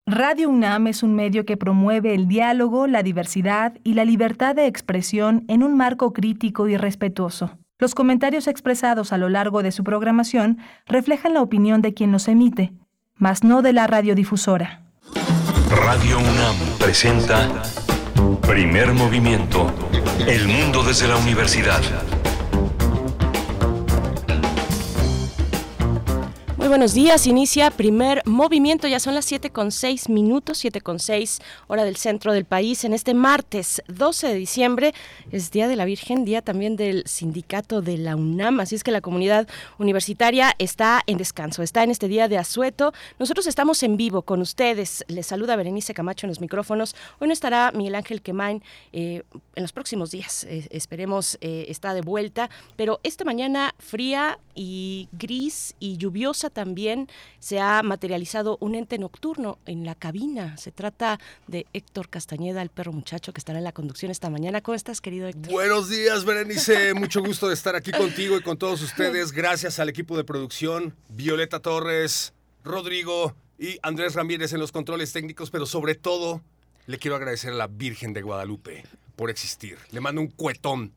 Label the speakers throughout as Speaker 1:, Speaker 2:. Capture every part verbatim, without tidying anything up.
Speaker 1: Radio UNAM es un medio que promueve el diálogo, la diversidad y la libertad de expresión en un marco crítico y respetuoso. Los comentarios expresados a lo largo de su programación reflejan la opinión de quien los emite, mas no de la radiodifusora.
Speaker 2: Radio UNAM presenta Primer Movimiento, El Mundo desde la Universidad.
Speaker 3: Muy buenos días, inicia Primer Movimiento, ya son las siete con seis minutos, siete con seis, hora del centro del país, en este martes doce de diciembre, es Día de la Virgen, día también del sindicato de la UNAM, así es que la comunidad universitaria está en descanso, está en este día de asueto. Nosotros estamos en vivo con ustedes, les saluda Berenice Camacho en los micrófonos, hoy no estará Miguel Ángel Quemain, eh, en los próximos días, eh, esperemos eh, está de vuelta, pero esta mañana fría y gris y lluviosa también se ha materializado un ente nocturno en la cabina. Se trata de Héctor Castañeda, el perro muchacho, que estará en la conducción esta mañana. ¿Cómo estás, querido Héctor?
Speaker 4: Buenos días, Berenice. Mucho gusto de estar aquí contigo y con todos ustedes. Gracias al equipo de producción, Violeta Torres, Rodrigo y Andrés Ramírez en los controles técnicos, pero sobre todo le quiero agradecer a la Virgen de Guadalupe por existir. Le mando un cuetón.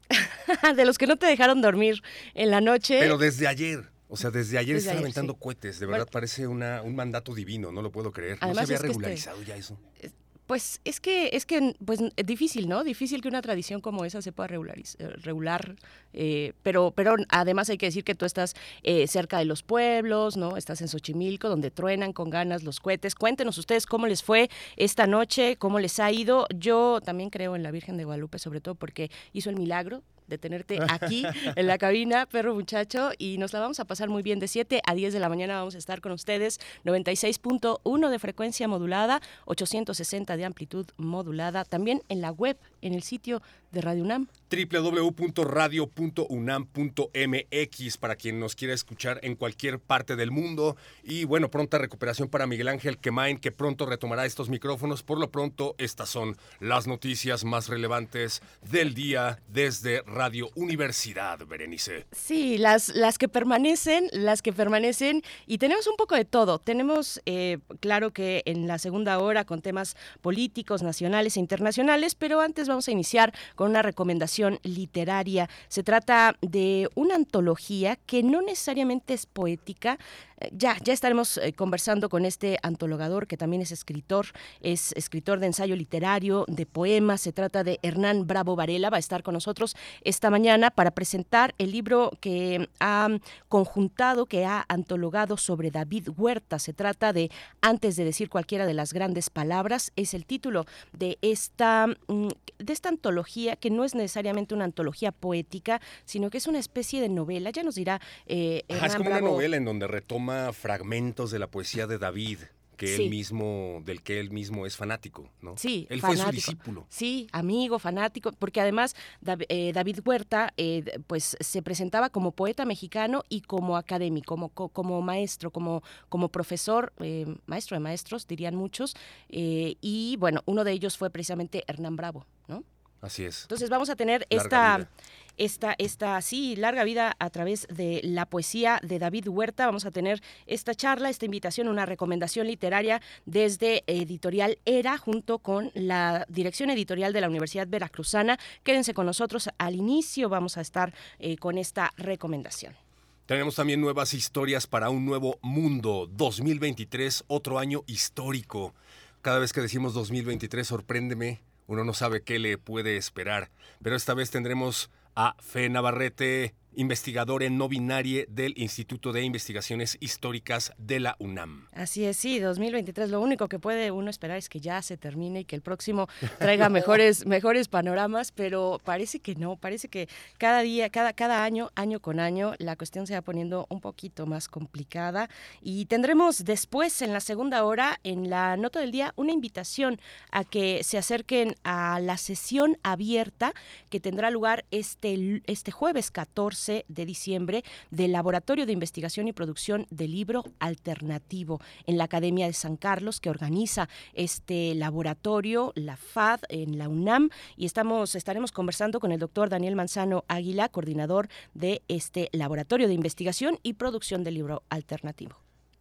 Speaker 3: De los que no te dejaron dormir en la noche.
Speaker 4: Pero desde ayer. O sea, desde ayer
Speaker 3: desde
Speaker 4: están
Speaker 3: ayer,
Speaker 4: aventando
Speaker 3: sí.
Speaker 4: cohetes. De verdad
Speaker 3: bueno,
Speaker 4: parece una, un mandato divino, no lo puedo creer. No
Speaker 3: Además
Speaker 4: se había
Speaker 3: es que
Speaker 4: regularizado
Speaker 3: este,
Speaker 4: ya eso.
Speaker 3: Pues es que es que pues es difícil, ¿no? Difícil que una tradición como esa se pueda regulariz- regular, eh, pero pero además hay que decir que tú estás eh, cerca de los pueblos, ¿no? Estás en Xochimilco, donde truenan con ganas los cohetes. Cuéntenos ustedes cómo les fue esta noche, cómo les ha ido. Yo también creo en la Virgen de Guadalupe, sobre todo porque hizo el milagro de tenerte aquí en la cabina, perro muchacho, y nos la vamos a pasar muy bien. De siete a diez de la mañana vamos a estar con ustedes, noventa y seis punto uno de frecuencia modulada, ochocientos sesenta de amplitud modulada, también en la web, en el sitio de Radio UNAM.
Speaker 4: doble u doble u doble u punto radio punto unam punto m x para quien nos quiera escuchar en cualquier parte del mundo. Y bueno, pronta recuperación para Miguel Ángel Quemain, que pronto retomará estos micrófonos. Por lo pronto, estas son las noticias más relevantes del día desde Radio Universidad, Berenice.
Speaker 3: Sí, las, las que permanecen, las que permanecen, y tenemos un poco de todo. Tenemos, eh, claro que en la segunda hora con temas políticos, nacionales e internacionales, pero antes vamos a iniciar con una recomendación literaria. Se trata de una antología que no necesariamente es poética. Ya, ya estaremos eh, conversando con este antologador que también es escritor, es escritor de ensayo literario, de poemas. Se trata de Hernán Bravo Varela, va a estar con nosotros esta mañana para presentar el libro que ha conjuntado, que ha antologado sobre David Huerta. Se trata de Antes de decir cualquiera de las grandes palabras, es el título de esta, de esta antología, que no es necesariamente una antología poética, sino que es una especie de novela. Ya nos dirá eh, Hernán
Speaker 4: Ajá, es como
Speaker 3: Bravo.
Speaker 4: una novela en donde retoma fragmentos de la poesía de David, que
Speaker 3: Sí.
Speaker 4: él mismo, del que él mismo es fanático, ¿no?
Speaker 3: Sí,
Speaker 4: él
Speaker 3: fanático.
Speaker 4: fue su discípulo.
Speaker 3: Sí, amigo, fanático, porque además Dav- eh, David Huerta eh, pues se presentaba como poeta mexicano y como académico, como, co- como maestro, como, como profesor, eh, maestro de maestros, dirían muchos, eh, y bueno, uno de ellos fue precisamente Hernán Bravo, ¿no?
Speaker 4: Así es.
Speaker 3: Entonces vamos a tener
Speaker 4: Larga
Speaker 3: esta,
Speaker 4: vida.
Speaker 3: esta, esta, sí, larga vida a través de la poesía de David Huerta. Vamos a tener esta charla, esta invitación, una recomendación literaria desde Editorial Era, junto con la dirección editorial de la Universidad Veracruzana. Quédense con nosotros al inicio, vamos a estar eh, con esta recomendación.
Speaker 4: Tenemos también nuevas historias para un nuevo mundo. dos mil veintitrés, otro año histórico. Cada vez que decimos dos mil veintitrés, sorpréndeme. Uno no sabe qué le puede esperar, pero esta vez tendremos a Fe Navarrete, investigador en no binaria del Instituto de Investigaciones Históricas de la UNAM.
Speaker 3: Así es, sí, dos mil veintitrés, lo único que puede uno esperar es que ya se termine y que el próximo traiga mejores, mejores panoramas, pero parece que no, parece que cada día, cada, cada año, año con año, la cuestión se va poniendo un poquito más complicada y tendremos después, en la segunda hora, en la nota del día, una invitación a que se acerquen a la sesión abierta que tendrá lugar este, este jueves catorce de diciembre del Laboratorio de Investigación y Producción del Libro Alternativo en la Academia de San Carlos, que organiza este laboratorio, la F A D, en la UNAM, y estamos, estaremos conversando con el doctor Daniel Manzano Águila, coordinador de este Laboratorio de Investigación y Producción del Libro Alternativo.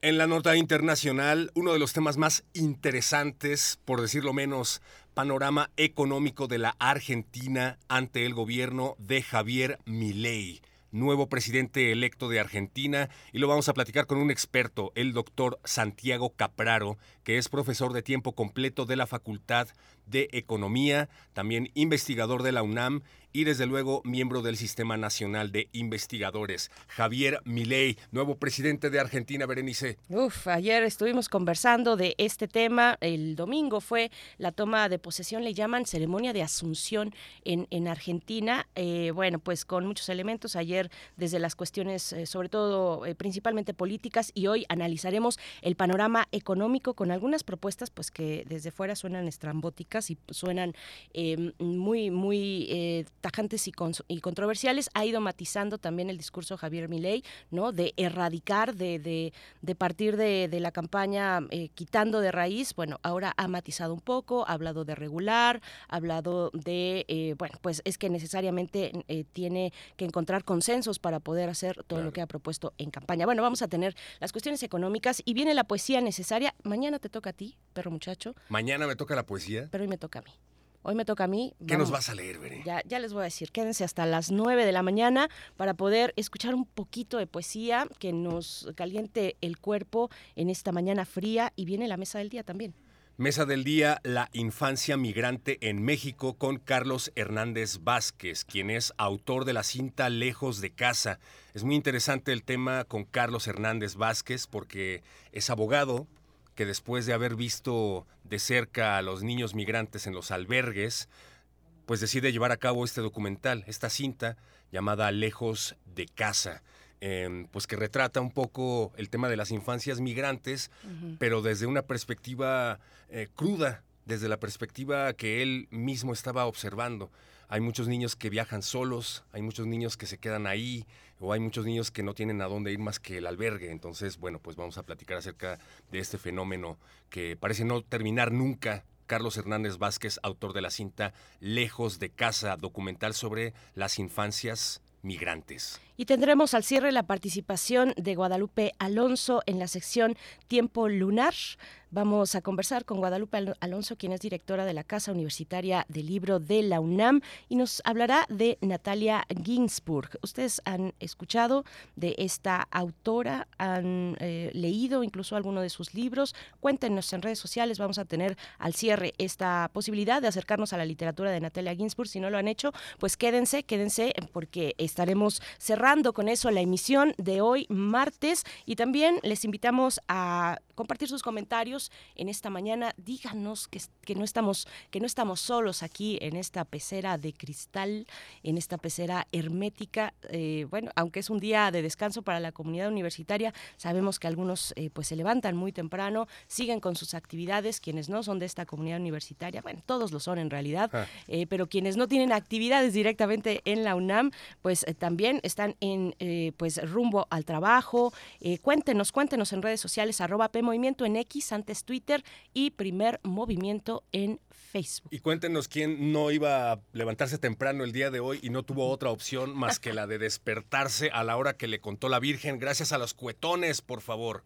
Speaker 4: En la nota internacional, uno de los temas más interesantes, por decirlo menos, panorama económico de la Argentina ante el gobierno de Javier Milei, nuevo presidente electo de Argentina, y lo vamos a platicar con un experto, el doctor Santiago Capraro, que es profesor de tiempo completo de la Facultad de Economía, también investigador de la UNAM y desde luego miembro del Sistema Nacional de Investigadores. Javier Milei, nuevo presidente de Argentina, Berenice.
Speaker 3: Uf, ayer estuvimos conversando de este tema. El domingo fue la toma de posesión, le llaman ceremonia de asunción en, en Argentina. Eh, bueno, pues con muchos elementos ayer desde las cuestiones, eh, sobre todo, eh, principalmente políticas, y hoy analizaremos el panorama económico con algunas propuestas pues que desde fuera suenan estrambóticas y suenan eh, muy, muy eh, tajantes y, con, y controversiales. Ha ido matizando también el discurso Javier Milei, ¿no? De erradicar, de, de, de partir de, de la campaña eh, quitando de raíz. Bueno, ahora ha matizado un poco, ha hablado de regular, ha hablado de, eh, bueno, pues es que necesariamente eh, tiene que encontrar consensos para poder hacer todo claro. lo que ha propuesto en campaña. Bueno, vamos a tener las cuestiones económicas y viene la poesía necesaria. Mañana te toca a ti, perro muchacho.
Speaker 4: Mañana me toca la poesía.
Speaker 3: Pero hoy me toca a mí. Hoy me toca a mí.
Speaker 4: ¿Qué Vamos, nos vas a leer, Bere?
Speaker 3: Ya, ya les voy a decir, quédense hasta las nueve de la mañana para poder escuchar un poquito de poesía que nos caliente el cuerpo en esta mañana fría, y viene la mesa del día también.
Speaker 4: Mesa del día, la infancia migrante en México, con Carlos Hernández Vázquez, quien es autor de la cinta Lejos de Casa. Es muy interesante el tema con Carlos Hernández Vázquez porque es abogado que después de haber visto de cerca a los niños migrantes en los albergues, pues decide llevar a cabo este documental, esta cinta llamada Lejos de Casa, eh, pues que retrata un poco el tema de las infancias migrantes, uh-huh. pero desde una perspectiva eh, cruda, desde la perspectiva que él mismo estaba observando. Hay muchos niños que viajan solos, hay muchos niños que se quedan ahí, o hay muchos niños que no tienen a dónde ir más que el albergue. Entonces, bueno, pues vamos a platicar acerca de este fenómeno que parece no terminar nunca. Carlos Hernández Vázquez, autor de la cinta Lejos de Casa, documental sobre las infancias migrantes.
Speaker 3: Y tendremos al cierre la participación de Guadalupe Alonso en la sección Tiempo Lunar. Vamos a conversar con Guadalupe Alonso, quien es directora de la Casa Universitaria del Libro de la UNAM, y nos hablará de Natalia Ginzburg. Ustedes han escuchado de esta autora, han eh, leído incluso alguno de sus libros. Cuéntenos en redes sociales, vamos a tener al cierre esta posibilidad de acercarnos a la literatura de Natalia Ginzburg. Si no lo han hecho, pues quédense, quédense, porque estaremos cerrando con eso la emisión de hoy, martes, y también les invitamos a compartir sus comentarios en esta mañana. Díganos que, que, no estamos, que no estamos solos aquí en esta pecera de cristal, en esta pecera hermética. Eh, bueno, aunque es un día de descanso para la comunidad universitaria, sabemos que algunos eh, pues se levantan muy temprano, siguen con sus actividades, quienes no son de esta comunidad universitaria, bueno, todos lo son en realidad, ah. eh, pero quienes no tienen actividades directamente en la UNAM, pues eh, también están en eh, pues rumbo al trabajo. Eh, cuéntenos, cuéntenos en redes sociales, arroba PMovimiento en X, antes Twitter, y Primer Movimiento en Facebook.
Speaker 4: Y cuéntenos quién no iba a levantarse temprano el día de hoy y no tuvo otra opción más que la de despertarse a la hora que le contó la Virgen, gracias a los cuetones, por favor.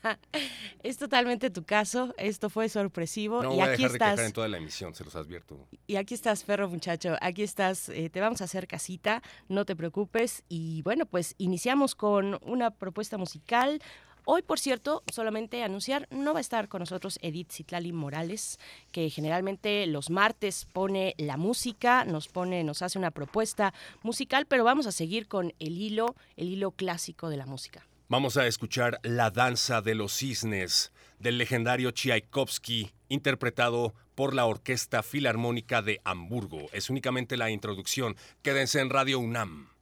Speaker 3: Es totalmente tu caso, esto fue sorpresivo.
Speaker 4: No
Speaker 3: y
Speaker 4: voy
Speaker 3: aquí
Speaker 4: a dejar
Speaker 3: estás,
Speaker 4: de quejar en toda la emisión, se los advierto.
Speaker 3: Y aquí estás, perro muchacho, aquí estás, eh, te vamos a hacer casita, no te preocupes. Y bueno, pues iniciamos con una propuesta musical. Hoy, por cierto, solamente anunciar, no va a estar con nosotros Edith Citlali Morales, que generalmente los martes pone la música, nos pone, nos hace una propuesta musical, pero vamos a seguir con el hilo, el hilo clásico de la música.
Speaker 4: Vamos a escuchar La Danza de los Cisnes, del legendario Tchaikovsky, interpretado por la Orquesta Filarmónica de Hamburgo. Es únicamente la introducción. Quédense en Radio UNAM.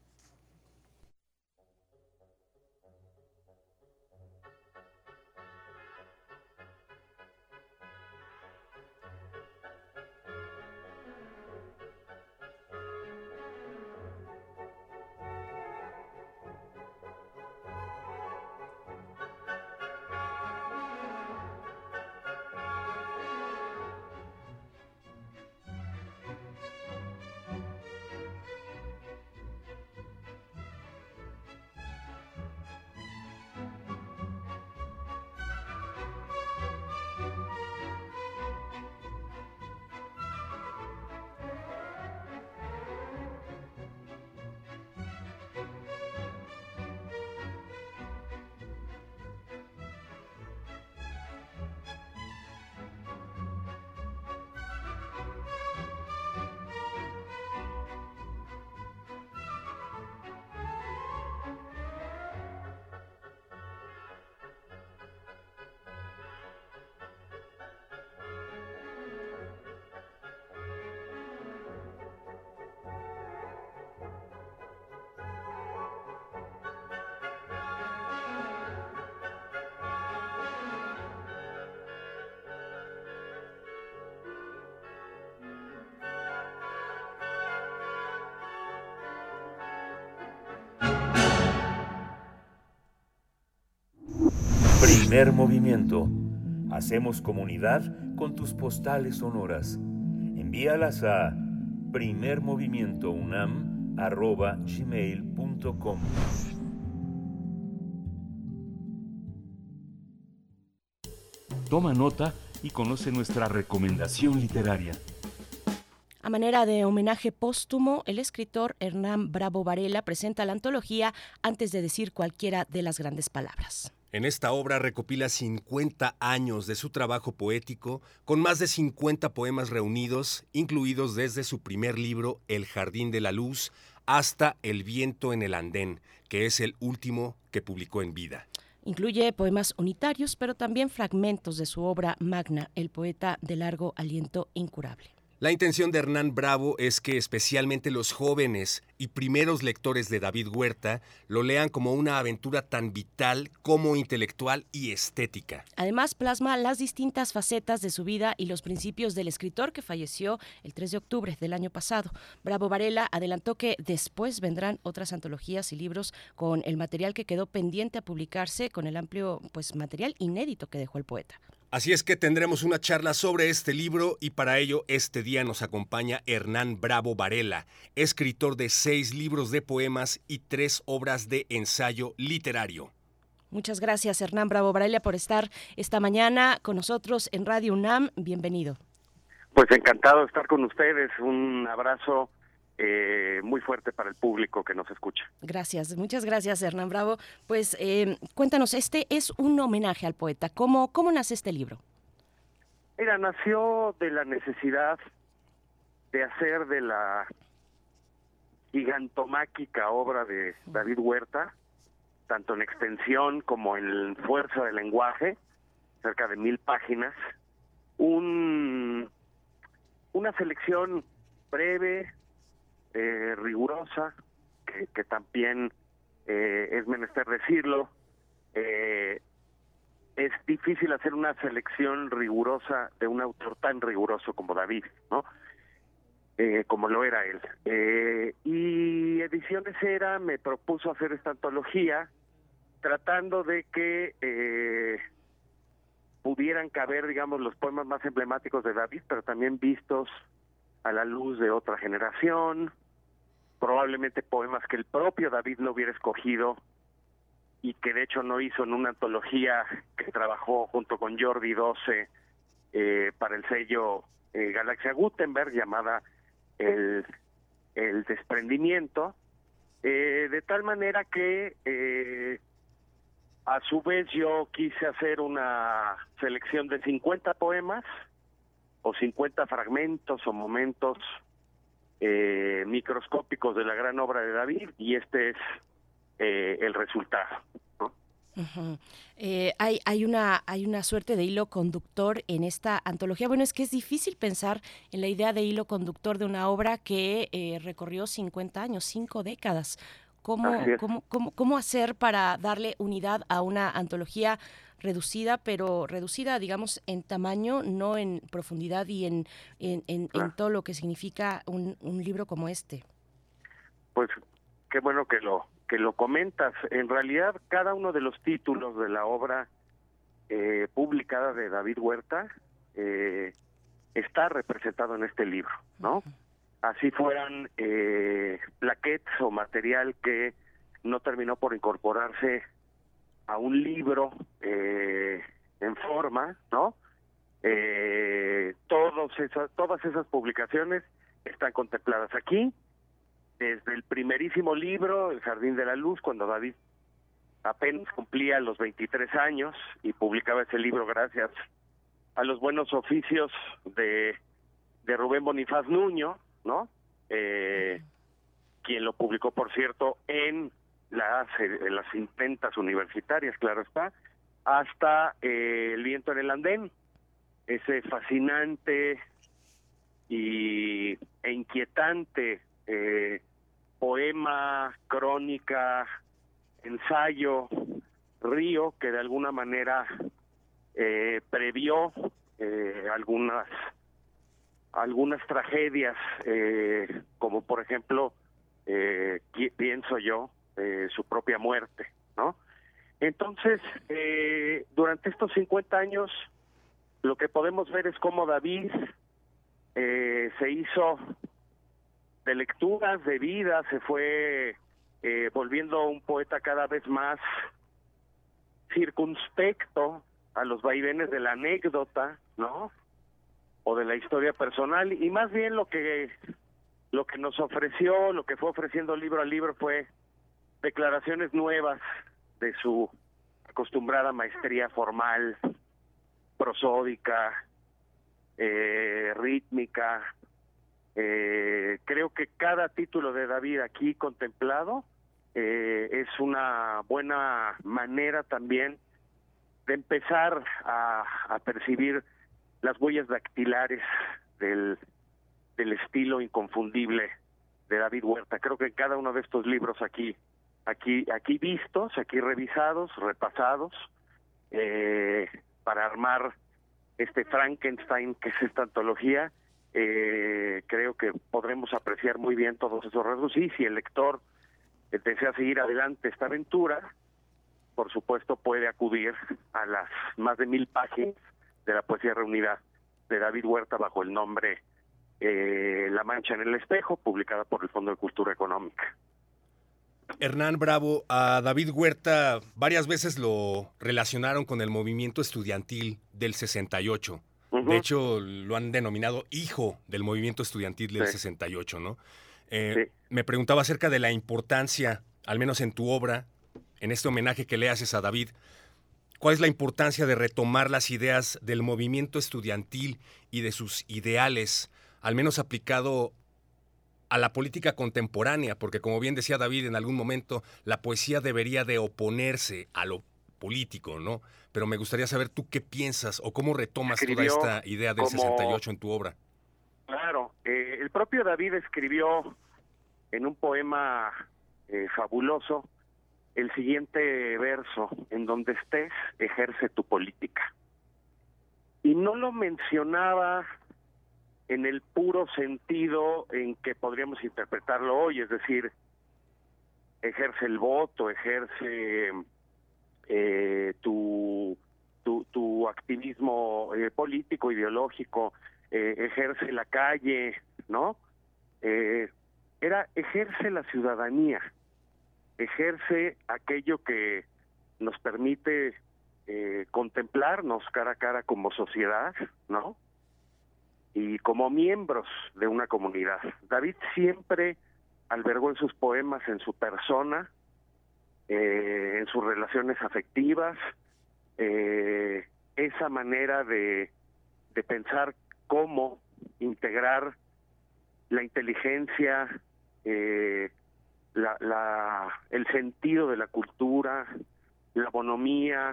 Speaker 5: Primer movimiento. Hacemos comunidad con tus postales sonoras. Envíalas a primermovimientounam arroba gmail punto com.
Speaker 2: Toma nota y conoce nuestra recomendación literaria.
Speaker 3: A manera de homenaje póstumo, el escritor Hernán Bravo Varela presenta la antología Antes de decir cualquiera de las grandes palabras.
Speaker 4: En esta obra recopila cincuenta años de su trabajo poético, con más de cincuenta poemas reunidos, incluidos desde su primer libro, El Jardín de la Luz, hasta El viento en el andén, que es el último que publicó en vida.
Speaker 3: Incluye poemas unitarios, pero también fragmentos de su obra magna, El poeta de largo aliento incurable.
Speaker 4: La intención de Hernán Bravo es que especialmente los jóvenes y primeros lectores de David Huerta lo lean como una aventura tan vital como intelectual y estética.
Speaker 3: Además, plasma las distintas facetas de su vida y los principios del escritor que falleció el tres de octubre del año pasado. Bravo Varela adelantó que después vendrán otras antologías y libros con el material que quedó pendiente a publicarse, con el amplio pues, material inédito que dejó el poeta.
Speaker 4: Así es que tendremos una charla sobre este libro y para ello este día nos acompaña Hernán Bravo Varela, escritor de seis libros de poemas y tres obras de ensayo literario.
Speaker 3: Muchas gracias, Hernán Bravo Varela, por estar esta mañana con nosotros en Radio UNAM. Bienvenido.
Speaker 6: Pues encantado de estar con ustedes. Un abrazo Eh, muy fuerte para el público que nos escucha.
Speaker 3: Gracias, muchas gracias, Hernán Bravo. Pues eh, cuéntanos, este es un homenaje al poeta. ¿Cómo, cómo nace este libro?
Speaker 6: Mira, nació de la necesidad de hacer de la gigantomáquica obra de David Huerta, tanto en extensión como en fuerza de lenguaje, cerca de mil páginas, un, una selección breve, Eh, rigurosa, que, que también eh, es menester decirlo. Eh, es difícil hacer una selección rigurosa de un autor tan riguroso como David, ¿no? Eh, como lo era él. Eh, y Ediciones Era me propuso hacer esta antología tratando de que eh, pudieran caber, digamos, los poemas más emblemáticos de David, pero también vistos a la luz de otra generación, probablemente poemas que el propio David no hubiera escogido y que de hecho no hizo en una antología que trabajó junto con Jordi doce eh, para el sello eh, Galaxia Gutenberg, llamada El, el Desprendimiento, eh, de tal manera que eh, a su vez yo quise hacer una selección de cincuenta poemas o cincuenta fragmentos o momentos eh, microscópicos de la gran obra de David, y este es eh, el resultado, ¿no?
Speaker 3: Uh-huh. Eh, hay, hay, una, hay una suerte de hilo conductor en esta antología. Bueno, es que es difícil pensar en la idea de hilo conductor de una obra que eh, recorrió cincuenta años, cinco décadas. ¿Cómo, cómo, cómo, ¿Cómo hacer para darle unidad a una antología reducida, pero reducida, digamos, en tamaño, no en profundidad y en, en, en, claro. en todo lo que significa un, un libro como este?
Speaker 6: Pues qué bueno que lo que lo comentas. En realidad, cada uno de los títulos de la obra eh, publicada de David Huerta eh, está representado en este libro, ¿no? Uh-huh. Así fueran eh, plaquettes o material que no terminó por incorporarse a un libro eh, en forma, ¿no? Eh, todos esas, todas esas publicaciones están contempladas aquí, desde el primerísimo libro, El Jardín de la Luz, cuando David apenas cumplía los veintitrés años y publicaba ese libro gracias a los buenos oficios de, de Rubén Bonifaz Nuño, ¿no? Eh, quien lo publicó, por cierto, en las, en las imprentas universitarias, claro está, hasta eh, El viento en el andén, ese fascinante y, e inquietante eh, poema, crónica, ensayo, río, que de alguna manera eh, previó eh, algunas algunas tragedias, eh, como por ejemplo, eh, pienso yo, eh, su propia muerte, ¿no? Entonces, eh, durante estos cincuenta años, lo que podemos ver es cómo David eh, se hizo de lecturas, de vida, se fue eh, volviendo un poeta cada vez más circunspecto a los vaivenes de la anécdota, ¿no? O de la historia personal, y más bien lo que lo que nos ofreció, lo que fue ofreciendo libro a libro fue declaraciones nuevas de su acostumbrada maestría formal, prosódica, eh, rítmica. Eh, creo que cada título de David aquí contemplado eh, es una buena manera también de empezar a, a percibir las huellas dactilares del, del estilo inconfundible de David Huerta. Creo que en cada uno de estos libros aquí, aquí, aquí vistos, aquí revisados, repasados, eh, para armar este Frankenstein que es esta antología, eh, creo que podremos apreciar muy bien todos esos rasgos. Y si el lector eh, desea seguir adelante esta aventura, por supuesto puede acudir a las más de mil páginas de la poesía reunida de David Huerta bajo el nombre eh, La Mancha en el Espejo, publicada por el Fondo de Cultura Económica.
Speaker 4: Hernán Bravo, a David Huerta varias veces lo relacionaron con el movimiento estudiantil del sesenta y ocho. Uh-huh. De hecho, lo han denominado hijo del movimiento estudiantil del sí. sesenta y ocho, ¿no? Eh, sí. Me preguntaba acerca de la importancia, al menos en tu obra, en este homenaje que le haces a David, ¿cuál es la importancia de retomar las ideas del movimiento estudiantil y de sus ideales, al menos aplicado a la política contemporánea? Porque, como bien decía David en algún momento, la poesía debería de oponerse a lo político, ¿no? Pero me gustaría saber tú qué piensas o cómo retomas escribió toda esta idea del como, sesenta y ocho en tu obra.
Speaker 6: Claro, eh, el propio David escribió en un poema eh, fabuloso el siguiente verso: en donde estés, ejerce tu política. Y no lo mencionaba en el puro sentido en que podríamos interpretarlo hoy, es decir, ejerce el voto, ejerce eh, tu, tu, tu activismo eh, político, ideológico, eh, ejerce la calle, ¿no? Eh, era ejerce la ciudadanía, ejerce aquello que nos permite eh, contemplarnos cara a cara como sociedad, ¿no? Y como miembros de una comunidad. David siempre albergó en sus poemas, en su persona, eh, en sus relaciones afectivas, eh, esa manera de, de pensar cómo integrar la inteligencia, eh, la, la, el sentido de la cultura, la bonomía,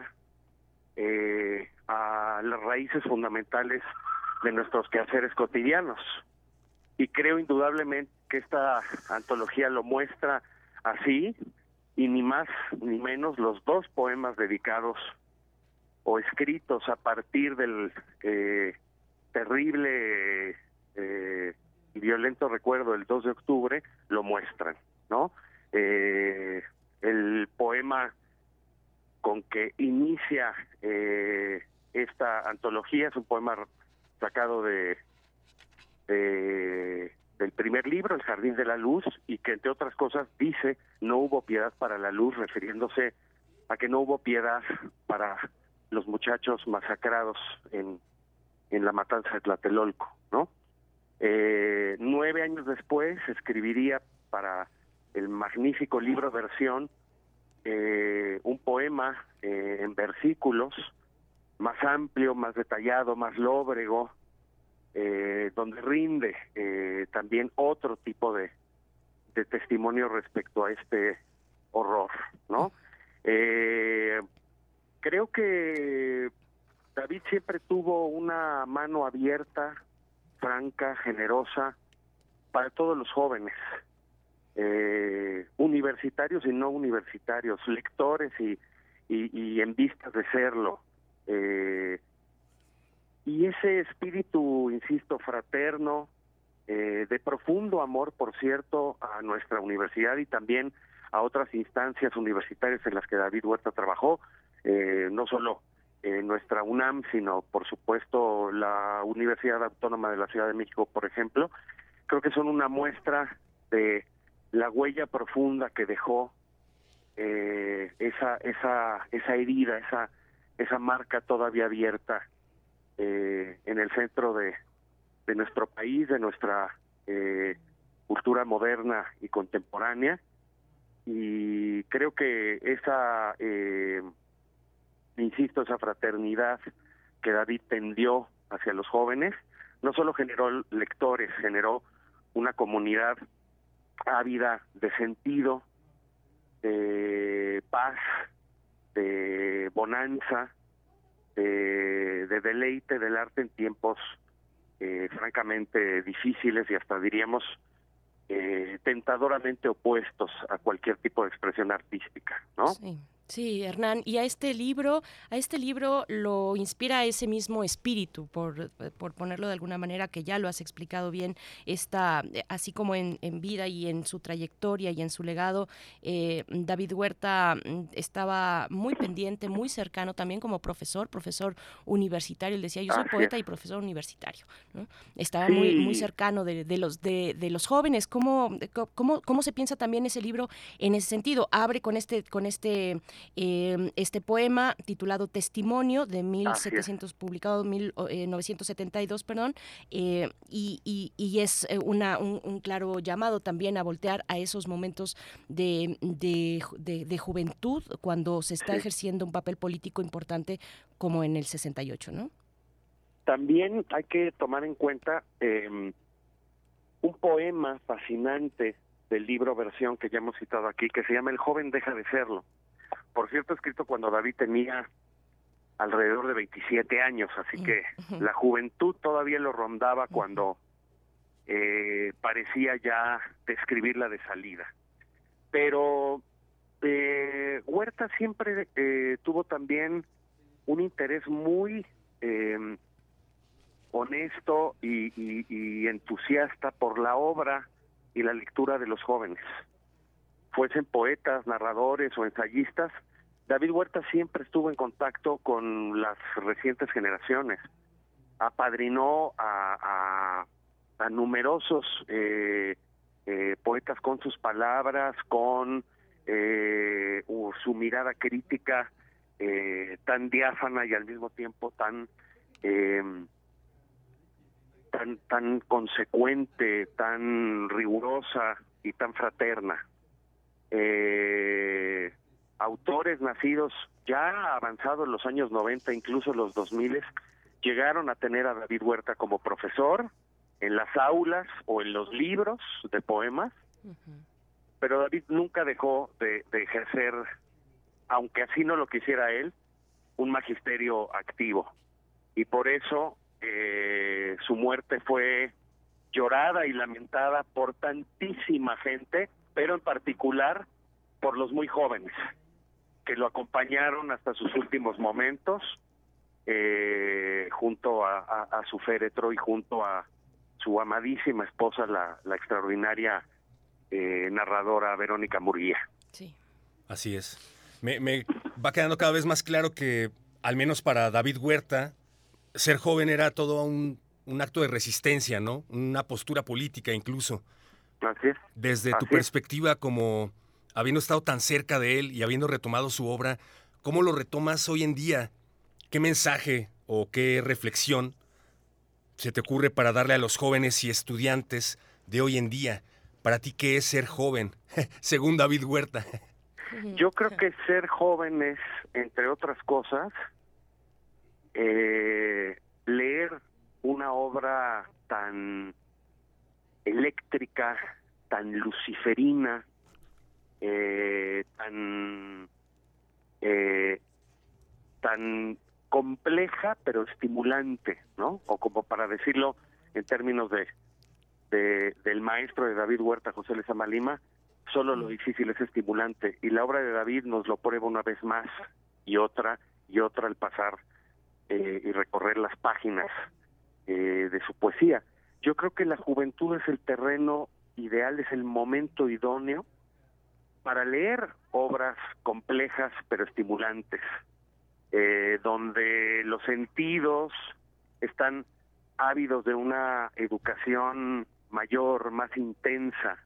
Speaker 6: eh, a las raíces fundamentales de nuestros quehaceres cotidianos. Y creo indudablemente que esta antología lo muestra así, y ni más ni menos los dos poemas dedicados o escritos a partir del eh, terrible eh, y violento recuerdo del dos de octubre lo muestran, ¿no? Eh, el poema con que inicia eh, esta antología es un poema sacado de, de del primer libro, El Jardín de la Luz, y que entre otras cosas dice: no hubo piedad para la luz, refiriéndose a que no hubo piedad para los muchachos masacrados en, en la matanza de Tlatelolco, ¿no? Eh, nueve años después escribiría para el magnífico libro Versión eh, un poema eh, en versículos, más amplio, más detallado, más lóbrego, eh, donde rinde eh, también otro tipo de, de testimonio respecto a este horror, ¿no? Eh, creo que David siempre tuvo una mano abierta, franca, generosa, para todos los jóvenes, eh, universitarios y no universitarios, lectores y, y, y en vistas de serlo. Eh, y ese espíritu, insisto, fraterno, eh, de profundo amor, por cierto, a nuestra universidad y también a otras instancias universitarias en las que David Huerta trabajó, eh, no solo eh, nuestra UNAM, sino por supuesto la Universidad Autónoma de la Ciudad de México, por ejemplo. Creo que son una muestra de la huella profunda que dejó eh, esa esa esa herida, esa esa marca todavía abierta eh, en el centro de, de nuestro país, de nuestra eh, cultura moderna y contemporánea. Y creo que esa, eh, insisto, esa fraternidad que David tendió hacia los jóvenes, no solo generó lectores, generó una comunidad ávida de sentido, de paz, de bonanza, de, de deleite del arte en tiempos eh, francamente difíciles y hasta diríamos eh, tentadoramente opuestos a cualquier tipo de expresión artística, ¿no?
Speaker 3: Sí. Sí, Hernán, y a este libro, a este libro lo inspira ese mismo espíritu, por, por ponerlo de alguna manera, que ya lo has explicado bien, esta, así como en, en vida y en su trayectoria y en su legado, eh, David Huerta estaba muy pendiente, muy cercano también como profesor, profesor universitario. Él decía, yo soy poeta y profesor universitario, ¿no? Estaba sí. muy, muy cercano de, de los de, de los jóvenes. ¿Cómo, cómo, cómo se piensa también ese libro en ese sentido? Abre con este, con este Eh, este poema titulado Testimonio de mil setecientos, publicado en mil novecientos setenta y dos, perdón, eh, y, y, y es una, un, un claro llamado también a voltear a esos momentos de, de, de, de juventud cuando se está sí. ejerciendo un papel político importante como en el sesenta y ocho, ¿no?
Speaker 6: También hay que tomar en cuenta eh, un poema fascinante del libro versión que ya hemos citado aquí, que se llama El joven deja de serlo. Por cierto, escrito cuando David tenía alrededor de veintisiete años, así que uh-huh. la juventud todavía lo rondaba cuando eh, parecía ya describirla de salida. Pero eh, Huerta siempre eh, tuvo también un interés muy eh, honesto y, y, y entusiasta por la obra y la lectura de los jóvenes. Fuesen poetas, narradores o ensayistas, David Huerta siempre estuvo en contacto con las recientes generaciones. Apadrinó a, a, a numerosos eh, eh, poetas con sus palabras, con eh, su mirada crítica eh, tan diáfana y al mismo tiempo tan eh, tan tan consecuente, tan rigurosa y tan fraterna. Eh, autores nacidos ya avanzados en los años noventa, incluso los dos mil, llegaron a tener a David Huerta como profesor en las aulas o en los libros de poemas, uh-huh. pero David nunca dejó de, de ejercer, aunque así no lo quisiera él, un magisterio activo. Y por eso eh, su muerte fue llorada y lamentada por tantísima gente, pero en particular por los muy jóvenes, que lo acompañaron hasta sus últimos momentos, eh, junto a, a, a su féretro y junto a su amadísima esposa, la, la extraordinaria eh, narradora Verónica Murguía.
Speaker 3: Sí.
Speaker 4: Así es. Me, me va quedando cada vez más claro que, al menos para David Huerta, ser joven era todo un, un acto de resistencia, ¿no? Una postura política incluso.
Speaker 6: Así es.
Speaker 4: Desde
Speaker 6: Así
Speaker 4: tu
Speaker 6: es.
Speaker 4: perspectiva, como habiendo estado tan cerca de él y habiendo retomado su obra, ¿cómo lo retomas hoy en día? ¿Qué mensaje o qué reflexión se te ocurre para darle a los jóvenes y estudiantes de hoy en día? Para ti, ¿qué es ser joven? Según David Huerta.
Speaker 6: Yo creo que ser joven es, entre otras cosas, eh, leer una obra tan eléctrica, tan luciferina, eh, tan eh, tan compleja pero estimulante, ¿no? O como para decirlo en términos de, de del maestro de David Huerta, José Lezama Lima, solo lo difícil es estimulante, y la obra de David nos lo prueba una vez más y otra y otra al pasar eh, y recorrer las páginas eh, de su poesía. Yo creo que la juventud es el terreno ideal, es el momento idóneo para leer obras complejas pero estimulantes, eh, donde los sentidos están ávidos de una educación mayor, más intensa,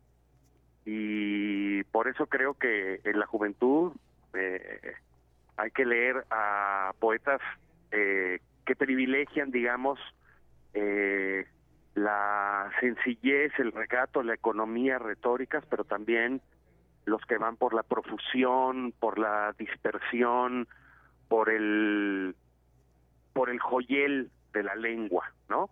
Speaker 6: y por eso creo que en la juventud eh, hay que leer a poetas eh, que privilegian, digamos, eh, la sencillez, el recato, la economía retóricas, pero también los que van por la profusión, por la dispersión, por el por el joyel de la lengua, ¿no?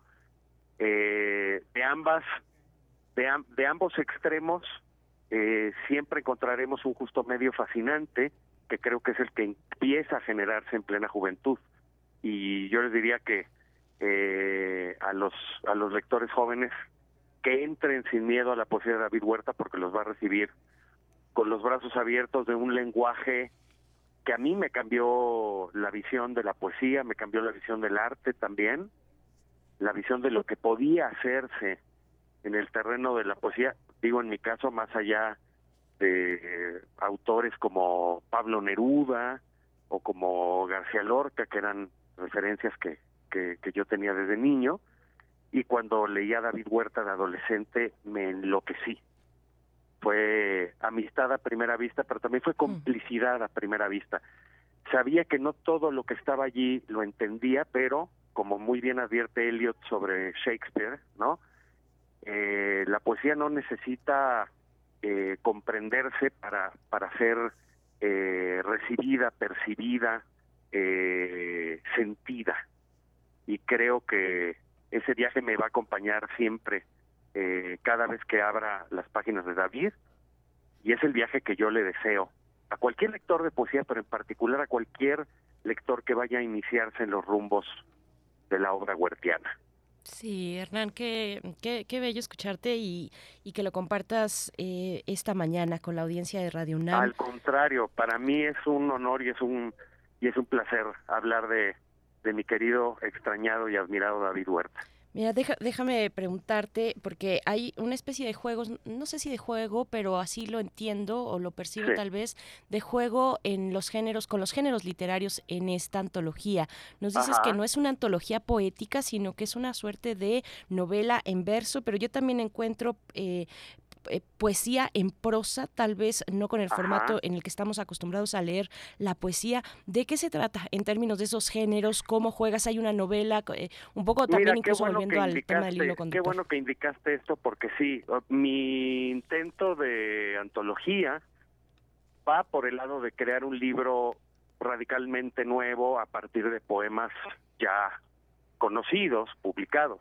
Speaker 6: Eh, de ambas, de, am, de ambos extremos, eh, siempre encontraremos un justo medio fascinante, que creo que es el que empieza a generarse en plena juventud. Y yo les diría que eh, a los a los lectores jóvenes que entren sin miedo a la poesía de David Huerta, porque los va a recibir con los brazos abiertos, de un lenguaje que a mí me cambió la visión de la poesía, me cambió la visión del arte también, la visión de lo que podía hacerse en el terreno de la poesía, digo en mi caso, más allá de eh, autores como Pablo Neruda o como García Lorca, que eran referencias que, que, que yo tenía desde niño, y cuando leía a David Huerta de adolescente me enloquecí. Fue amistad a primera vista, pero también fue complicidad a primera vista. Sabía que no todo lo que estaba allí lo entendía, pero como muy bien advierte Eliot sobre Shakespeare, ¿no? Eh, la poesía no necesita eh, comprenderse para para ser eh, recibida, percibida, eh, sentida. Y creo que ese viaje me va a acompañar siempre, eh, cada vez que abra las páginas de David, y es el viaje que yo le deseo a cualquier lector de poesía, pero en particular a cualquier lector que vaya a iniciarse en los rumbos de la obra huertiana.
Speaker 3: Sí, Hernán, qué, qué, qué bello escucharte y, y que lo compartas eh, esta mañana con la audiencia de Radio UNAM.
Speaker 6: Al contrario, para mí es un honor y es un y es un placer hablar de, de mi querido, extrañado y admirado David Huerta.
Speaker 3: Mira, deja, déjame preguntarte, porque hay una especie de juegos, no sé si de juego, pero así lo entiendo o lo percibo
Speaker 6: sí.
Speaker 3: tal vez, de juego en los géneros, con los géneros literarios en esta antología. Nos dices
Speaker 6: Ajá.
Speaker 3: que no es una antología poética, sino que es una suerte de novela en verso, pero yo también encuentro eh, eh, poesía en prosa, tal vez no con el
Speaker 6: Ajá.
Speaker 3: formato en el que estamos acostumbrados a leer la poesía. ¿De qué se trata en términos de esos géneros? ¿Cómo juegas? ¿Hay una novela? Eh, un poco también
Speaker 6: Mira,
Speaker 3: incluso
Speaker 6: bueno
Speaker 3: volviendo al tema del hilo conductor.
Speaker 6: Qué bueno que indicaste esto, porque sí, mi intento de antología va por el lado de crear un libro radicalmente nuevo a partir de poemas ya conocidos, publicados.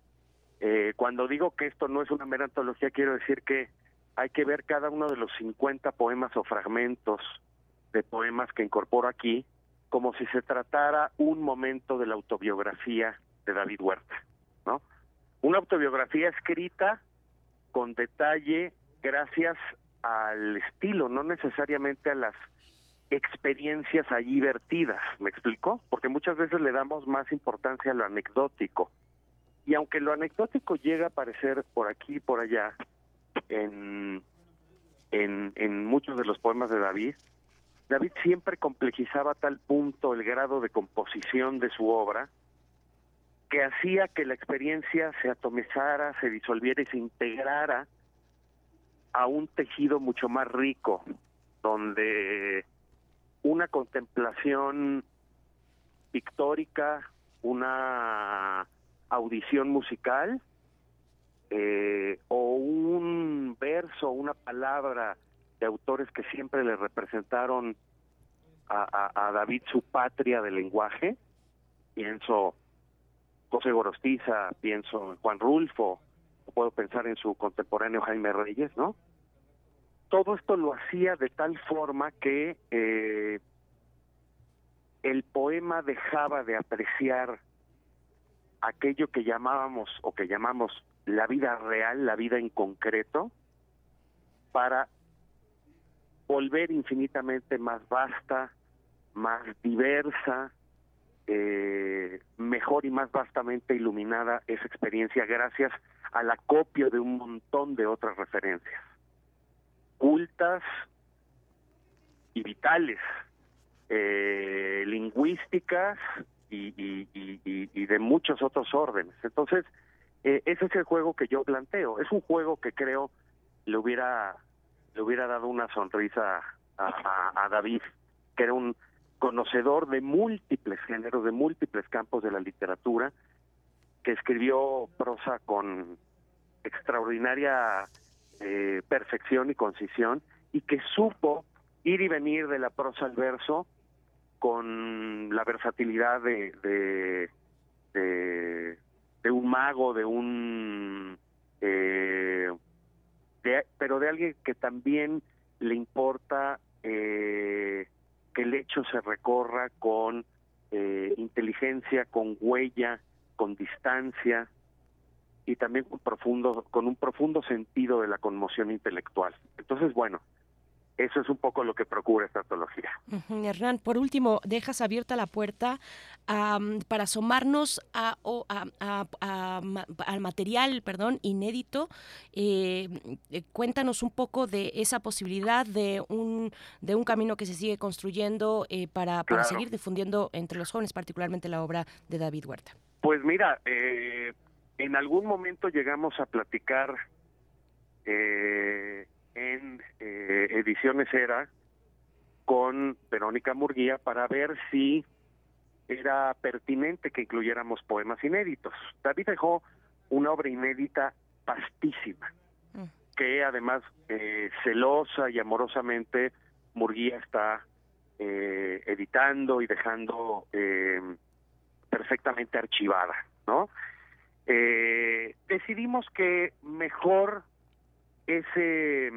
Speaker 6: Eh, cuando digo que esto no es una mera antología, quiero decir que hay que ver cada uno de los cincuenta poemas o fragmentos de poemas que incorporo aquí como si se tratara un momento de la autobiografía de David Huerta, ¿no? Una autobiografía escrita con detalle gracias al estilo, no necesariamente a las experiencias allí vertidas, ¿me explico? Porque muchas veces le damos más importancia a lo anecdótico. Y aunque lo anecdótico llega a aparecer por aquí y por allá en, en, en muchos de los poemas de David, David siempre complejizaba a tal punto el grado de composición de su obra que hacía que la experiencia se atomizara, se disolviera y se integrara a un tejido mucho más rico, donde una contemplación pictórica, una audición musical, eh, o un verso, una palabra de autores que siempre le representaron a, a, a David su patria del lenguaje, pienso José Gorostiza, pienso en Juan Rulfo, puedo pensar en su contemporáneo Jaime Reyes, ¿no? Todo esto lo hacía de tal forma que eh, el poema dejaba de apreciar aquello que llamábamos o que llamamos la vida real, la vida en concreto, para volver infinitamente más vasta, más diversa, eh, mejor y más vastamente iluminada esa experiencia gracias al acopio de un montón de otras referencias, cultas, y vitales, eh, lingüísticas y, y, y, y de muchos otros órdenes. Entonces, eh, ese es el juego que yo planteo. Es un juego que creo le hubiera le hubiera dado una sonrisa a, a, a David, que era un conocedor de múltiples géneros, de múltiples campos de la literatura, que escribió prosa con extraordinaria eh, perfección y concisión, y que supo ir y venir de la prosa al verso con la versatilidad de, de, de, de un mago, de un... Eh, de, pero de alguien que también le importa eh, que el hecho se recorra con eh, inteligencia, con huella, con distancia y también con profundo, con un profundo sentido de la conmoción intelectual. Entonces, bueno, eso es un poco lo que procura esta antología.
Speaker 3: Uh-huh. Hernán, por último, dejas abierta la puerta um, para asomarnos a, a, a, a, a, al material, perdón, inédito. Eh, eh, cuéntanos un poco de esa posibilidad de un de un camino que se sigue construyendo eh, para, para claro. seguir difundiendo entre los jóvenes, particularmente la obra de David Huerta.
Speaker 6: Pues mira, eh, en algún momento llegamos a platicar eh, en eh, Ediciones Era con Verónica Murguía para ver si era pertinente que incluyéramos poemas inéditos. David dejó una obra inédita vastísima, mm. que además eh, celosa y amorosamente Murguía está eh, editando y dejando eh, perfectamente archivada, ¿no? Eh, decidimos que mejor ese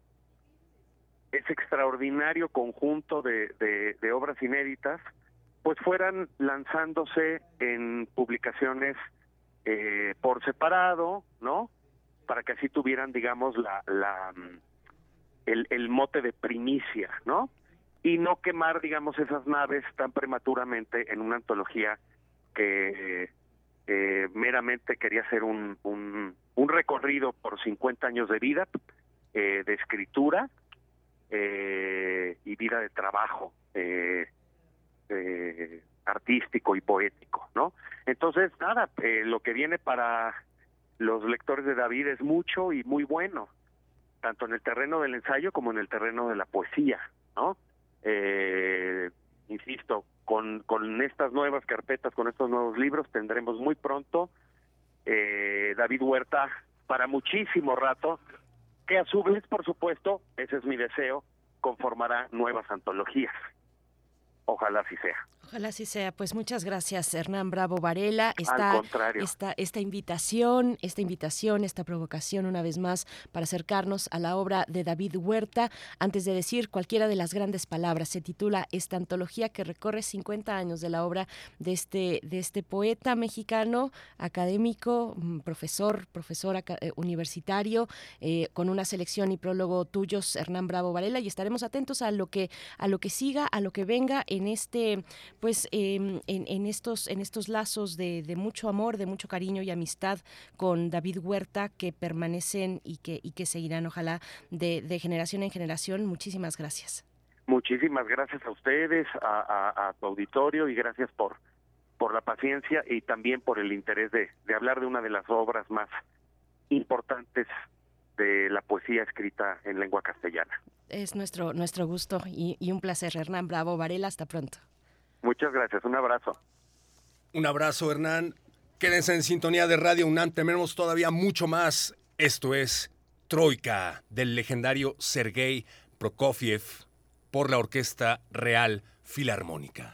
Speaker 6: ese extraordinario conjunto de, de, de obras inéditas pues fueran lanzándose en publicaciones eh, por separado, ¿no? Para que así tuvieran, digamos, la, la el, el mote de primicia, ¿no? Y no quemar, digamos, esas naves tan prematuramente en una antología que eh, meramente quería hacer un, un, un recorrido por cincuenta años de vida, eh, de escritura eh, y vida de trabajo eh, eh, artístico y poético, ¿no? Entonces, nada, eh, lo que viene para los lectores de David es mucho y muy bueno, tanto en el terreno del ensayo como en el terreno de la poesía, ¿no? Eh, insisto, con, con estas nuevas carpetas, con estos nuevos libros, tendremos muy pronto eh, David Huerta para muchísimo rato, que a su vez, por supuesto, ese es mi deseo, conformará nuevas antologías. Ojalá así sea.
Speaker 3: Ojalá así sea. Pues muchas gracias, Hernán Bravo Varela. Esta,
Speaker 6: Al contrario.
Speaker 3: Esta, esta invitación, esta invitación, esta provocación una vez más para acercarnos a la obra de David Huerta. Antes de decir cualquiera de las grandes palabras, se titula esta antología que recorre cincuenta años de la obra de este, de este poeta mexicano, académico, profesor, profesor eh, universitario, eh, con una selección y prólogo tuyos, Hernán Bravo Varela, y estaremos atentos a lo que, a lo que siga, a lo que venga en este pues eh, en, en estos en estos lazos de, de mucho amor, de mucho cariño y amistad con David Huerta, que permanecen y que y que seguirán, ojalá, de, de generación en generación. Muchísimas gracias.
Speaker 6: Muchísimas gracias a ustedes, a, a, a tu auditorio, y gracias por por la paciencia y también por el interés de, de hablar de una de las obras más importantes de la poesía escrita en lengua castellana.
Speaker 3: Es nuestro nuestro gusto y, y un placer, Hernán Bravo Varela. Hasta pronto.
Speaker 6: Muchas gracias, un abrazo.
Speaker 4: Un abrazo, Hernán. Quédense en sintonía de Radio UNAM, tenemos todavía mucho más. Esto es Troika, del legendario Sergei Prokofiev, por la Orquesta Real Filarmónica.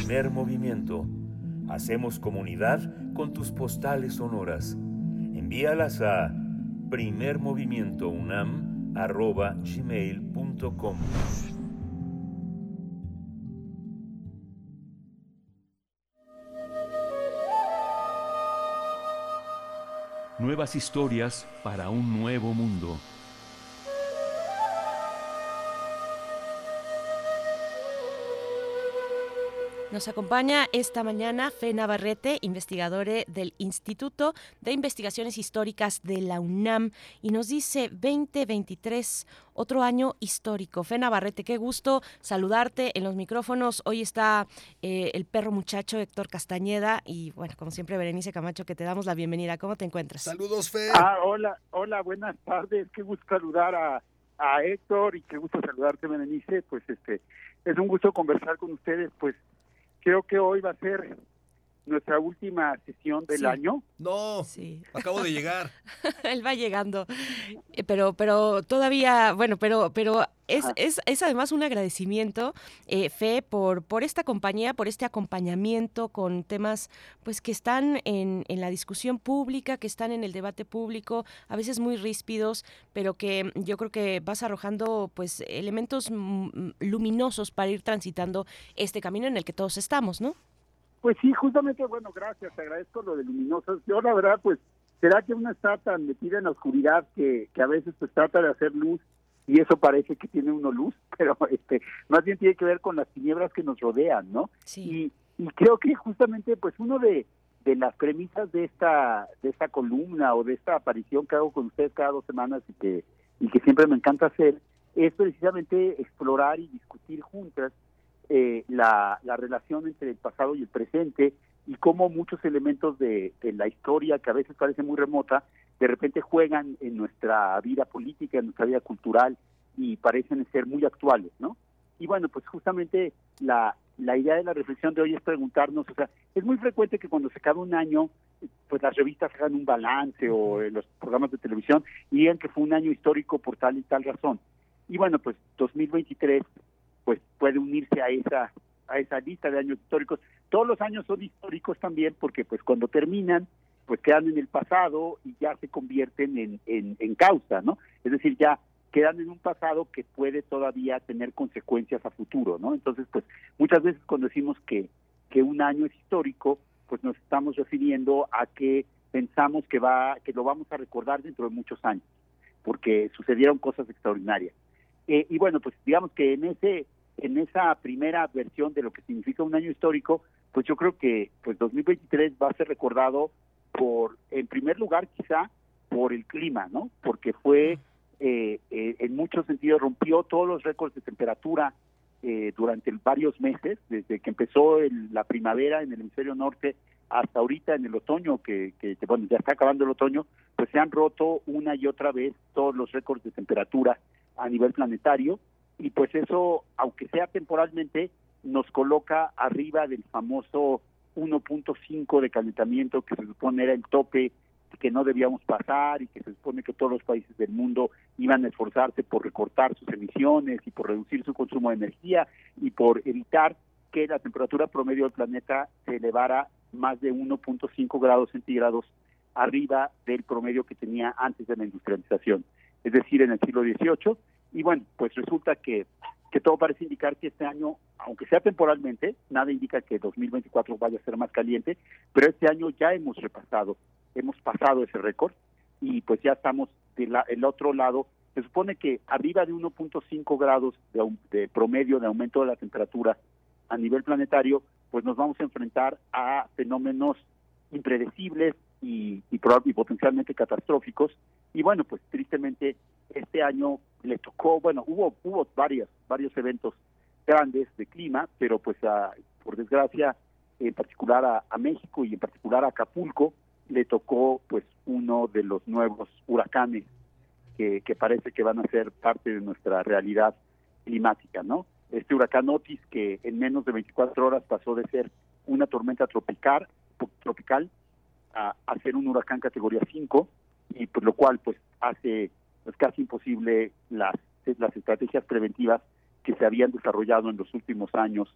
Speaker 5: Primer movimiento. Hacemos comunidad con tus postales sonoras. Envíalas a primermovimientounam arroba gmail punto com.
Speaker 2: Nuevas historias para un nuevo mundo.
Speaker 3: Nos acompaña esta mañana Fe Navarrete, investigadora del Instituto de Investigaciones Históricas de la UNAM, y nos dice veinte veintitrés, otro año histórico. Fe Navarrete, qué gusto saludarte en los micrófonos. Hoy está eh, el perro muchacho Héctor Castañeda y, bueno, como siempre, Berenice Camacho, que te damos la bienvenida. ¿Cómo te encuentras?
Speaker 4: Saludos, Fe.
Speaker 7: Ah, hola, hola, buenas tardes. Qué gusto saludar a, a Héctor y qué gusto saludarte, Berenice. Pues este, es un gusto conversar con ustedes, pues creo que hoy va a ser nuestra última sesión del
Speaker 3: Sí.
Speaker 7: año.
Speaker 4: No,
Speaker 3: Sí.
Speaker 4: acabo de llegar.
Speaker 3: Él va llegando, Eh, pero, pero todavía, bueno, pero, pero es,
Speaker 7: Ajá.
Speaker 3: es, es además un agradecimiento, eh, Fe, por, por esta compañía, por este acompañamiento con temas, pues, que están en, en la discusión pública, que están en el debate público, a veces muy ríspidos, pero que yo creo que vas arrojando, pues, elementos mm, luminosos para ir transitando este camino en el que todos estamos, ¿no?
Speaker 7: Pues sí, justamente, bueno, gracias, te agradezco lo de luminosos. Yo la verdad, pues, será que uno está tan metida en la oscuridad que, que a veces pues trata de hacer luz y eso parece que tiene uno luz, pero este más bien tiene que ver con las tinieblas que nos rodean, ¿no?
Speaker 3: Sí.
Speaker 7: Y, y creo que justamente pues uno de, de las premisas de esta de esta columna o de esta aparición que hago con ustedes cada dos semanas y que y que siempre me encanta hacer es precisamente explorar y discutir juntas eh, la, la relación entre el pasado y el presente y cómo muchos elementos de, de la historia que a veces parece muy remota de repente juegan en nuestra vida política, en nuestra vida cultural y parecen ser muy actuales, ¿no? Y bueno, pues justamente la, la idea de la reflexión de hoy es preguntarnos, o sea, es muy frecuente que cuando se acaba un año, pues las revistas hagan un balance o en los programas de televisión y digan que fue un año histórico por tal y tal razón. Y bueno, pues dos mil veintitrés pues puede unirse a esa a esa lista de años históricos. Todos los años son históricos también porque pues cuando terminan, pues quedan en el pasado y ya se convierten en, en, en causa, ¿no? Es decir, ya quedan en un pasado que puede todavía tener consecuencias a futuro, ¿no? Entonces, pues muchas veces cuando decimos que, que un año es histórico, pues nos estamos refiriendo a que pensamos que va que lo vamos a recordar dentro de muchos años, porque sucedieron cosas extraordinarias. Eh, y bueno, pues digamos que en ese en esa primera versión de lo que significa un año histórico, pues yo creo que pues dos mil veintitrés va a ser recordado por, en primer lugar, quizá por el clima, ¿no? Porque fue, eh, eh, en muchos sentidos, rompió todos los récords de temperatura eh, durante varios meses, desde que empezó el, la primavera en el hemisferio norte hasta ahorita en el otoño, que, que, bueno, ya está acabando el otoño, pues se han roto una y otra vez todos los récords de temperatura a nivel planetario, y pues eso, aunque sea temporalmente, nos coloca arriba del famoso uno punto cinco de calentamiento que se supone era el tope que no debíamos pasar y que se supone que todos los países del mundo iban a esforzarse por recortar sus emisiones y por reducir su consumo de energía y por evitar que la temperatura promedio del planeta se elevara más de uno punto cinco grados centígrados arriba del promedio que tenía antes de la industrialización, es decir, en el siglo dieciocho. Y bueno, pues resulta que, que todo parece indicar que este año, aunque sea temporalmente, nada indica que dos mil veinticuatro vaya a ser más caliente, pero este año ya hemos repasado, hemos pasado ese récord y pues ya estamos del el otro lado. Se supone que arriba de uno punto cinco grados de, de promedio de aumento de la temperatura a nivel planetario, pues nos vamos a enfrentar a fenómenos impredecibles y, y, y potencialmente catastróficos. Y bueno, pues tristemente este año le tocó, bueno, hubo hubo varios, varios eventos grandes de clima, pero pues a, por desgracia, en particular a, a México y en particular a Acapulco, le tocó pues uno de los nuevos huracanes que, que parece que van a ser parte de nuestra realidad climática, ¿no? Este huracán Otis, que en menos de veinticuatro horas pasó de ser una tormenta tropical, tropical a, a ser un huracán categoría cinco, y pues lo cual pues hace pues casi imposible las las estrategias preventivas que se habían desarrollado en los últimos años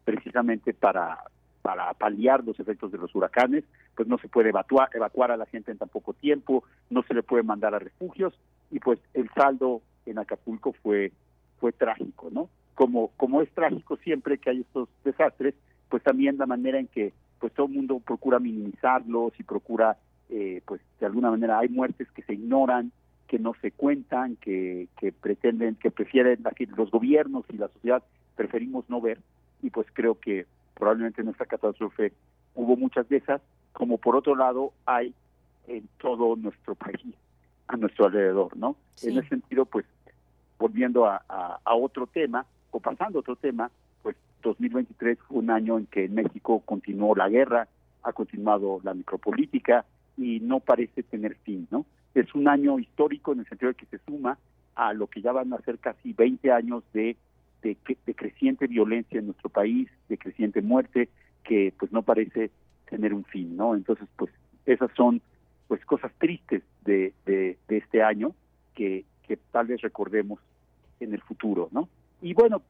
Speaker 7: precisamente para, para paliar los efectos de los huracanes, pues no se puede evacuar, evacuar a la gente en tan poco tiempo, no se le puede mandar a refugios, y pues el saldo en Acapulco fue, fue trágico, ¿no? Como, como es trágico siempre que hay estos desastres, pues también la manera en que pues todo el mundo procura minimizarlos y procura, eh, pues de alguna manera hay muertes que se ignoran, que no se cuentan, que, que pretenden, que prefieren los gobiernos y la sociedad preferimos no ver, y pues creo que probablemente en esta catástrofe hubo muchas de esas, como por otro lado hay en todo nuestro país, a nuestro alrededor, ¿no? Sí. En ese sentido, pues, volviendo a, a, a otro tema, o pasando a otro tema, pues dos mil veintitrés fue un año en que en México continuó la guerra, ha continuado la micropolítica y no parece tener fin, ¿no? Es un año histórico en el sentido de que se suma a lo que ya van a ser casi veinte años de, de, de creciente violencia en nuestro país, de creciente muerte, que pues no parece tener un fin, ¿no? Entonces, pues esas son pues cosas tristes de, de, de este año que, que tal vez recordemos en el futuro, ¿no? Y bueno,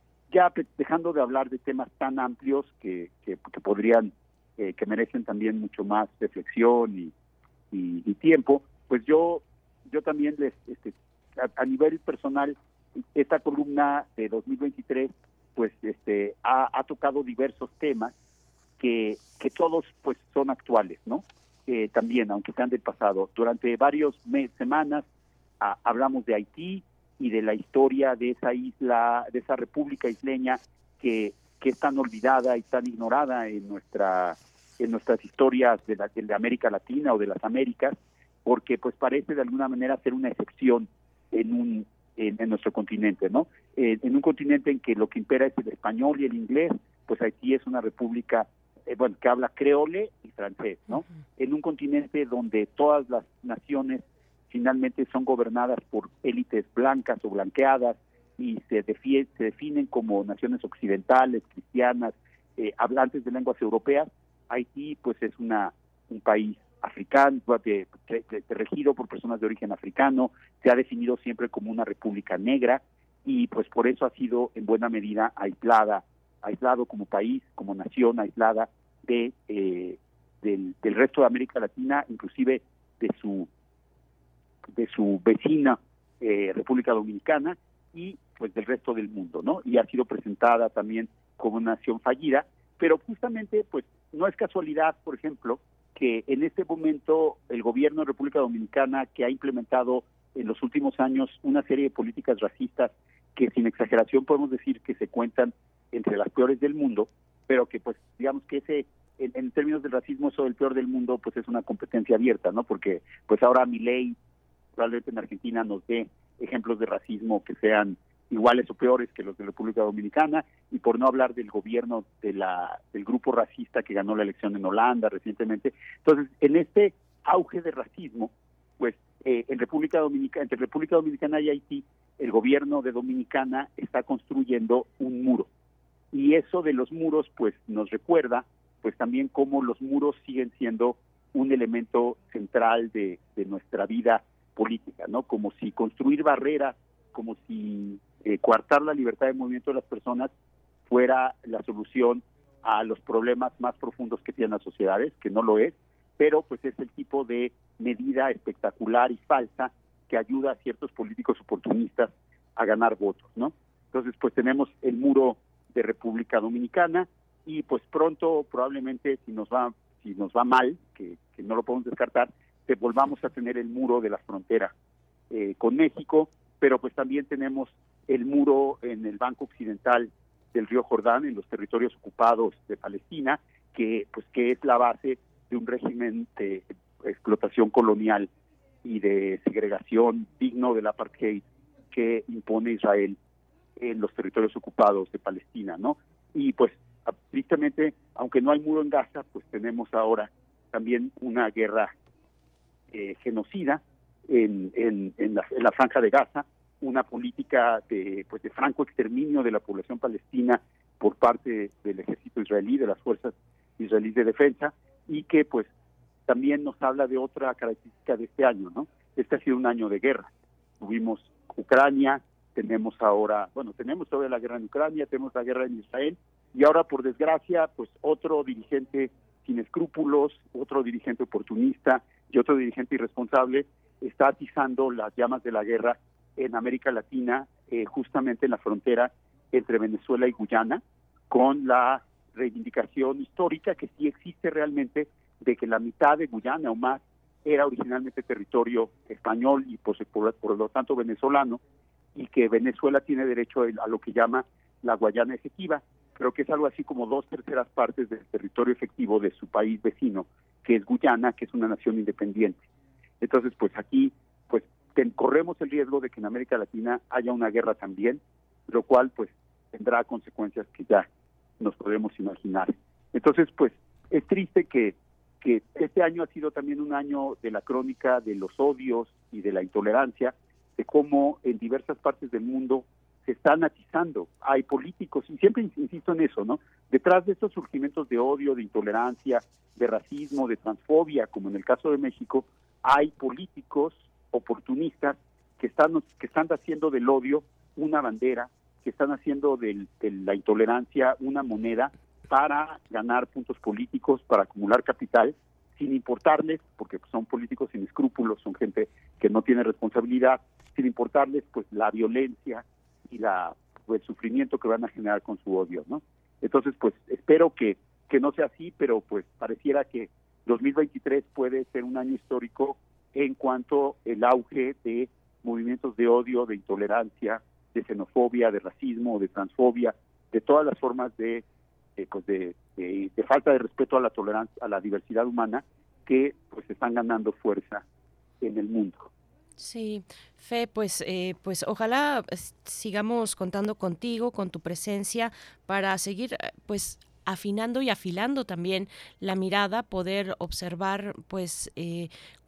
Speaker 7: ya dejando de hablar de temas tan amplios que, que, que podrían, eh, que merecen también mucho más reflexión y, y, y tiempo, pues yo yo también les, este, a, a nivel personal, esta columna de dos mil veintitrés, pues este ha, ha tocado diversos temas que, que todos pues son actuales, ¿no? Eh, también, aunque sean del pasado. Durante varios meses, semanas a, hablamos de Haití y de la historia de esa isla, de esa república isleña que, que es tan olvidada y tan ignorada en nuestra en nuestras historias de, la, de América Latina o de las Américas, porque pues parece de alguna manera ser una excepción en un en, en nuestro continente, ¿no? Eh, en un continente en que lo que impera es el español y el inglés, pues Haití es una república eh, bueno, que habla creole y francés, ¿no? Uh-huh. En un continente donde todas las naciones finalmente son gobernadas por élites blancas o blanqueadas y se, defi- se definen como naciones occidentales, cristianas, eh, hablantes de lenguas europeas. Haití pues es una un país africano, de, de, de, regido por personas de origen africano, se ha definido siempre como una república negra y pues por eso ha sido en buena medida aislada, aislado como país, como nación aislada de eh, del, del resto de América Latina, inclusive de su de su vecina eh, República Dominicana y pues del resto del mundo, ¿no? Y ha sido presentada también como una nación fallida, pero justamente pues no es casualidad, por ejemplo, que en este momento el gobierno de República Dominicana, que ha implementado en los últimos años una serie de políticas racistas que sin exageración podemos decir que se cuentan entre las peores del mundo, pero que pues digamos que ese en, en términos del racismo eso del peor del mundo pues es una competencia abierta, ¿no? Porque pues ahora Milei probablemente en Argentina nos dé ejemplos de racismo que sean iguales o peores que los de la República Dominicana, y por no hablar del gobierno de la del grupo racista que ganó la elección en Holanda recientemente. Entonces, en este auge de racismo, pues eh, en República Dominicana, entre República Dominicana y Haití, el gobierno de Dominicana está construyendo un muro. Y eso de los muros, pues nos recuerda, pues también cómo los muros siguen siendo un elemento central de, de nuestra vida política, ¿no? Como si construir barreras, como si eh, coartar la libertad de movimiento de las personas fuera la solución a los problemas más profundos que tienen las sociedades, que no lo es, pero pues es el tipo de medida espectacular y falsa que ayuda a ciertos políticos oportunistas a ganar votos, ¿no? Entonces, pues tenemos el muro de República Dominicana y pues pronto, probablemente, si nos va si nos va mal, que, que no lo podemos descartar, que volvamos a tener el muro de la frontera eh, con México, pero pues también tenemos el muro en el banco occidental del río Jordán, en los territorios ocupados de Palestina, que pues que es la base de un régimen de explotación colonial y de segregación digno del apartheid que impone Israel en los territorios ocupados de Palestina, ¿no? Y pues tristemente, aunque no hay muro en Gaza, pues tenemos ahora también una guerra eh, genocida en, en, en, la, en la franja de Gaza, una política de pues de franco exterminio de la población palestina por parte del ejército israelí, de las fuerzas israelíes de defensa, y que pues también nos habla de otra característica de este año, ¿no? Este ha sido un año de guerra. Tuvimos Ucrania, tenemos ahora, bueno, tenemos todavía la guerra en Ucrania, tenemos la guerra en Israel, y ahora, por desgracia, pues otro dirigente sin escrúpulos, otro dirigente oportunista y otro dirigente irresponsable está atizando las llamas de la guerra en América Latina, eh, justamente en la frontera entre Venezuela y Guyana, con la reivindicación histórica que sí existe realmente de que la mitad de Guyana o más era originalmente territorio español y por, por, por lo tanto venezolano, y que Venezuela tiene derecho a lo que llama la Guayana efectiva, pero que es algo así como dos terceras partes del territorio efectivo de su país vecino, que es Guyana, que es una nación independiente. Entonces, pues aquí pues ten, corremos el riesgo de que en América Latina haya una guerra también, lo cual pues tendrá consecuencias que ya nos podemos imaginar. Entonces, pues es triste que, que este año ha sido también un año de la crónica de los odios y de la intolerancia, de cómo en diversas partes del mundo se están atizando. Hay políticos, y siempre insisto en eso, ¿no? Detrás de estos surgimientos de odio, de intolerancia, de racismo, de transfobia, como en el caso de México, hay políticos oportunistas que están, que están haciendo del odio una bandera, que están haciendo del, de la intolerancia una moneda para ganar puntos políticos, para acumular capital, sin importarles, porque son políticos sin escrúpulos, son gente que no tiene responsabilidad, sin importarles pues la violencia y la pues, el sufrimiento que van a generar con su odio, ¿no? Entonces, pues espero que, que no sea así, pero pues pareciera que dos mil veintitrés puede ser un año histórico en cuanto el auge de movimientos de odio, de intolerancia, de xenofobia, de racismo, de transfobia, de todas las formas de eh, pues de, de, de falta de respeto a la tolerancia, a la diversidad humana, que pues están ganando fuerza en el mundo.
Speaker 3: Sí, Fe, pues, eh, pues ojalá sigamos contando contigo, con tu presencia, para seguir, pues, afinando y afilando también la mirada, poder observar, pues, eh,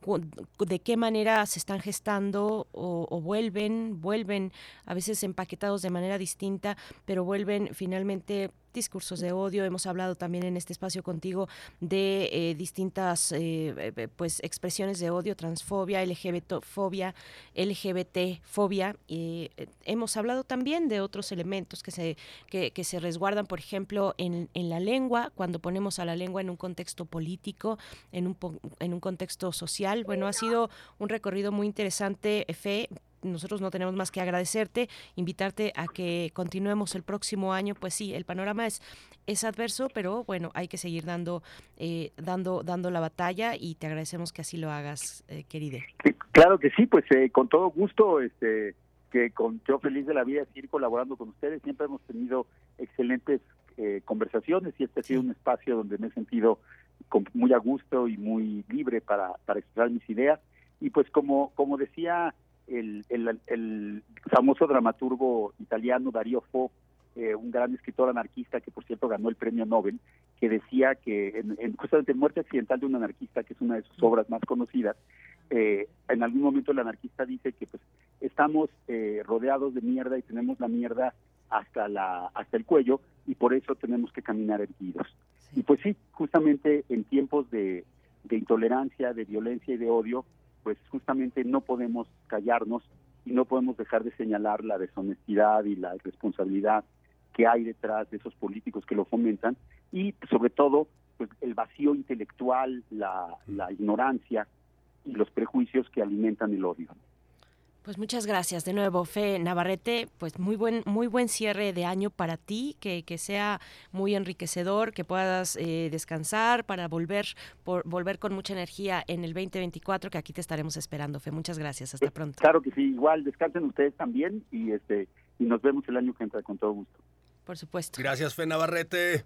Speaker 3: de qué manera se están gestando o, o vuelven, vuelven a veces empaquetados de manera distinta, pero vuelven finalmente discursos de odio. Hemos hablado también en este espacio contigo de eh, distintas eh, pues expresiones de odio, transfobia, L G B T fobia, L G B T fobia. Y eh, hemos hablado también de otros elementos que se que, que se resguardan, por ejemplo, en, en la lengua, cuando ponemos a la lengua en un contexto político, en un en un contexto social. Bueno, ha sido un recorrido muy interesante, Fe. Nosotros no tenemos más que agradecerte, invitarte a que continuemos el próximo año. Pues sí, el panorama es, es adverso, pero bueno, hay que seguir dando, eh, dando, dando la batalla, y te agradecemos que así lo hagas, eh, querida.
Speaker 7: Sí, claro que sí, pues eh, con todo gusto, este, que con yo feliz de la vida de seguir colaborando con ustedes. Siempre hemos tenido excelentes eh, conversaciones, y este ha sido un espacio donde me he sentido con, muy a gusto y muy libre para, para expresar mis ideas. Y pues como, como decía El, el, el famoso dramaturgo italiano Dario Fo, eh, un gran escritor anarquista que por cierto ganó el premio Nobel, que decía que en, en justamente Muerte accidental de un anarquista, que es una de sus obras más conocidas, eh, en algún momento el anarquista dice que pues estamos eh, rodeados de mierda y tenemos la mierda hasta la hasta el cuello, y por eso tenemos que caminar erguidos. Sí. Y pues sí, justamente en tiempos de, de intolerancia, de violencia y de odio, pues justamente no podemos callarnos y no podemos dejar de señalar la deshonestidad y la irresponsabilidad que hay detrás de esos políticos que lo fomentan, y sobre todo pues el vacío intelectual, la, la ignorancia y los prejuicios que alimentan el odio.
Speaker 3: Pues muchas gracias de nuevo, Fe Navarrete. Pues muy buen muy buen cierre de año para ti, que, que sea muy enriquecedor, que puedas eh, descansar para volver por, volver con mucha energía en el veinte veinticuatro, que aquí te estaremos esperando, Fe. Muchas gracias, hasta pronto.
Speaker 7: Claro que sí, igual descansen ustedes también, y este y nos vemos el año que entra con todo gusto.
Speaker 3: Por supuesto.
Speaker 4: Gracias, Fe Navarrete.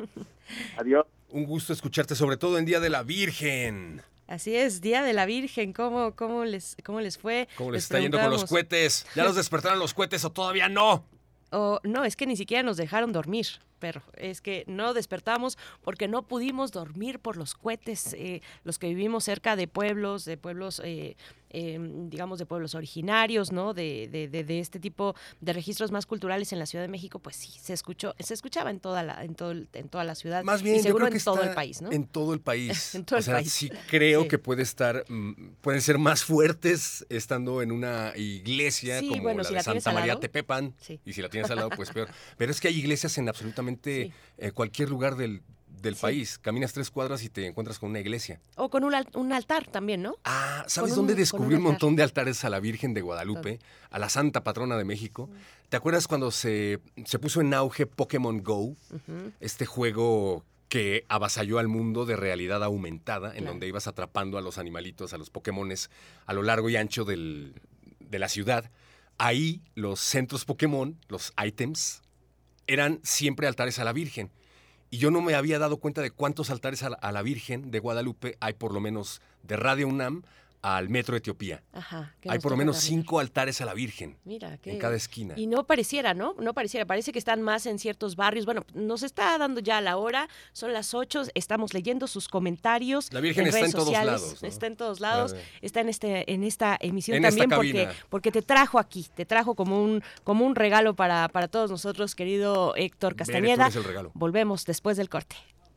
Speaker 7: Adiós.
Speaker 4: Un gusto escucharte, sobre todo en Día de la Virgen.
Speaker 3: Así es, Día de la Virgen. ¿Cómo, cómo, les, cómo les fue?
Speaker 4: ¿Cómo les, les está yendo con los cohetes? ¿Ya los despertaron los cohetes o todavía no?
Speaker 3: Oh, no, es que ni siquiera nos dejaron dormir, pero es que no despertamos porque no pudimos dormir por los cohetes. Eh, los que vivimos cerca de pueblos, de pueblos... Eh, Eh, digamos de pueblos originarios, ¿no? De, de, de, de este tipo de registros más culturales en la Ciudad de México, pues sí, se escuchó, se escuchaba en toda la, en todo, en toda la ciudad.
Speaker 4: Más bien,
Speaker 3: y seguro
Speaker 4: yo creo que
Speaker 3: en todo
Speaker 4: está
Speaker 3: el país, ¿no?
Speaker 4: En todo el país.
Speaker 3: en todo
Speaker 4: o
Speaker 3: el
Speaker 4: sea,
Speaker 3: país.
Speaker 4: Sí creo
Speaker 3: sí.
Speaker 4: que puede estar, pueden ser más fuertes estando en una iglesia
Speaker 3: sí,
Speaker 4: como
Speaker 3: bueno,
Speaker 4: la
Speaker 3: si
Speaker 4: de
Speaker 3: la
Speaker 4: Santa María
Speaker 3: lado,
Speaker 4: Tepepan,
Speaker 3: sí.
Speaker 4: y si la tienes al lado, pues peor. Pero es que hay iglesias en absolutamente prácticamente sí. eh, cualquier lugar del, del sí. país. Caminas tres cuadras y te encuentras con una iglesia.
Speaker 3: O con un, un altar también, ¿no?
Speaker 4: Ah, ¿sabes dónde un, descubrí un, un montón de altares? A la Virgen de Guadalupe, a la Santa Patrona de México. ¿Te acuerdas cuando se, se puso en auge Pokémon Go? Uh-huh. Este juego que avasalló al mundo de realidad aumentada, en claro. donde ibas atrapando a los animalitos, a los Pokémones, a lo largo y ancho del, de la ciudad. Ahí los centros Pokémon, los ítems, eran siempre altares a la Virgen. Y yo no me había dado cuenta de cuántos altares a la, a la Virgen de Guadalupe hay, por lo menos de Radio UNAM al Metro Etiopía. Ajá, hay por lo menos cinco altares a la Virgen. Mira, qué... en cada esquina.
Speaker 3: Y no pareciera, ¿no? No pareciera, parece que están más en ciertos barrios. Bueno, nos está dando ya la hora, son las ocho, estamos leyendo sus comentarios.
Speaker 4: La Virgen en está en todos
Speaker 3: sociales,
Speaker 4: lados. ¿No?
Speaker 3: Está en todos lados, está en este, en esta emisión
Speaker 4: en
Speaker 3: también
Speaker 4: esta
Speaker 3: porque, porque te trajo aquí, te trajo como un, como un regalo para, para todos nosotros, querido Héctor Castañeda.
Speaker 4: Bere, tú eres el regalo.
Speaker 3: Volvemos después del corte.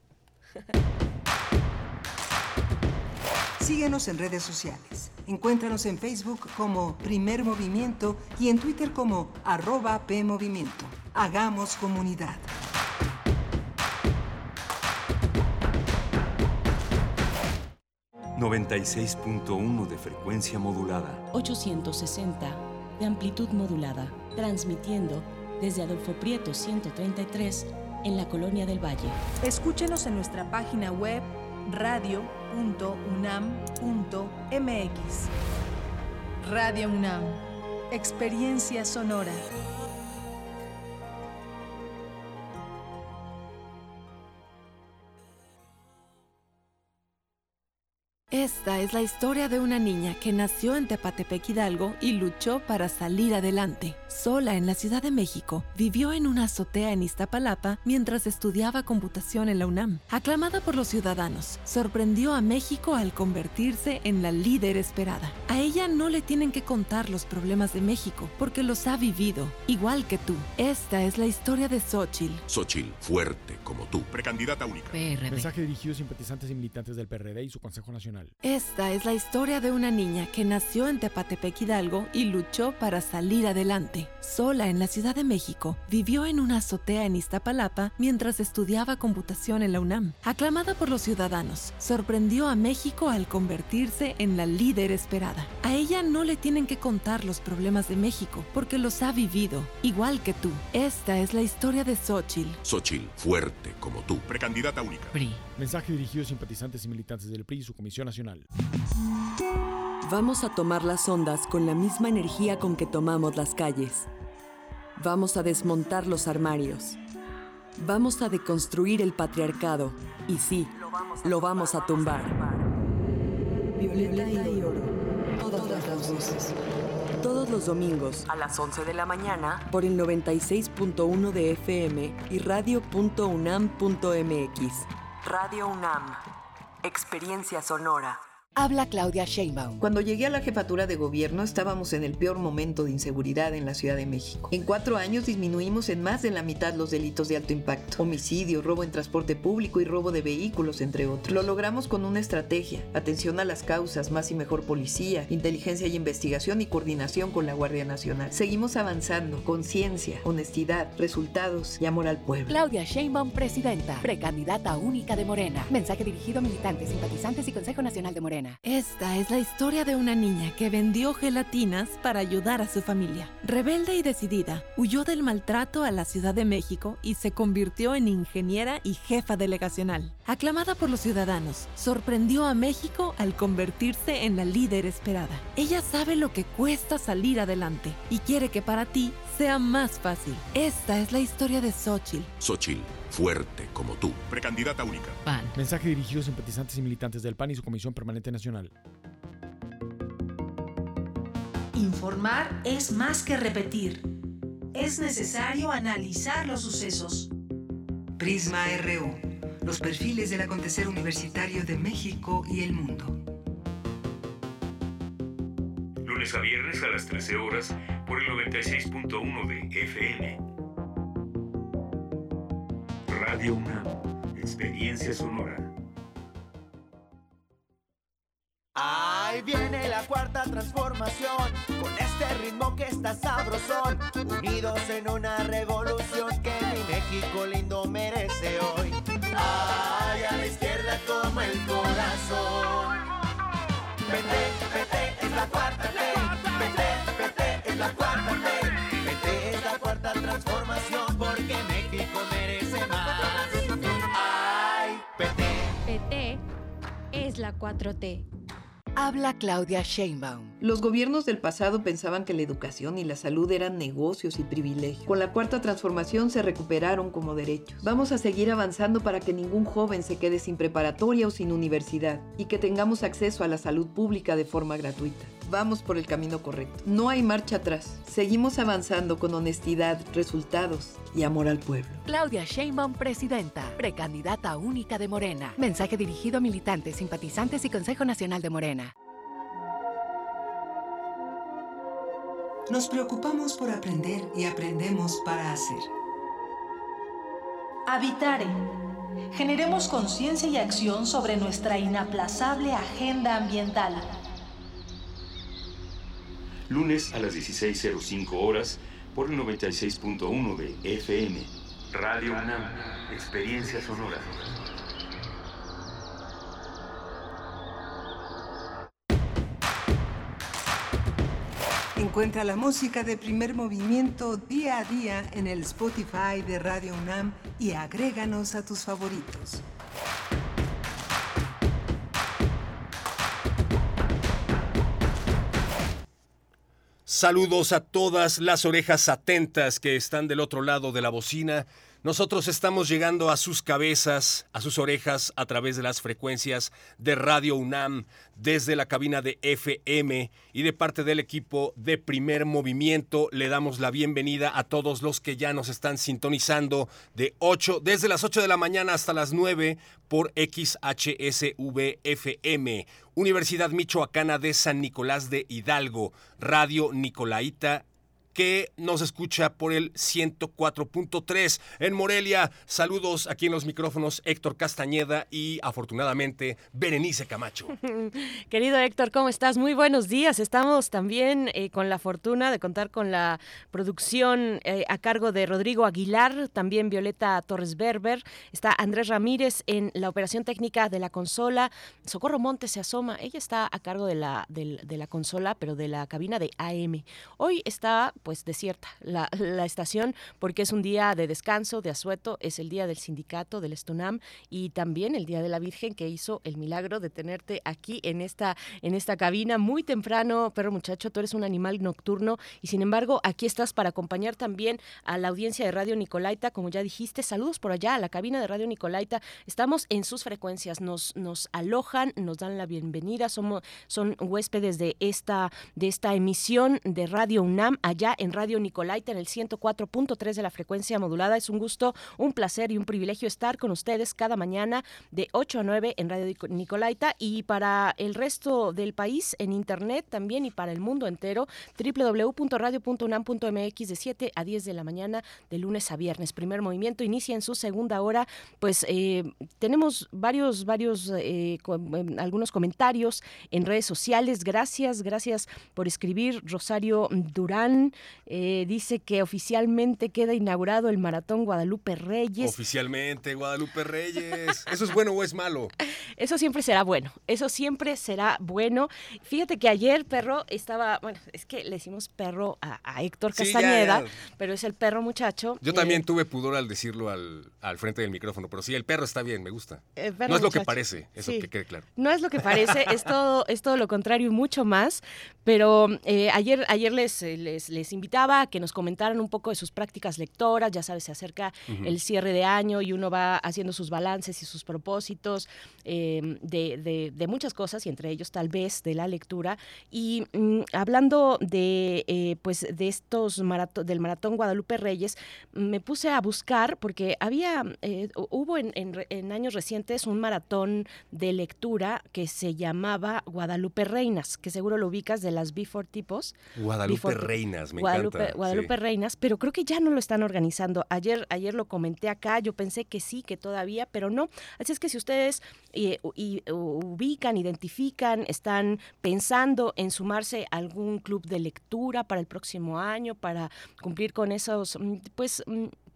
Speaker 8: Síguenos en redes sociales. Encuéntranos en Facebook como Primer Movimiento y en Twitter como arroba PMovimiento. Hagamos comunidad.
Speaker 2: noventa y seis punto uno de frecuencia modulada.
Speaker 9: ochocientos sesenta de amplitud modulada. Transmitiendo desde Adolfo Prieto ciento treinta y tres en la Colonia del Valle.
Speaker 1: Escúchenos en nuestra página web radio punto unam punto m x. Radio UNAM, experiencia sonora.
Speaker 10: Esta es la historia de una niña que nació en Tepatepec, Hidalgo, y luchó para salir adelante. Sola en la Ciudad de México, vivió en una azotea en Iztapalapa mientras estudiaba computación en la UNAM. Aclamada por los ciudadanos, sorprendió a México al convertirse en la líder esperada. A ella no le tienen que contar los problemas de México, porque los ha vivido, igual que tú. Esta es la historia de Xóchitl.
Speaker 11: Xóchitl, fuerte como tú. Precandidata única.
Speaker 12: P R D. Mensaje dirigido a simpatizantes y militantes del P R D y su Consejo Nacional.
Speaker 10: Esta es la historia de una niña que nació en Tepatepec, Hidalgo, y luchó para salir adelante. Sola en la Ciudad de México, vivió en una azotea en Iztapalapa mientras estudiaba computación en la UNAM. Aclamada por los ciudadanos, sorprendió a México al convertirse en la líder esperada. A ella no le tienen que contar los problemas de México, porque los ha vivido, igual que tú. Esta es la historia de Xóchitl.
Speaker 11: Xóchitl, fuerte como tú. Precandidata única.
Speaker 12: P R I. Mensaje dirigido a simpatizantes y militantes del P R I y su Comisión Nacional.
Speaker 13: Vamos a tomar las ondas con la misma energía con que tomamos las calles. Vamos a desmontar los armarios. Vamos a deconstruir el patriarcado. Y sí, lo vamos a tumbar.
Speaker 8: Violeta y oro. Todas las voces.
Speaker 13: Todos los domingos
Speaker 8: a las once de la mañana
Speaker 13: por el noventa y seis punto uno de F M y radio punto unam punto m x.
Speaker 8: Radio UNAM. Experiencia sonora.
Speaker 14: Habla Claudia Sheinbaum.
Speaker 15: Cuando llegué a la jefatura de gobierno estábamos en el peor momento de inseguridad en la Ciudad de México. En cuatro años disminuimos en más de la mitad los delitos de alto impacto. Homicidio, robo en transporte público y robo de vehículos, entre otros. Lo logramos con una estrategia, atención a las causas, más y mejor policía, inteligencia y investigación y coordinación con la Guardia Nacional. Seguimos avanzando, con ciencia, honestidad, resultados y amor al pueblo.
Speaker 14: Claudia Sheinbaum, presidenta, precandidata única de Morena. Mensaje dirigido a militantes, simpatizantes y Consejo Nacional de Morena.
Speaker 10: Esta es la historia de una niña que vendió gelatinas para ayudar a su familia. Rebelde y decidida, huyó del maltrato a la Ciudad de México y se convirtió en ingeniera y jefa delegacional. Aclamada por los ciudadanos, sorprendió a México al convertirse en la líder esperada. Ella sabe lo que cuesta salir adelante y quiere que para ti sea más fácil. Esta es la historia de Xóchitl.
Speaker 11: Xóchitl, fuerte como tú. Precandidata única.
Speaker 12: P A N. Mensaje dirigido a simpatizantes y militantes del P A N y su Comisión Permanente Nacional.
Speaker 16: Informar es más que repetir. Es necesario analizar los sucesos.
Speaker 8: Prisma R U. Los perfiles del acontecer universitario de México y el mundo.
Speaker 2: Lunes a viernes a las trece horas por el noventa y seis punto uno de F M. Radio UNAM, experiencia sonora.
Speaker 17: Ahí viene la cuarta transformación, con este ritmo que está sabrosón, unidos en una revolución que mi México lindo P T, P T es la cuarta T. P T, P T es la cuarta T. P T es la cuarta transformación porque México merece más. Ay, P T.
Speaker 18: P T es la cuatro T.
Speaker 14: Habla Claudia Sheinbaum.
Speaker 15: Los gobiernos del pasado pensaban que la educación y la salud eran negocios y privilegios. Con la cuarta transformación se recuperaron como derechos. Vamos a seguir avanzando para que ningún joven se quede sin preparatoria o sin universidad y que tengamos acceso a la salud pública de forma gratuita. Vamos por el camino correcto. No hay marcha atrás. Seguimos avanzando con honestidad, resultados y amor al pueblo.
Speaker 14: Claudia Sheinbaum, presidenta, precandidata única de Morena. Mensaje dirigido a militantes, simpatizantes y Consejo Nacional de Morena.
Speaker 8: Nos preocupamos por aprender y aprendemos para hacer.
Speaker 16: Habitare. Generemos conciencia y acción sobre nuestra inaplazable agenda ambiental.
Speaker 2: Lunes a las dieciséis cero cinco horas por el noventa y seis punto uno de F M. Radio UNAM, experiencia sonora.
Speaker 8: Encuentra la música de Primer Movimiento día a día en el Spotify de Radio UNAM y agréganos a tus favoritos.
Speaker 4: Saludos a todas las orejas atentas que están del otro lado de la bocina. Nosotros estamos llegando a sus cabezas, a sus orejas, a través de las frecuencias de Radio UNAM, desde la cabina de F M, y de parte del equipo de Primer Movimiento le damos la bienvenida a todos los que ya nos están sintonizando de ocho, desde las ocho de la mañana hasta las nueve por X H S V F M, Universidad Michoacana de San Nicolás de Hidalgo, Radio Nicolaita, que nos escucha por el ciento cuatro punto tres en Morelia. Saludos aquí en los micrófonos Héctor Castañeda y afortunadamente Berenice Camacho.
Speaker 3: Querido Héctor, ¿cómo estás? Muy buenos días. Estamos también eh, con la fortuna de contar con la producción eh, a cargo de Rodrigo Aguilar, también Violeta Torres Berber, está Andrés Ramírez en la operación técnica de la consola, Socorro Montes se asoma, ella está a cargo de la, de, de la consola, pero de la cabina de A M. Hoy está pues desierta la, la estación porque es un día de descanso, de asueto, es el día del sindicato, del Estunam y también el día de la Virgen que hizo el milagro de tenerte aquí en esta, en esta cabina muy temprano, perro muchacho, tú eres un animal nocturno y sin embargo aquí estás para acompañar también a la audiencia de Radio Nicolaita, como ya dijiste, saludos por allá a la cabina de Radio Nicolaita, estamos en sus frecuencias, nos, nos alojan, nos dan la bienvenida, somos, son huéspedes de esta, de esta emisión de Radio UNAM allá en Radio Nicolaita en el ciento cuatro punto tres de la frecuencia modulada. Es un gusto, un placer y un privilegio estar con ustedes cada mañana de ocho a nueve en Radio Nicolaita y para el resto del país en internet también y para el mundo entero doble u doble u doble u punto radio punto unam punto m x de siete a diez de la mañana de lunes a viernes. Primer Movimiento inicia en su segunda hora. Pues eh, tenemos varios, varios, eh, com- algunos comentarios en redes sociales. Gracias, gracias por escribir. Rosario Durán Eh, dice que oficialmente queda inaugurado el Maratón Guadalupe Reyes.
Speaker 4: Oficialmente, Guadalupe Reyes. ¿Eso es bueno o es malo?
Speaker 3: Eso siempre será bueno, eso siempre será bueno. Fíjate que ayer, perro, estaba, bueno, es que le decimos perro a, a Héctor
Speaker 4: Sí,
Speaker 3: Castañeda,
Speaker 4: ya, ya.
Speaker 3: pero es el perro muchacho.
Speaker 4: Yo también
Speaker 3: Eh,
Speaker 4: tuve pudor al decirlo al, al frente del micrófono, pero sí, el perro está bien, me gusta.
Speaker 3: El perro
Speaker 4: No es lo que
Speaker 3: muchacho.
Speaker 4: parece, eso
Speaker 3: Sí.
Speaker 4: que quede claro.
Speaker 3: No es lo que parece, es todo, es todo lo contrario y mucho más. Pero eh, ayer, ayer les, les, les invitaba a que nos comentaran un poco de sus prácticas lectoras. Ya sabes, se acerca
Speaker 19: Ujú.
Speaker 3: el cierre de año y uno va haciendo sus balances y sus propósitos eh, de, de, de muchas cosas y entre ellos tal vez de la lectura. Y mm, hablando de eh, pues de estos marato- del Maratón Guadalupe Reyes, me puse a buscar porque había eh, hubo en, en, re- en años recientes un maratón de lectura que se llamaba Guadalupe Reinas, que seguro lo ubicas de las Before tipos.
Speaker 4: Guadalupe
Speaker 3: Before-
Speaker 4: Reinas, me
Speaker 3: Guadalupe,
Speaker 4: encanta.
Speaker 3: Guadalupe
Speaker 4: sí.
Speaker 3: Reinas, pero creo que ya no lo están organizando. Ayer, ayer lo comenté acá, yo pensé que sí, que todavía, pero no. Así es que si ustedes eh, u- y, ubican, identifican, están pensando en sumarse a algún club de lectura para el próximo año, para cumplir con esos, mm, pues... mm,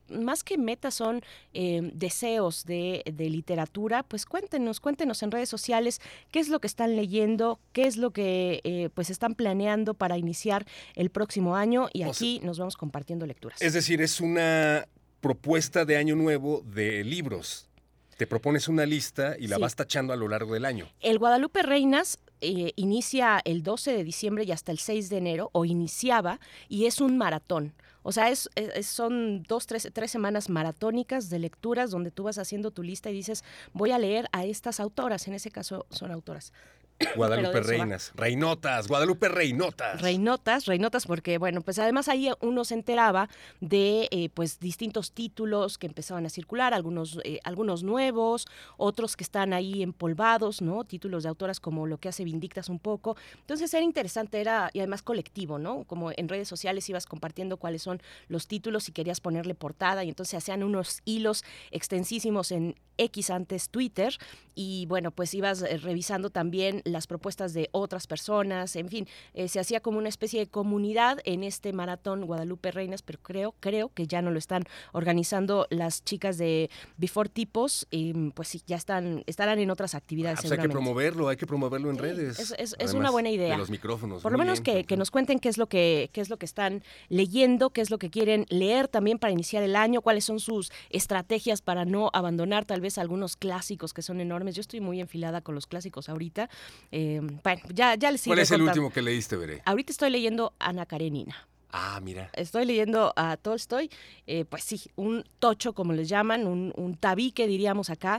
Speaker 3: más que metas son eh, deseos de, de literatura, pues cuéntenos, cuéntenos en redes sociales qué es lo que están leyendo, qué es lo que eh, pues están planeando para iniciar el próximo año y aquí o sea, nos vamos compartiendo lecturas.
Speaker 4: Es decir, es una propuesta de año nuevo de libros. Te propones una lista y la sí. vas tachando a lo largo del año.
Speaker 3: El Guadalupe Reinas eh, inicia el doce de diciembre y hasta el seis de enero, o iniciaba, y es un maratón. O sea, es, es, son dos, tres, tres semanas maratónicas de lecturas donde tú vas haciendo tu lista y dices, voy a leer a estas autoras, en ese caso son autoras.
Speaker 4: Guadalupe Reinas, Reinotas, Guadalupe Reinotas.
Speaker 3: Reinotas, Reinotas, porque bueno, pues además ahí uno se enteraba de eh, pues distintos títulos que empezaban a circular, algunos, eh, algunos nuevos, otros que están ahí empolvados, ¿no? Títulos de autoras como Lo que hace Vindictas un poco. Entonces era interesante, era y además colectivo, ¿no? Como en redes sociales ibas compartiendo cuáles son los títulos y querías ponerle portada y entonces hacían unos hilos extensísimos en X, antes Twitter, y bueno, pues ibas eh, revisando también las propuestas de otras personas, en fin, eh, se hacía como una especie de comunidad en este maratón Guadalupe Reinas, pero creo, creo que ya no lo están organizando las chicas de Before Tipos, y pues sí, ya están, estarán en otras actividades.
Speaker 4: Ah, pues hay que promoverlo, hay que promoverlo en
Speaker 3: sí,
Speaker 4: redes.
Speaker 3: Es, es, es una buena idea.
Speaker 4: De los micrófonos.
Speaker 3: Por lo menos bien, que, que nos cuenten qué es lo que, qué es lo que están leyendo, qué es lo que quieren leer también para iniciar el año, cuáles son sus estrategias para no abandonar tal vez algunos clásicos que son enormes. Yo estoy muy enfilada con los clásicos ahorita. Eh, bueno, ya, ya les sigo
Speaker 4: ¿Cuál es el
Speaker 3: contando.
Speaker 4: último que leíste, Veré?
Speaker 3: Ahorita estoy leyendo Ana Karenina.
Speaker 4: Ah, mira.
Speaker 3: Estoy leyendo a Tolstoy, eh, pues sí, un tocho, como les llaman, un, un tabique, diríamos acá,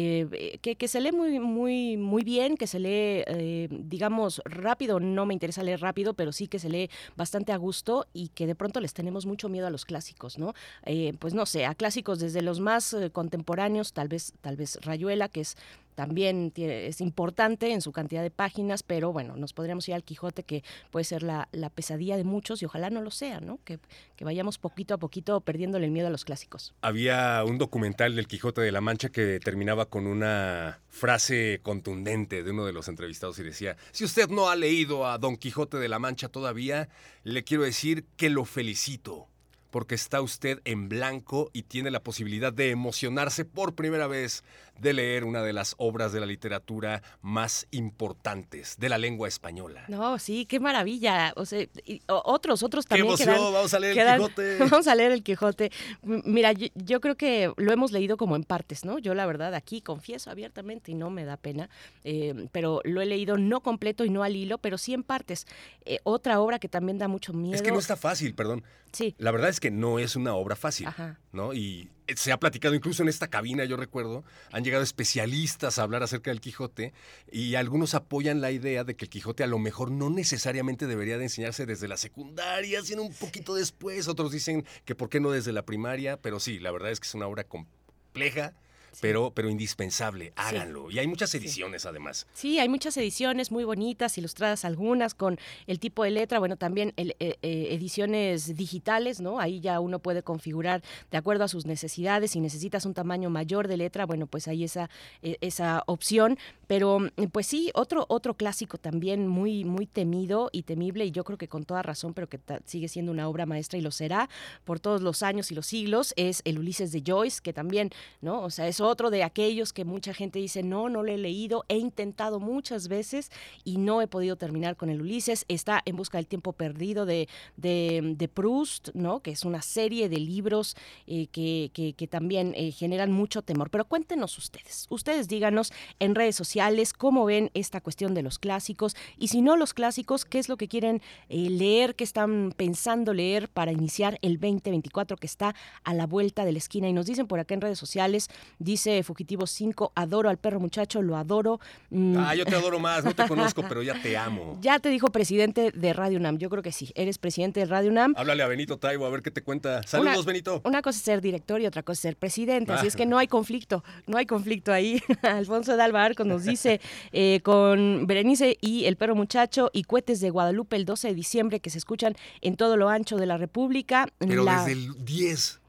Speaker 3: eh, que, que se lee muy, muy, muy bien, que se lee, eh, digamos, rápido. No me interesa leer rápido, pero sí que se lee bastante a gusto y que de pronto les tenemos mucho miedo a los clásicos, ¿no? Eh, pues no sé, a clásicos desde los más eh, contemporáneos, tal vez, tal vez Rayuela, que es también tiene, es importante en su cantidad de páginas, pero bueno, nos podríamos ir al Quijote, que puede ser la, la pesadilla de muchos y ojalá no lo sea, ¿no? Que, que vayamos poquito a poquito perdiéndole el miedo a los clásicos.
Speaker 4: Había un documental del Quijote de la Mancha que terminaba con una frase contundente de uno de los entrevistados y decía, si usted no ha leído a Don Quijote de la Mancha todavía, le quiero decir que lo felicito, porque está usted en blanco y tiene la posibilidad de emocionarse por primera vez de leer una de las obras de la literatura más importantes de la lengua española.
Speaker 3: No, sí, qué maravilla. O sea, y, o, otros, otros también.
Speaker 4: ¡Qué emoción!
Speaker 3: Dan,
Speaker 4: vamos a leer
Speaker 3: dan,
Speaker 4: el Quijote.
Speaker 3: Vamos a leer el Quijote. Mira, yo, yo creo que lo hemos leído como en partes, ¿no? Yo la verdad aquí confieso abiertamente y no me da pena, eh, pero lo he leído no completo y no al hilo, pero sí en partes. Eh, otra obra que también da mucho miedo.
Speaker 4: Es que no está fácil, perdón.
Speaker 3: Sí.
Speaker 4: La verdad es que no es una obra fácil,
Speaker 3: Ajá.
Speaker 4: ¿no? Y se ha platicado incluso en esta cabina, yo recuerdo, han llegado especialistas a hablar acerca del Quijote y algunos apoyan la idea de que el Quijote a lo mejor no necesariamente debería de enseñarse desde la secundaria, sino un poquito después. Otros dicen que por qué no desde la primaria, pero sí, la verdad es que es una obra compleja. Sí. Pero, pero indispensable, háganlo. Sí. Y hay muchas ediciones, sí. además.
Speaker 3: Sí, hay muchas ediciones muy bonitas, ilustradas algunas, con el tipo de letra, bueno, también el, eh, ediciones digitales, ¿no? Ahí ya uno puede configurar de acuerdo a sus necesidades. Si necesitas un tamaño mayor de letra, bueno, pues hay esa, eh, esa opción. Pero, pues sí, otro, otro clásico también muy, muy temido y temible, y yo creo que con toda razón, pero que ta- sigue siendo una obra maestra y lo será por todos los años y los siglos, es el Ulises de Joyce, que también, ¿no? O sea, es otro de aquellos que mucha gente dice, no, no lo he leído, he intentado muchas veces y no he podido terminar con el Ulises. Está En busca del tiempo perdido de, de, de Proust, ¿no? Que es una serie de libros eh, que, que, que también eh, generan mucho temor. Pero cuéntenos ustedes, ustedes díganos en redes sociales cómo ven esta cuestión de los clásicos, y si no los clásicos, qué es lo que quieren eh, leer, qué están pensando leer para iniciar el veinte veinticuatro, que está a la vuelta de la esquina. Y nos dicen por acá en redes sociales, dice Fugitivo cinco, adoro al perro muchacho, lo adoro.
Speaker 4: Mm. Ah, yo te adoro más, no te conozco, pero ya te amo.
Speaker 3: Ya te dijo presidente de Radio UNAM, yo creo que sí, eres presidente de Radio UNAM.
Speaker 4: Háblale a Benito Taibo, a ver qué te cuenta. Saludos,
Speaker 3: una,
Speaker 4: Benito.
Speaker 3: Una cosa es ser director y otra cosa es ser presidente, ah. así es que no hay conflicto, no hay conflicto ahí. Alfonso de Alba Arcos nos dice, eh, con Berenice y el perro muchacho y cohetes de Guadalupe el doce de diciembre, que se escuchan en todo lo ancho de la República.
Speaker 4: Pero
Speaker 3: la...
Speaker 4: desde el diez...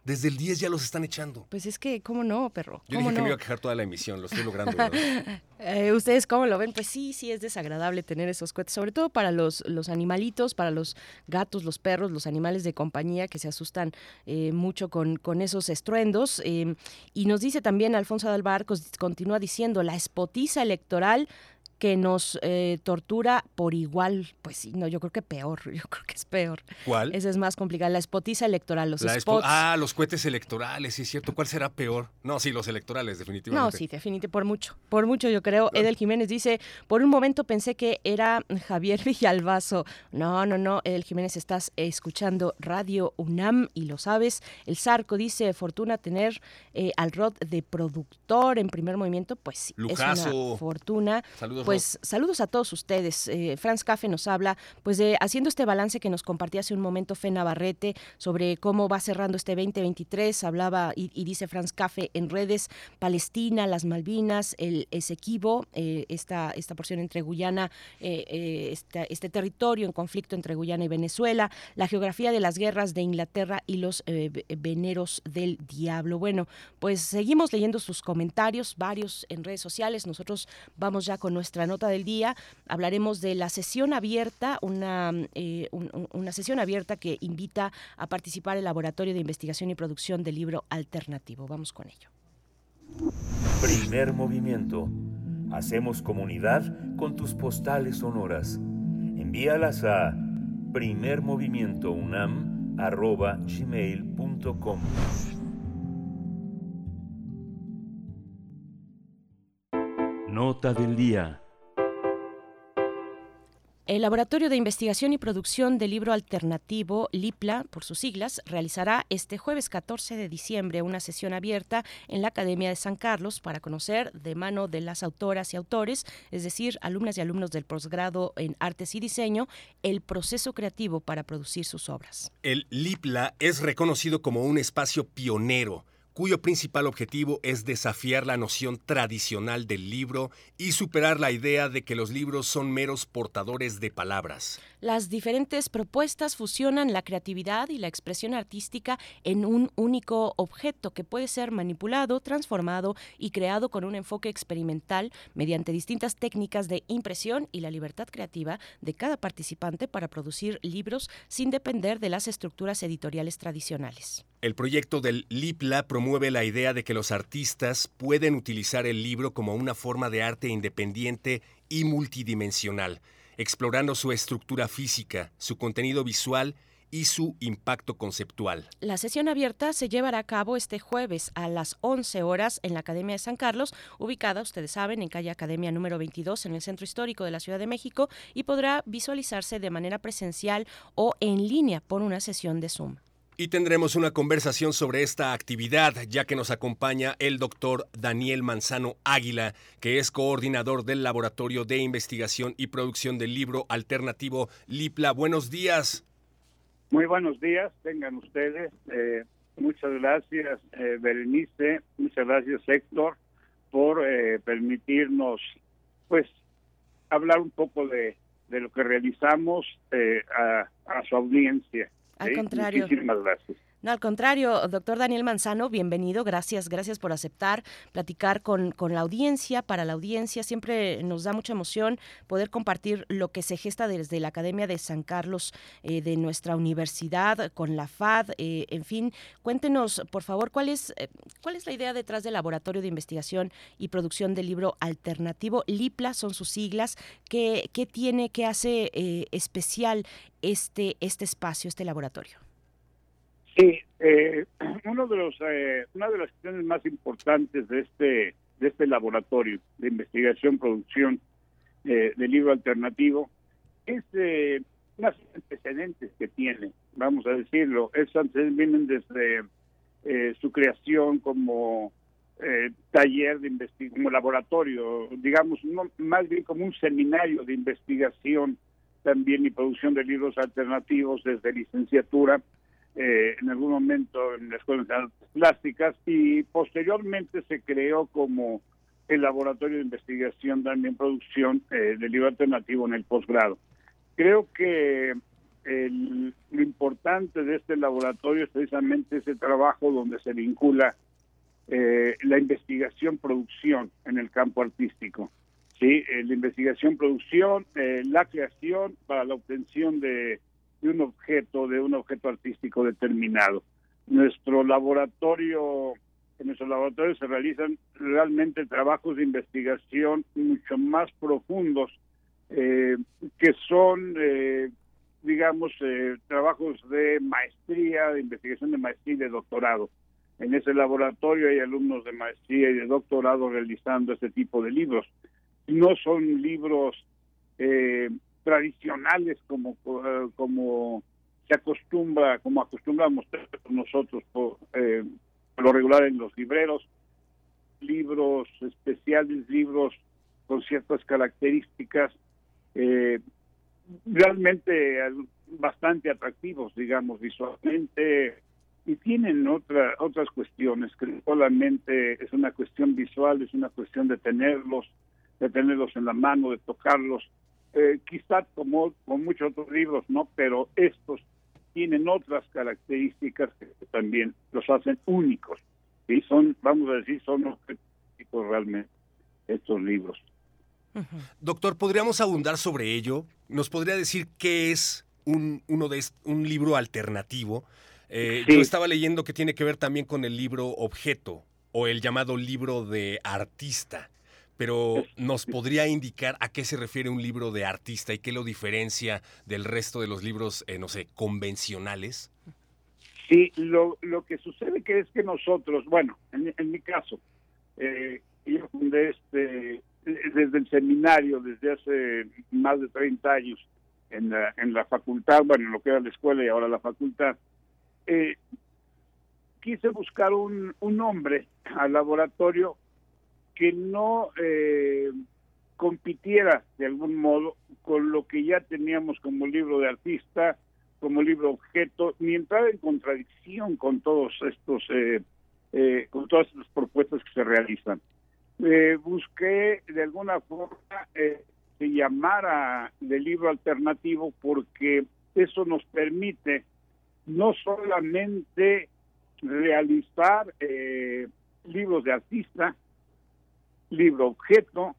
Speaker 4: Desde el diez ya los están echando.
Speaker 3: Pues es que, ¿cómo no, perro?
Speaker 4: Yo
Speaker 3: ¿Cómo
Speaker 4: dije que
Speaker 3: no?
Speaker 4: me iba a quejar toda la emisión, lo estoy logrando, ¿verdad?
Speaker 3: eh, ¿Ustedes cómo lo ven? Pues sí, sí es desagradable tener esos cohetes, sobre todo para los, los animalitos, para los gatos, los perros, los animales de compañía que se asustan eh, mucho con, con esos estruendos. Eh, y nos dice también Alfonso Adalbar, continúa diciendo, la espotiza electoral que nos eh, tortura por igual. Pues sí, no, yo creo que peor, yo creo que es peor.
Speaker 4: ¿Cuál?
Speaker 3: Esa es más complicada, la espotiza electoral, los
Speaker 4: La
Speaker 3: spots.
Speaker 4: Expo- ah, los cohetes electorales, sí es cierto. ¿Cuál será peor? No, sí, los electorales, definitivamente.
Speaker 3: No, sí, definitivamente, por mucho, por mucho yo creo. Edel Jiménez dice, por un momento pensé que era Javier Villalbazo. No, no, no, Edel Jiménez, estás escuchando Radio UNAM y lo sabes. El Zarco dice, fortuna tener eh, al Rod de productor en Primer Movimiento, pues sí,
Speaker 4: Lujazo.
Speaker 3: es una fortuna.
Speaker 4: Saludos,
Speaker 3: Pues
Speaker 4: Rod.
Speaker 3: Saludos a todos ustedes. Eh, Franz Café nos habla, pues de haciendo este balance que nos compartía hace un momento Fe Navarrete sobre cómo va cerrando este veinte veintitrés. Hablaba y, y dice Franz Café en redes, Palestina, las Malvinas, el Esequibo, eh, esta, esta porción entre Guyana, eh, eh, este, este territorio en conflicto entre Guyana y Venezuela, la geografía de las guerras de Inglaterra y los eh, veneros del diablo. Bueno, pues seguimos leyendo sus comentarios, varios en redes sociales. Nosotros vamos ya con nuestra nota del día. Hablaremos de la sesión abierta, una, eh, un, una sesión abierta que invita a participar el Laboratorio de Investigación y Producción del Libro Alternativo. Vamos con ello.
Speaker 5: Primer movimiento. Hacemos comunidad con tus postales sonoras. Envíalas a primermovimientounam arroba gmail punto com.
Speaker 2: Nota del día.
Speaker 3: El Laboratorio de Investigación y Producción del Libro Alternativo, LIPLA, por sus siglas, realizará este jueves catorce de diciembre una sesión abierta en la Academia de San Carlos para conocer de mano de las autoras y autores, es decir, alumnas y alumnos del posgrado en Artes y Diseño, el proceso creativo para producir sus obras.
Speaker 4: El LIPLA es reconocido como un espacio pionero, cuyo principal objetivo es desafiar la noción tradicional del libro y superar la idea de que los libros son meros portadores de palabras.
Speaker 3: Las diferentes propuestas fusionan la creatividad y la expresión artística en un único objeto que puede ser manipulado, transformado y creado con un enfoque experimental mediante distintas técnicas de impresión y la libertad creativa de cada participante para producir libros sin depender de las estructuras editoriales tradicionales.
Speaker 4: El proyecto del LIPLA promueve la idea de que los artistas pueden utilizar el libro como una forma de arte independiente y multidimensional, explorando su estructura física, su contenido visual y su impacto conceptual.
Speaker 3: La sesión abierta se llevará a cabo este jueves a las once horas en la Academia de San Carlos, ubicada, ustedes saben, en calle Academia número veintidós en el Centro Histórico de la Ciudad de México, y podrá visualizarse de manera presencial o en línea por una sesión de Zoom.
Speaker 4: Y tendremos una conversación sobre esta actividad, ya que nos acompaña el doctor Daniel Manzano Águila, que es coordinador del Laboratorio de Investigación y Producción del Libro Alternativo LIPLA. Buenos días.
Speaker 19: Muy buenos días, tengan ustedes. Eh, muchas gracias, eh, Berenice, muchas gracias, Héctor, por eh, permitirnos, pues, hablar un poco de, de lo que realizamos eh, a, a su audiencia.
Speaker 3: Al
Speaker 19: ¿sí?
Speaker 3: contrario.
Speaker 19: Muchísimas gracias.
Speaker 3: No, al contrario, doctor Daniel Manzano, bienvenido, gracias, gracias por aceptar platicar con, con la audiencia, para la audiencia. Siempre nos da mucha emoción poder compartir lo que se gesta desde la Academia de San Carlos, eh, de nuestra universidad, con la F A D, eh, en fin, cuéntenos, por favor, cuál es, eh, cuál es la idea detrás del Laboratorio de Investigación y Producción del Libro Alternativo. LIPLA son sus siglas. ¿Qué, qué tiene, qué hace eh, especial este, este espacio, este laboratorio?
Speaker 19: Sí, eh, uno de los, eh, una de las cuestiones más importantes de este, de este laboratorio de investigación, producción eh, del libro alternativo es eh, unos antecedentes que tiene, vamos a decirlo. Esos antecedentes vienen desde eh, su creación como eh, taller de investigación, como laboratorio, digamos, no, más bien como un seminario de investigación también y producción de libros alternativos desde licenciatura. Eh, en algún momento en la Escuela de Artes Plásticas, y posteriormente se creó como el Laboratorio de Investigación, también producción eh, del libro alternativo en el posgrado. Creo que el, lo importante de este laboratorio es precisamente ese trabajo donde se vincula eh, la investigación-producción en el campo artístico. Sí, eh, la investigación-producción, eh, la creación para la obtención de, de un objeto, de un objeto artístico determinado. Nuestro laboratorio, en nuestro laboratorio se realizan realmente trabajos de investigación mucho más profundos, eh, que son, eh, digamos, eh, trabajos de maestría, de investigación de maestría y de doctorado. En ese laboratorio hay alumnos de maestría y de doctorado realizando este tipo de libros. No son libros eh, tradicionales como eh, como se acostumbra, como acostumbramos nosotros por, eh, por lo regular en los libreros, libros especiales, libros con ciertas características eh, realmente bastante atractivos, digamos, visualmente, y tienen otra, otras cuestiones, que no solamente es una cuestión visual, es una cuestión de tenerlos, de tenerlos en la mano, de tocarlos, eh, quizá como con muchos otros libros, ¿no? Pero estos tienen otras características que también los hacen únicos, y son, vamos a decir, son únicos realmente estos libros.
Speaker 4: Doctor, ¿podríamos abundar sobre ello? ¿Nos podría decir qué es un, uno de est- un libro alternativo? Eh,
Speaker 19: Sí.
Speaker 4: Yo estaba leyendo que tiene que ver también con el libro objeto o el llamado libro de artista, pero ¿nos podría indicar a qué se refiere un libro de artista y qué lo diferencia del resto de los libros, eh, no sé, convencionales?
Speaker 19: Sí, lo, lo que sucede que es que nosotros, bueno, en, en mi caso, eh, yo fundé este, desde el seminario, desde hace más de treinta años, en la, en la facultad, bueno, en lo que era la escuela y ahora la facultad, eh, quise buscar un, un nombre al laboratorio que no eh, compitiera de algún modo con lo que ya teníamos como libro de artista, como libro objeto, ni entrar en contradicción con todos estos, eh, eh, con todas estas propuestas que se realizan. Eh, busqué de alguna forma eh, se llamara de libro alternativo porque eso nos permite no solamente realizar eh, libros de artista, libro objeto,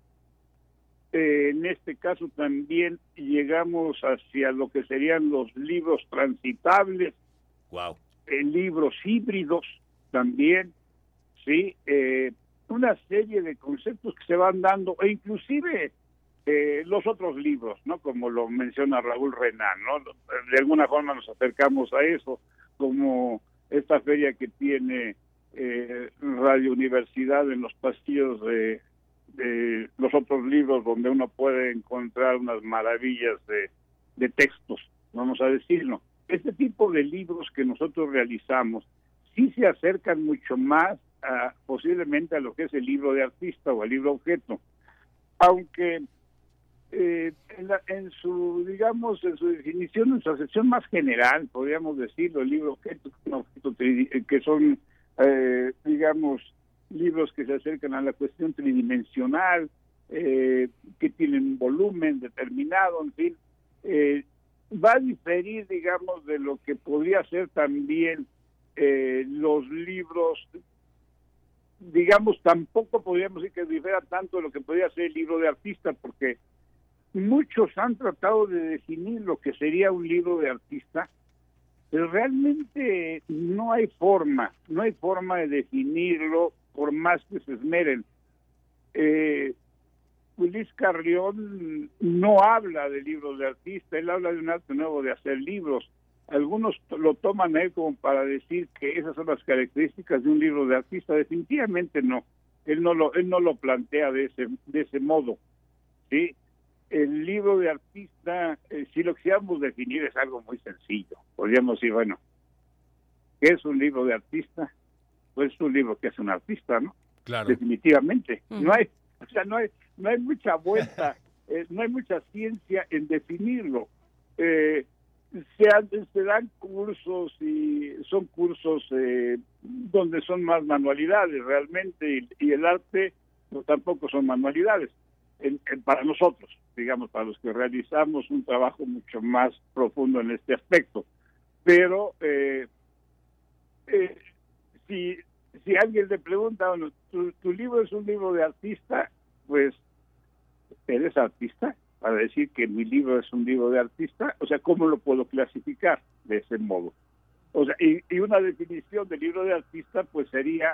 Speaker 19: eh, en este caso también llegamos hacia lo que serían los libros transitables,
Speaker 4: wow.
Speaker 19: eh, libros híbridos también, sí, eh, una serie de conceptos que se van dando, e inclusive eh, los otros libros, ¿no? Como lo menciona Raúl Renán, ¿no? De alguna forma nos acercamos a eso, como esta feria que tiene eh, Radio Universidad en los pasillos de, de los otros libros, donde uno puede encontrar unas maravillas de, de textos, vamos a decirlo. Este tipo de libros que nosotros realizamos sí se acercan mucho más a, posiblemente a lo que es el libro de artista o el libro objeto, aunque eh, en, la, en su, digamos, en su definición, en su acepción más general, podríamos decirlo, el libro objeto, un objeto que son, eh, digamos, libros que se acercan a la cuestión tridimensional, eh, que tienen un volumen determinado, en fin, eh, va a diferir, digamos, de lo que podría ser también eh, los libros, digamos, tampoco podríamos decir que difiera tanto de lo que podría ser el libro de artista, porque muchos han tratado de definir lo que sería un libro de artista, pero realmente no hay forma, no hay forma de definirlo por más que se esmeren. Eh, Luis Carrión no habla de libros de artista, él habla de un arte nuevo de hacer libros. Algunos lo toman a él como para decir que esas son las características de un libro de artista. Definitivamente no, él no lo, él no lo plantea de ese, de ese modo, ¿sí? El libro de artista, eh, si lo quisiéramos definir, es algo muy sencillo. Podríamos decir, bueno, ¿qué es un libro de artista? Pues es un libro que es un artista, ¿no?
Speaker 4: Claro.
Speaker 19: Definitivamente.
Speaker 4: Uh-huh.
Speaker 19: No hay, o sea, no hay, no hay mucha vuelta, eh, no hay mucha ciencia en definirlo. Eh, se, han, se dan cursos y son cursos eh, donde son más manualidades realmente, y, y el arte no, tampoco son manualidades. en, en, para nosotros, digamos, para los que realizamos un trabajo mucho más profundo en este aspecto. Pero eh, eh, si, si alguien le pregunta, bueno, ¿tu, tu libro es un libro de artista? Pues, ¿eres artista? Para decir que mi libro es un libro de artista, o sea, ¿cómo lo puedo clasificar de ese modo? O sea, y, y una definición de libro de artista, pues sería,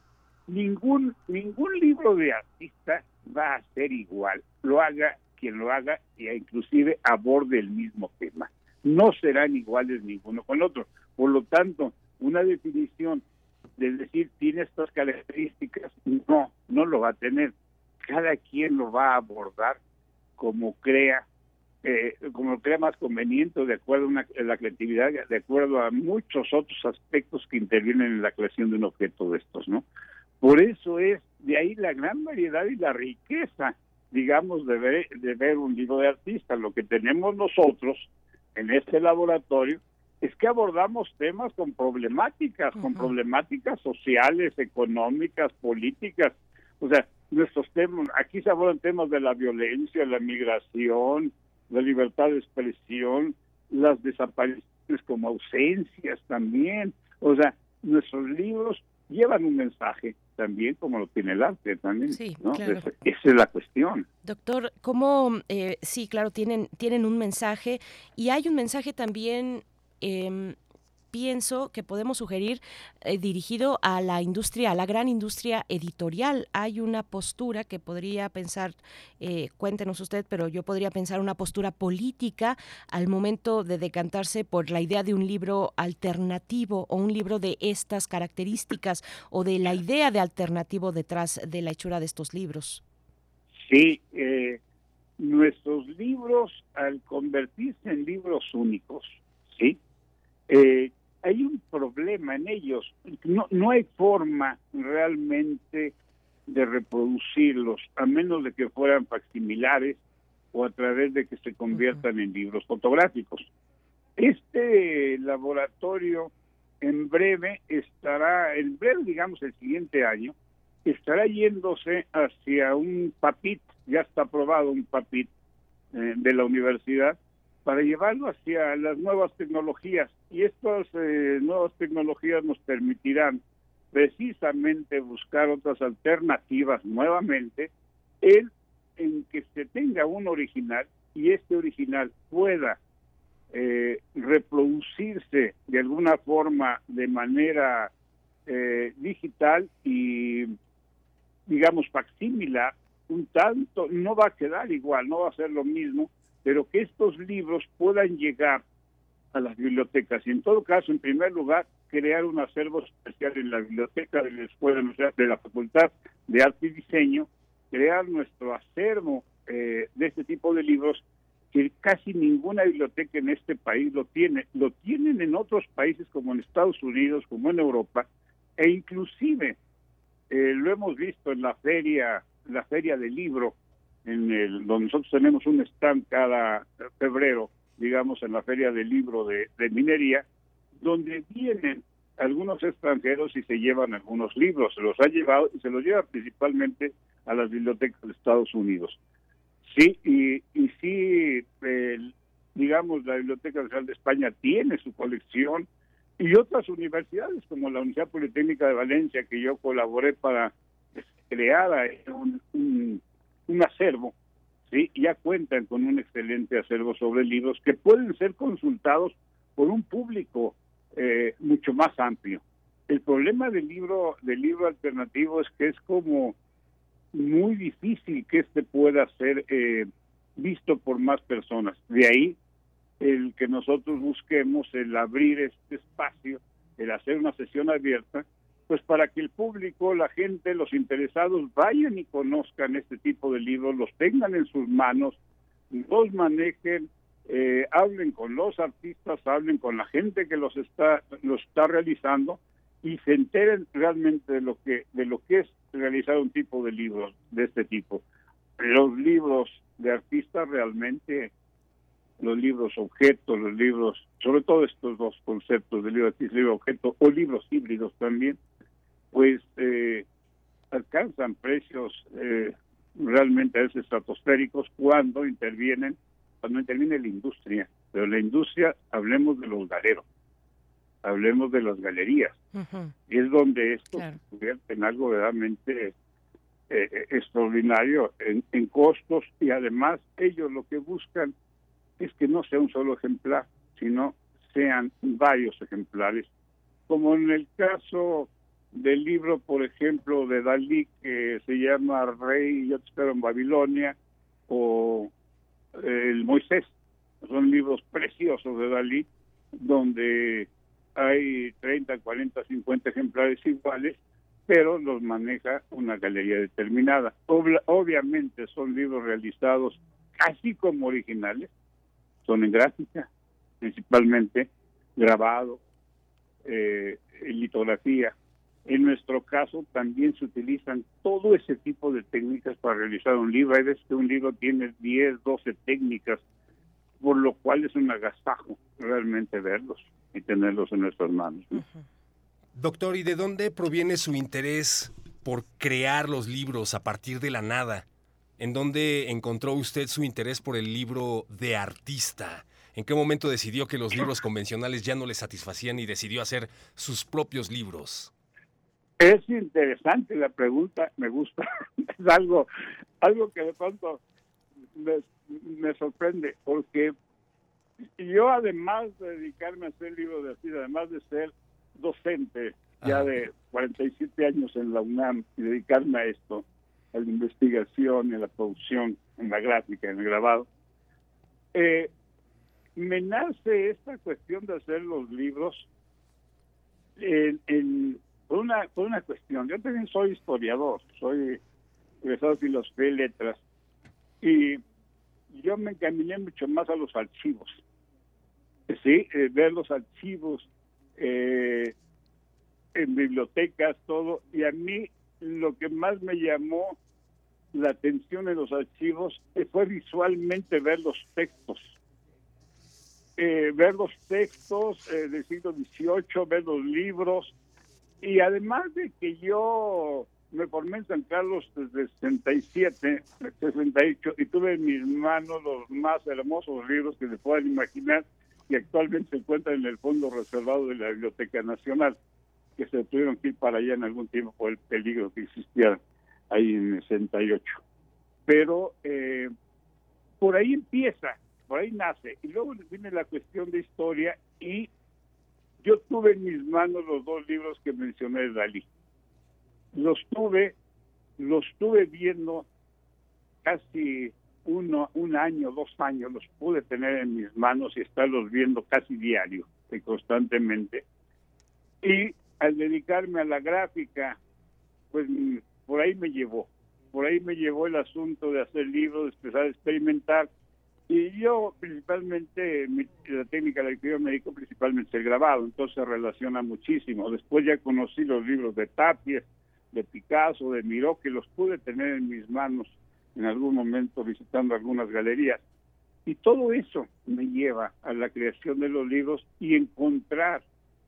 Speaker 19: ningún ningún libro de artista va a ser igual, lo haga quien lo haga, e inclusive aborde el mismo tema. No serán iguales ninguno con otro. Por lo tanto, una definición de decir, tiene estas características, no, no lo va a tener. Cada quien lo va a abordar como crea, eh, como crea más conveniente, de acuerdo a, una, a la creatividad, de acuerdo a muchos otros aspectos que intervienen en la creación de un objeto de estos, ¿no? Por eso es de ahí la gran variedad y la riqueza, digamos, de ver, de ver un libro de artista. Lo que tenemos nosotros en este laboratorio es que abordamos temas con problemáticas, uh-huh. con problemáticas sociales, económicas, políticas. O sea, nuestros temas, aquí se abordan temas de la violencia, la migración, la libertad de expresión, las desapariciones como ausencias también. O sea, nuestros libros llevan un mensaje también, como lo tiene el arte también,
Speaker 3: sí,
Speaker 19: ¿no?
Speaker 3: Claro.
Speaker 19: Esa, esa es la cuestión.
Speaker 3: Doctor, ¿cómo? Eh, sí, claro, tienen, tienen un mensaje, y hay un mensaje también, eh, pienso que podemos sugerir, eh, dirigido a la industria, a la gran industria editorial. Hay una postura que podría pensar, eh, cuéntenos usted, pero yo podría pensar una postura política al momento de decantarse por la idea de un libro alternativo o un libro de estas características, o de la idea de alternativo detrás de la hechura de estos libros.
Speaker 19: Sí, eh, nuestros libros, al convertirse en libros únicos, ¿sí? Eh, hay un problema en ellos. No, no hay forma realmente de reproducirlos, a menos de que fueran facsimilares o a través de que se conviertan uh-huh. en libros fotográficos. Este laboratorio en breve estará, en breve, digamos, el siguiente año, estará yéndose hacia un PAPIT, ya está aprobado un PAPIT eh, de la universidad, para llevarlo hacia las nuevas tecnologías. Y estas eh, nuevas tecnologías nos permitirán precisamente buscar otras alternativas nuevamente, en, en que se tenga un original y este original pueda eh, reproducirse de alguna forma de manera eh, digital y, digamos, facsimilar, un tanto, no va a quedar igual, no va a ser lo mismo, pero que estos libros puedan llegar a las bibliotecas. Y en todo caso, en primer lugar, crear un acervo especial en la biblioteca de la Escuela de la Facultad de Arte y Diseño, crear nuestro acervo eh, de este tipo de libros, que casi ninguna biblioteca en este país lo tiene. Lo tienen en otros países como en Estados Unidos, como en Europa, e inclusive eh, lo hemos visto en la feria, la feria del libro, en el donde nosotros tenemos un stand cada febrero, digamos, en la Feria del Libro de, de Minería, donde vienen algunos extranjeros y se llevan algunos libros, se los ha llevado y se los lleva principalmente a las bibliotecas de Estados Unidos. Sí, y, y sí, el, digamos, la Biblioteca Nacional de España tiene su colección, y otras universidades como la Universidad Politécnica de Valencia, que yo colaboré para crear un, un un acervo, ¿sí? Ya cuentan con un excelente acervo sobre libros que pueden ser consultados por un público eh, mucho más amplio. El problema del libro del libro alternativo es que es como muy difícil que este pueda ser eh, visto por más personas. De ahí el que nosotros busquemos el abrir este espacio, el hacer una sesión abierta, pues para que el público, la gente, los interesados vayan y conozcan este tipo de libros, los tengan en sus manos, los manejen, eh, hablen con los artistas, hablen con la gente que los está los está realizando y se enteren realmente de lo que de lo que es realizar un tipo de libros de este tipo. Los libros de artistas realmente, los libros objetos, los libros, sobre todo estos dos conceptos de libro artista, libro objeto o libros híbridos también, pues eh, alcanzan precios eh, realmente a veces estratosféricos cuando intervienen, cuando interviene la industria. Pero la industria, hablemos de los galeros, hablemos de las galerías, uh-huh. y es donde esto claro. se convierte en algo verdaderamente eh, extraordinario en, en costos, y además ellos lo que buscan es que no sea un solo ejemplar, sino sean varios ejemplares, como en el caso del libro, por ejemplo, de Dalí, que se llama Rey, yo te espero en Babilonia, o El Moisés. Son libros preciosos de Dalí, donde hay treinta, cuarenta, cincuenta ejemplares iguales, pero los maneja una galería determinada. Ob- obviamente son libros realizados casi como originales, son en gráfica, principalmente grabado, eh, en litografía. En nuestro caso también se utilizan todo ese tipo de técnicas para realizar un libro. Hay veces que un libro tiene diez, doce técnicas, por lo cual es un agasajo realmente verlos y tenerlos en nuestras manos, ¿no?
Speaker 4: Uh-huh. Doctor, ¿y de dónde proviene su interés por crear los libros a partir de la nada? ¿En dónde encontró usted su interés por el libro de artista? ¿En qué momento decidió que los libros convencionales ya no le satisfacían y decidió hacer sus propios libros?
Speaker 19: Es interesante la pregunta, me gusta. Es algo, algo que de pronto me, me sorprende, porque yo, además de dedicarme a hacer libros de artista, además de ser docente ya Ajá. de cuarenta y siete años en la UNAM y dedicarme a esto, a la investigación, a la producción, en la gráfica, en el grabado, eh, me nace esta cuestión de hacer los libros en, en por una por una cuestión. Yo también soy historiador, soy egresado de Filosofía y Letras, y yo me encaminé mucho más a los archivos. Sí, eh, ver los archivos eh, en bibliotecas, todo, y a mí lo que más me llamó la atención en los archivos fue visualmente ver los textos. Eh, ver los textos eh, del siglo dieciocho, ver los libros, y además de que yo me formé en San Carlos desde sesenta y siete, sesenta y ocho, y tuve en mis manos los más hermosos libros que se puedan imaginar, y actualmente se encuentran en el fondo reservado de la Biblioteca Nacional, que se tuvieron que ir para allá en algún tiempo por el peligro que existía ahí en el sesenta y ocho. Pero eh, por ahí empieza, por ahí nace, y luego viene la cuestión de historia, y yo tuve en mis manos los dos libros que mencioné de Dalí. Los tuve, los tuve viendo casi uno, un año, dos años, los pude tener en mis manos y estarlos viendo casi diario y constantemente. Y al dedicarme a la gráfica, pues por ahí me llevó, por ahí me llevó el asunto de hacer libros, de empezar a experimentar. Y yo principalmente, mi, la técnica de la lectura me dedico principalmente el grabado, entonces se relaciona muchísimo. Después ya conocí los libros de Tapies, de Picasso, de Miró, que los pude tener en mis manos en algún momento visitando algunas galerías. Y todo eso me lleva a la creación de los libros y encontrar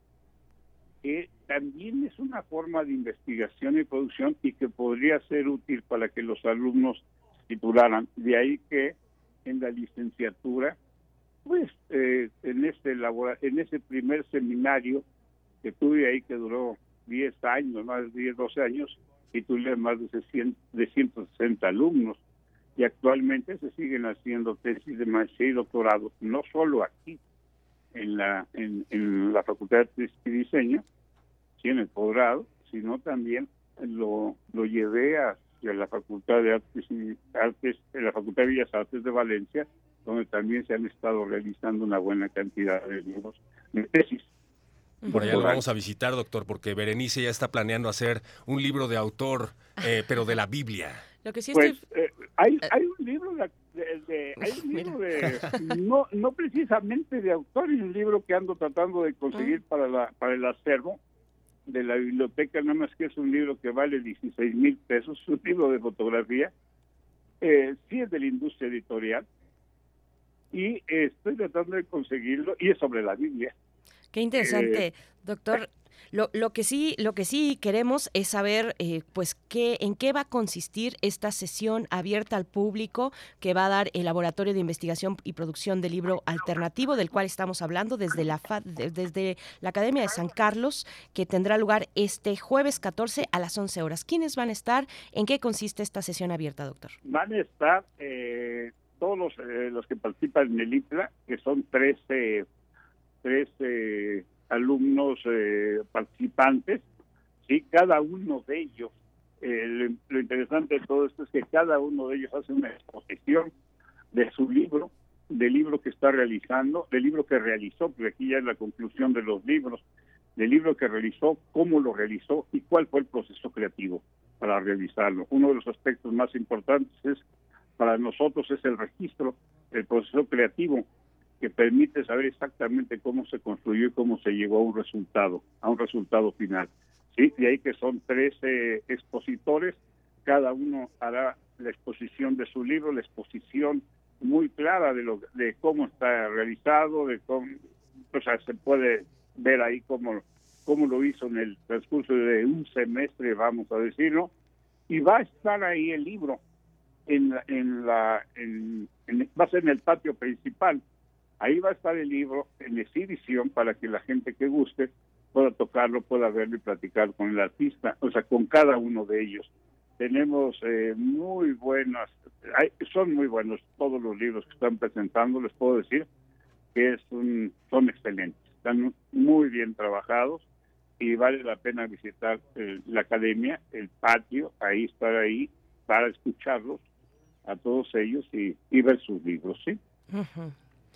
Speaker 19: que también es una forma de investigación y producción y que podría ser útil para que los alumnos titularan. De ahí que en la licenciatura, pues eh, en este labora, en ese primer seminario que tuve ahí, que duró diez años, más de diez, doce años, titulé más de ciento sesenta alumnos, y actualmente se siguen haciendo tesis de maestría y doctorado, no solo aquí, en la en, en la Facultad de Artes y Diseño, sí, en el posgrado, sino también lo, lo llevé hacia la Facultad de Artes y Artes, en la Facultad de Bellas Artes de Valencia, donde también se han estado realizando una buena cantidad de libros de tesis.
Speaker 4: Por allá lo vamos a visitar, doctor, porque Berenice ya está planeando hacer un libro de autor, eh, pero de la Biblia.
Speaker 3: Lo que sí
Speaker 19: pues
Speaker 3: estoy...
Speaker 19: eh, hay, hay un libro de, de, de hay un libro de no no precisamente de autor, y un libro que ando tratando de conseguir uh-huh. para la para el acervo de la biblioteca, nada más que es un libro que vale dieciséis mil pesos, un libro de fotografía, eh, sí es de la industria editorial, y eh, estoy tratando de conseguirlo, y es sobre la Biblia.
Speaker 3: Qué interesante,
Speaker 19: eh,
Speaker 3: doctor. Lo, lo que sí, lo que sí queremos es saber, eh, pues, qué, en qué va a consistir esta sesión abierta al público que va a dar el Laboratorio de Investigación y Producción del Libro Alternativo, del cual estamos hablando desde la F A D, de, desde la Academia de San Carlos, que tendrá lugar este jueves catorce a las once horas. ¿Quiénes van a estar? ¿En qué consiste esta sesión abierta, doctor?
Speaker 19: Van a estar eh, todos los, eh, los que participan en el I P L A, que son trece, trece alumnos eh, participantes, ¿sí? Cada uno de ellos, eh, lo, lo interesante de todo esto es que cada uno de ellos hace una exposición de su libro, del libro que está realizando, del libro que realizó, porque aquí ya es la conclusión de los libros, del libro que realizó, cómo lo realizó y cuál fue el proceso creativo para realizarlo. Uno de los aspectos más importantes es, para nosotros, es el registro, el proceso creativo, que permite saber exactamente cómo se construyó y cómo se llegó a un resultado, a un resultado final. Sí, de ahí que son trece expositores, cada uno hará la exposición de su libro, la exposición muy clara de lo de cómo está realizado, de cómo, o sea, se puede ver ahí cómo, cómo lo hizo en el transcurso de un semestre, vamos a decirlo, y va a estar ahí el libro en la, en la en, en, va a ser en el patio principal. Ahí va a estar el libro en exhibición para que la gente que guste pueda tocarlo, pueda verlo y platicar con el artista, o sea, con cada uno de ellos. Tenemos eh, muy buenas, hay, son muy buenos todos los libros que están presentando, les puedo decir que es un, son excelentes, están muy bien trabajados y vale la pena visitar eh, la academia, el patio, ahí estar ahí para escucharlos a todos ellos y, y ver sus libros, ¿sí?
Speaker 3: Uh-huh.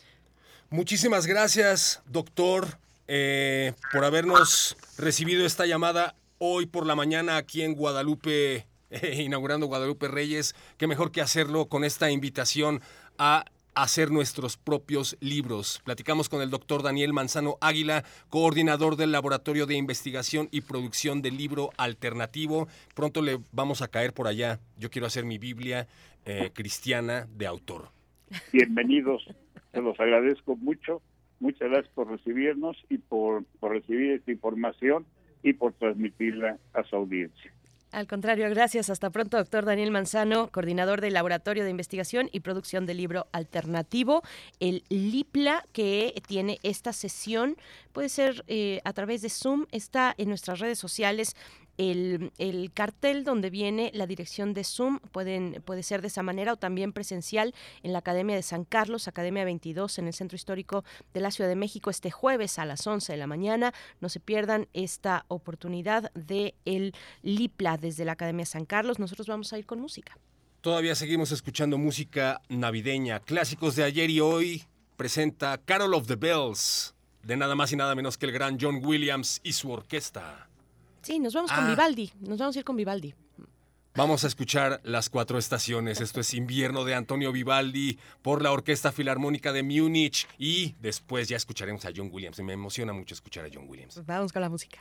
Speaker 4: Muchísimas gracias, doctor, eh, por habernos recibido esta llamada hoy por la mañana aquí en Guadalupe, eh, inaugurando Guadalupe Reyes. Qué mejor que hacerlo con esta invitación a hacer nuestros propios libros. Platicamos con el doctor Daniel Manzano Águila, coordinador del Laboratorio de Investigación y Producción del Libro Alternativo. Pronto le vamos a caer por allá. Yo quiero hacer mi Biblia eh, cristiana de autor.
Speaker 19: Bienvenidos. Se los agradezco mucho, muchas gracias por recibirnos y por, por recibir esta información y por transmitirla a su audiencia.
Speaker 3: Al contrario, gracias. Hasta pronto, doctor Daniel Manzano, coordinador del Laboratorio de Investigación y Producción del Libro Alternativo, el L I P L A, que tiene esta sesión, puede ser eh, a través de Zoom, está en nuestras redes sociales. El, el cartel donde viene la dirección de Zoom pueden, puede ser de esa manera o también presencial en la Academia de San Carlos, Academia veintidós, en el Centro Histórico de la Ciudad de México, este jueves a las once de la mañana. No se pierdan esta oportunidad de el L I P L A desde la Academia de San Carlos. Nosotros vamos a ir con música.
Speaker 4: Todavía seguimos escuchando música navideña. Clásicos de ayer y hoy presenta Carol of the Bells, de nada más y nada menos que el gran John Williams y su orquesta.
Speaker 3: Sí, nos vamos con ah. Vivaldi, nos vamos a ir con Vivaldi.
Speaker 4: Vamos a escuchar Las Cuatro Estaciones. Esto es Invierno de Antonio Vivaldi por la Orquesta Filarmónica de Múnich y después ya escucharemos a John Williams. Me emociona mucho escuchar a John Williams.
Speaker 3: Vamos con la música.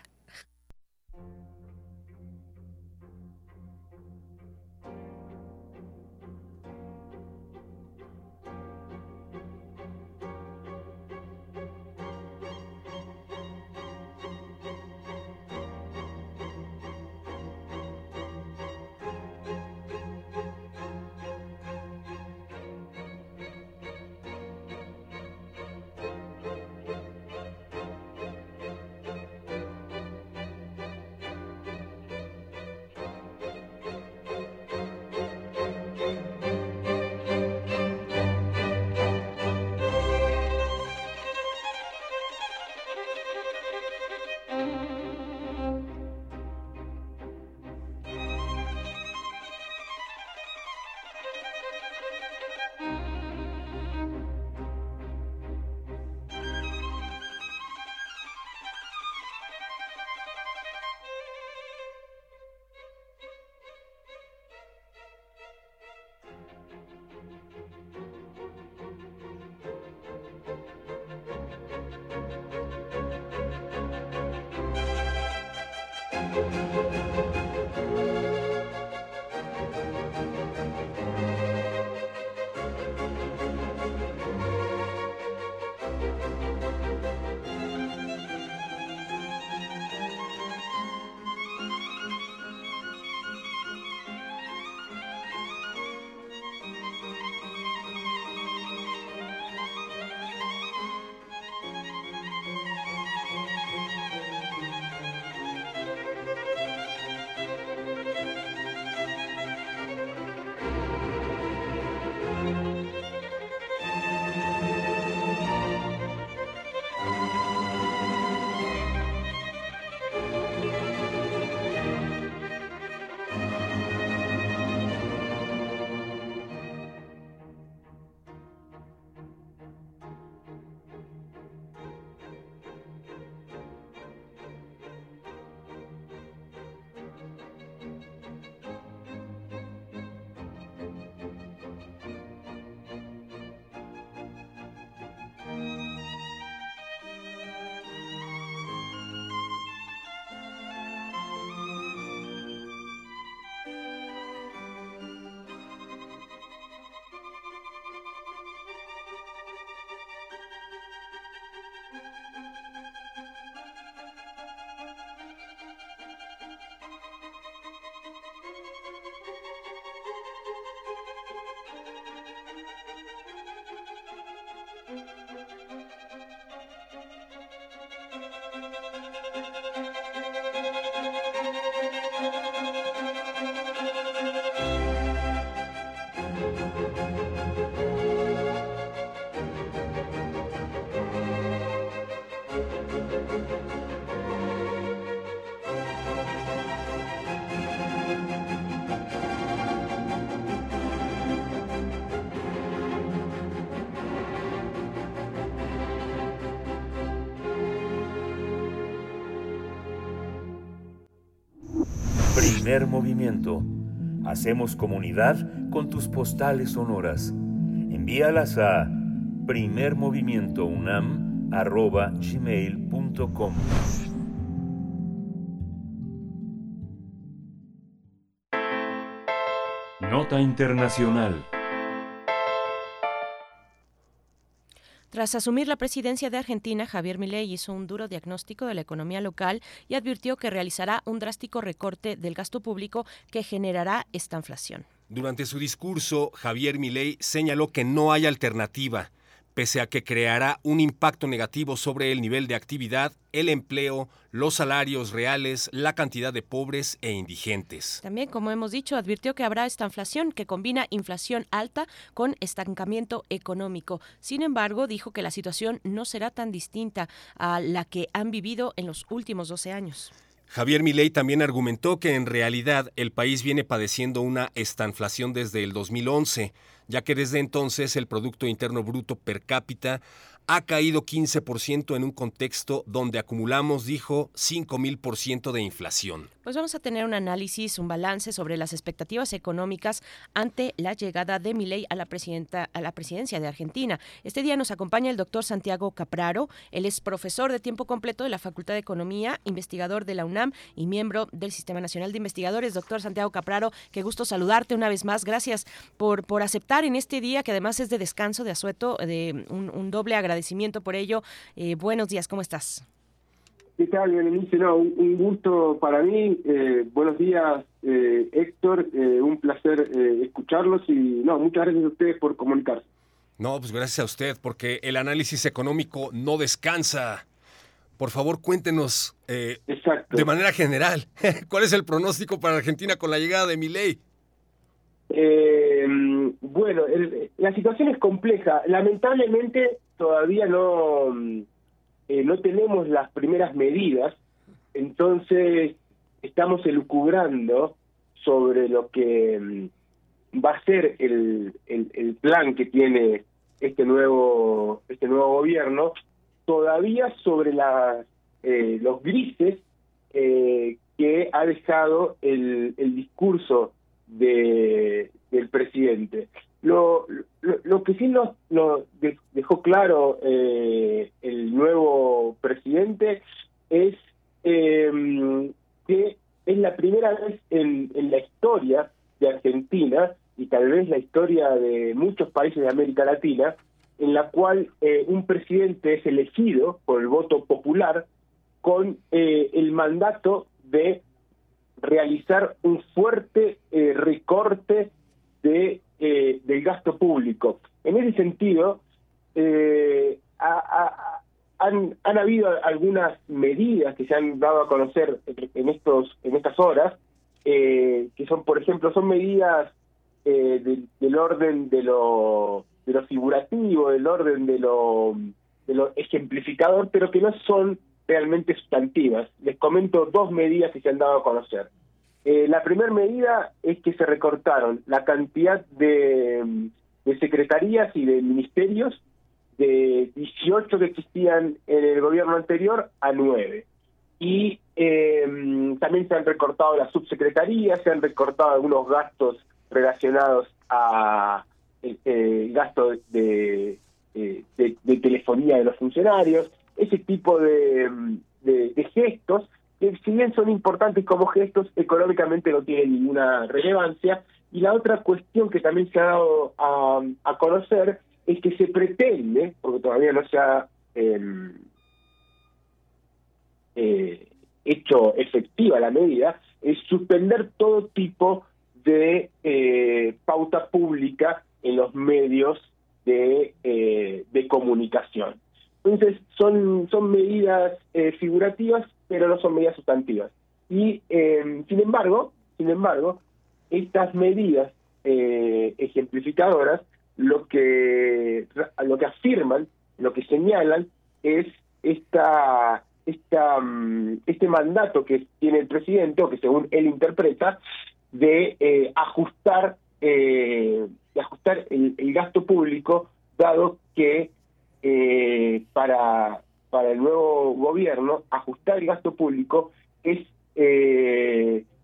Speaker 5: Primer movimiento. Hacemos comunidad con tus postales sonoras. Envíalas a primermovimientounam arroba gmail punto com.
Speaker 2: Nota Internacional.
Speaker 3: Tras asumir la presidencia de Argentina, Javier Milei hizo un duro diagnóstico de la economía local y advirtió que realizará un drástico recorte del gasto público que generará esta inflación.
Speaker 4: Durante su discurso, Javier Milei señaló que no hay alternativa, pese a que creará un impacto negativo sobre el nivel de actividad, el empleo, los salarios reales, la cantidad de pobres e indigentes.
Speaker 3: También, como hemos dicho, advirtió que habrá esta inflación que combina inflación alta con estancamiento económico. Sin embargo, dijo que la situación no será tan distinta a la que han vivido en los últimos doce años.
Speaker 4: Javier Milei también argumentó que en realidad el país viene padeciendo una estanflación desde el dos mil once, ya que desde entonces el Producto Interno Bruto per cápita ha caído quince por ciento en un contexto donde acumulamos, dijo, cinco mil por ciento de inflación.
Speaker 3: Pues vamos a tener un análisis, un balance sobre las expectativas económicas ante la llegada de Milei a la presidenta, a la presidencia de Argentina. Este día nos acompaña el doctor Santiago Capraro. Él es profesor de tiempo completo de la Facultad de Economía, investigador de la UNAM y miembro del Sistema Nacional de Investigadores. Doctor Santiago Capraro, qué gusto saludarte una vez más. Gracias por, por aceptar en este día, que además es de descanso, de asueto, de un, un doble agradecimiento por ello. Eh, buenos días, ¿cómo estás?
Speaker 20: ¿Qué tal, Berenice? No, un, un gusto para mí. Eh, buenos días, eh, Héctor. Eh, un placer eh, escucharlos y no, muchas gracias a ustedes por comunicarse.
Speaker 4: No, pues gracias a usted, porque el análisis económico no descansa. Por favor, cuéntenos eh, de manera general, ¿cuál es el pronóstico para Argentina con la llegada de Milei?
Speaker 20: Eh, bueno, el, la situación es compleja. Lamentablemente todavía no... Eh, no tenemos las primeras medidas, entonces estamos elucubrando sobre lo que mm, va a ser el, el, el plan que tiene este nuevo este nuevo gobierno, todavía sobre las, eh, los grises eh, que ha dejado el, el discurso de, del presidente. Lo, lo, lo que sí nos, nos dejó claro eh, el nuevo presidente es eh, que es la primera vez en, en la historia de Argentina y tal vez la historia de muchos países de América Latina en la cual eh, un presidente es elegido por el voto popular con eh, el mandato de realizar un fuerte eh, recorte de Eh, del gasto público. En ese sentido, eh, ha, ha, han, han habido algunas medidas que se han dado a conocer en estos en estas horas, eh, que son, por ejemplo, son medidas eh, de, del orden de lo de lo figurativo, del orden de lo de lo ejemplificador, pero que no son realmente sustantivas. Les comento dos medidas que se han dado a conocer. Eh, la primera medida es que se recortaron la cantidad de, de secretarías y de ministerios de dieciocho que existían en el gobierno anterior a nueve. Y eh, también se han recortado las subsecretarías, se han recortado algunos gastos relacionados a eh, eh, gasto de, de, de, de telefonía de los funcionarios, ese tipo de, de, de gestos, que si bien son importantes como gestos, económicamente no tienen ninguna relevancia. Y la otra cuestión que también se ha dado a, a conocer es que se pretende, porque todavía no se ha eh, eh, hecho efectiva la medida, es suspender todo tipo de eh, pauta pública en los medios de, eh, de comunicación. Entonces, son, son medidas eh, figurativas, pero no son medidas sustantivas. Y, eh, sin embargo, sin embargo, estas medidas eh, ejemplificadoras, lo que lo que afirman, lo que señalan, es esta esta este mandato que tiene el presidente, o que según él interpreta, de eh, ajustar eh, de ajustar el, el gasto público, dado que Eh, para, para el nuevo gobierno, ajustar el gasto público es eh,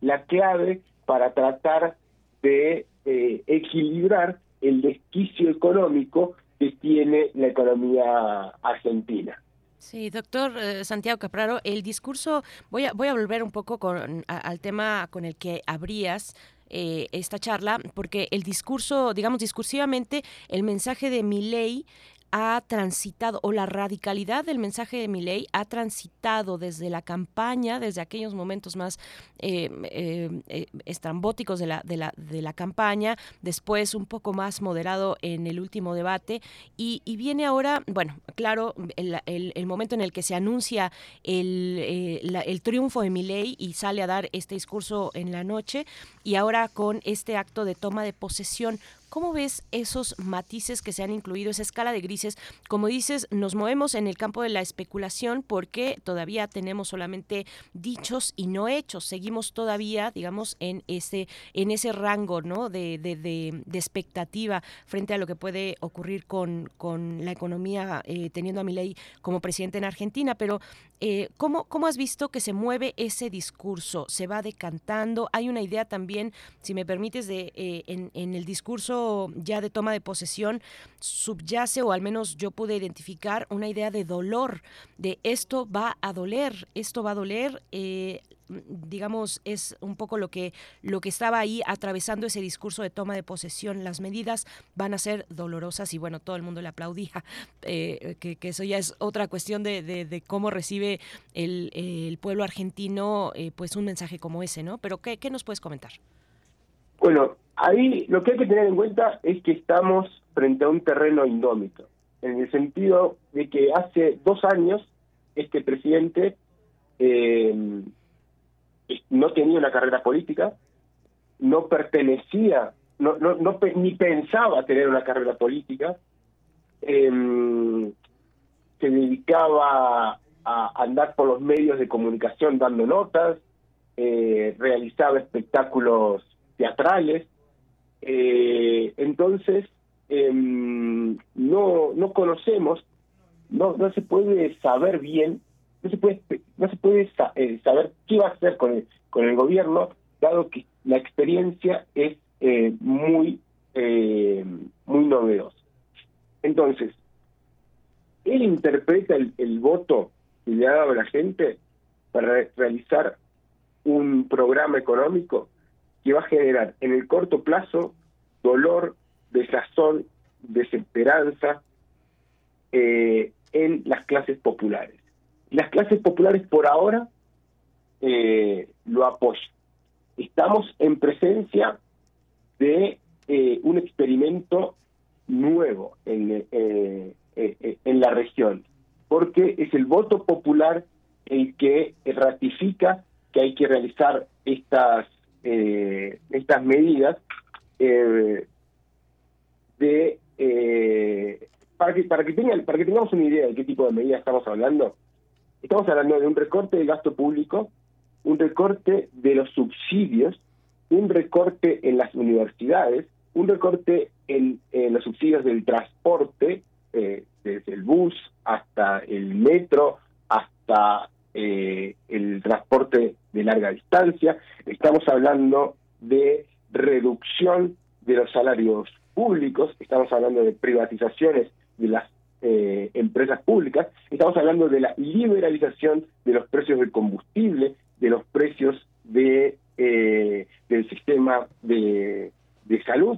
Speaker 20: la clave para tratar de eh, equilibrar el desquicio económico que tiene la economía argentina.
Speaker 3: Sí, doctor eh, Santiago Capraro, el discurso, voy a, voy a volver un poco con, a, al tema con el que abrías eh, esta charla, porque el discurso, digamos, discursivamente, el mensaje de Milei ha transitado, o la radicalidad del mensaje de Milei ha transitado desde la campaña, desde aquellos momentos más eh, eh, eh, estrambóticos de la, de, la, de la campaña, después un poco más moderado en el último debate, y, y viene ahora, bueno, claro, el, el, el momento en el que se anuncia el, eh, la, el triunfo de Milei y sale a dar este discurso en la noche, y ahora con este acto de toma de posesión. ¿Cómo ves esos matices que se han incluido, esa escala de grises? Como dices, nos movemos en el campo de la especulación porque todavía tenemos solamente dichos y no hechos. Seguimos todavía, digamos, en ese, en ese rango, ¿no?, de, de, de, de expectativa frente a lo que puede ocurrir con, con la economía eh, teniendo a Milei como presidente en Argentina. Pero eh, ¿cómo, ¿cómo has visto que se mueve ese discurso? ¿Se va decantando? Hay una idea también, si me permites, de eh, en, en el discurso ya de toma de posesión subyace, o al menos yo pude identificar, una idea de dolor, de esto va a doler, esto va a doler, eh, digamos, es un poco lo que, lo que estaba ahí atravesando ese discurso de toma de posesión. Las medidas van a ser dolorosas y bueno, todo el mundo le aplaudía, eh, que, que eso ya es otra cuestión de, de, de cómo recibe el, el pueblo argentino eh, pues un mensaje como ese, ¿no? Pero ¿qué, qué nos puedes comentar?
Speaker 20: Bueno, ahí lo que hay que tener en cuenta es que estamos frente a un terreno indómito, en el sentido de que hace dos años este presidente eh, no tenía una carrera política, no pertenecía, no, no, no ni pensaba tener una carrera política, eh, se dedicaba a andar por los medios de comunicación dando notas, eh, realizaba espectáculos teatrales, eh, entonces eh, no no conocemos, no no se puede saber bien, no se puede no se puede sa- eh, saber qué va a hacer con el, con el gobierno, dado que la experiencia es eh, muy eh, muy novedosa. Entonces, él interpreta el, el voto que le ha dado la gente para re- realizar un programa económico que va a generar en el corto plazo dolor, desazón, desesperanza eh, en las clases populares. Las clases populares por ahora eh, lo apoyan. Estamos en presencia de eh, un experimento nuevo en, eh, eh, en la región, porque es el voto popular el que ratifica que hay que realizar estas Eh, estas medidas eh, de eh, para que para que tengan para que tengamos una idea de qué tipo de medidas estamos hablando. Estamos hablando de un recorte del gasto público, un recorte de los subsidios, un recorte en las universidades, un recorte en, en los subsidios del transporte, eh, desde el bus hasta el metro, hasta eh, el transporte de larga distancia. Estamos hablando de reducción de los salarios públicos, estamos hablando de privatizaciones de las eh, empresas públicas, estamos hablando de la liberalización de los precios del combustible, de los precios de eh, del sistema de, de salud,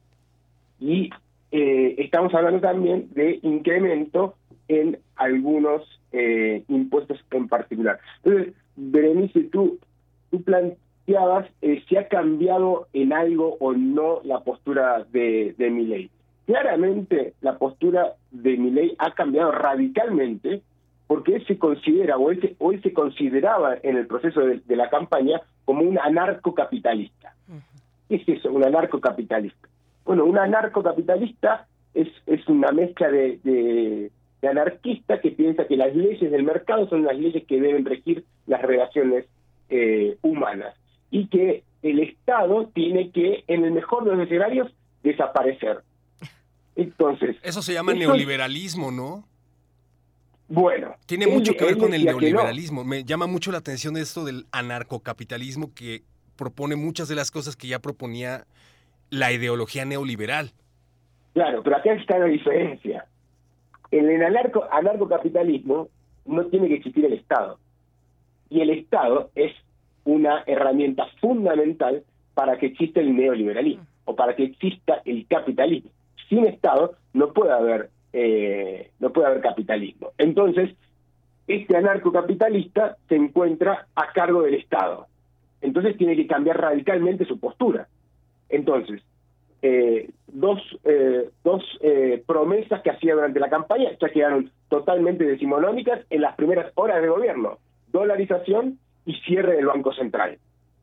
Speaker 20: y eh, estamos hablando también de incremento en algunos eh, impuestos en particular. Entonces, Berenice, tú, tú planteabas eh, si ha cambiado en algo o no la postura de, de Milei. Claramente la postura de Milei ha cambiado radicalmente, porque él se considera, o él se, o él se consideraba en el proceso de, de la campaña como un anarcocapitalista. ¿Qué es eso, un anarcocapitalista? Bueno, un anarcocapitalista es, es una mezcla de, de, de anarquista que piensa que las leyes del mercado son las leyes que deben regir las relaciones eh, humanas, y que el Estado tiene que, en el mejor de los escenarios, desaparecer. Entonces,
Speaker 4: eso se llama eso neoliberalismo, ¿no?
Speaker 20: Bueno,
Speaker 4: tiene mucho que ver con el neoliberalismo.
Speaker 20: No.
Speaker 4: Me llama mucho la atención esto del anarcocapitalismo, que propone muchas de las cosas que ya proponía la ideología neoliberal.
Speaker 20: Claro, pero acá está la diferencia. En el anarco, anarcocapitalismo no tiene que existir el Estado. Y el Estado es una herramienta fundamental para que exista el neoliberalismo o para que exista el capitalismo. Sin Estado no puede haber eh, no puede haber capitalismo. Entonces, este anarcocapitalista se encuentra a cargo del Estado. Entonces tiene que cambiar radicalmente su postura. Entonces, eh, dos, eh, dos eh, promesas que hacía durante la campaña ya quedaron totalmente decimonónicas en las primeras horas de gobierno: dolarización y cierre del Banco Central.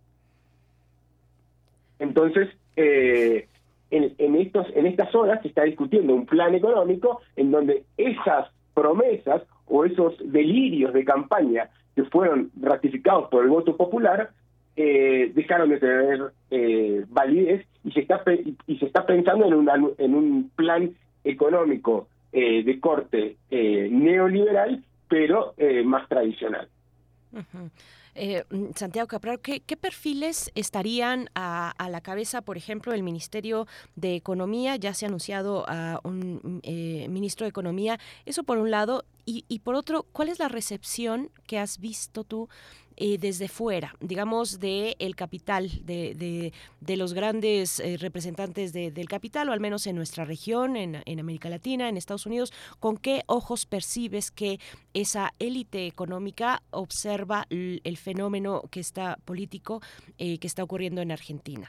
Speaker 20: Entonces, eh, en, en, estos, en estas horas se está discutiendo un plan económico en donde esas promesas o esos delirios de campaña que fueron ratificados por el voto popular eh, dejaron de tener eh, validez y se está y se está pensando en, una, en un plan económico eh, de corte eh, neoliberal, pero eh, más tradicional.
Speaker 3: Uh-huh. Eh, Santiago Capraro, ¿qué, qué perfiles estarían a, a la cabeza, por ejemplo, del Ministerio de Economía? Ya se ha anunciado a un eh, ministro de Economía, eso por un lado, y, y por otro, ¿cuál es la recepción que has visto tú eh, desde fuera, digamos, de el capital, de, de, de los grandes eh, representantes de, del capital, o al menos en nuestra región, en, en América Latina, en Estados Unidos? ¿Con qué ojos percibes que esa élite económica observa el, el fenómeno que está político eh, que está ocurriendo en Argentina?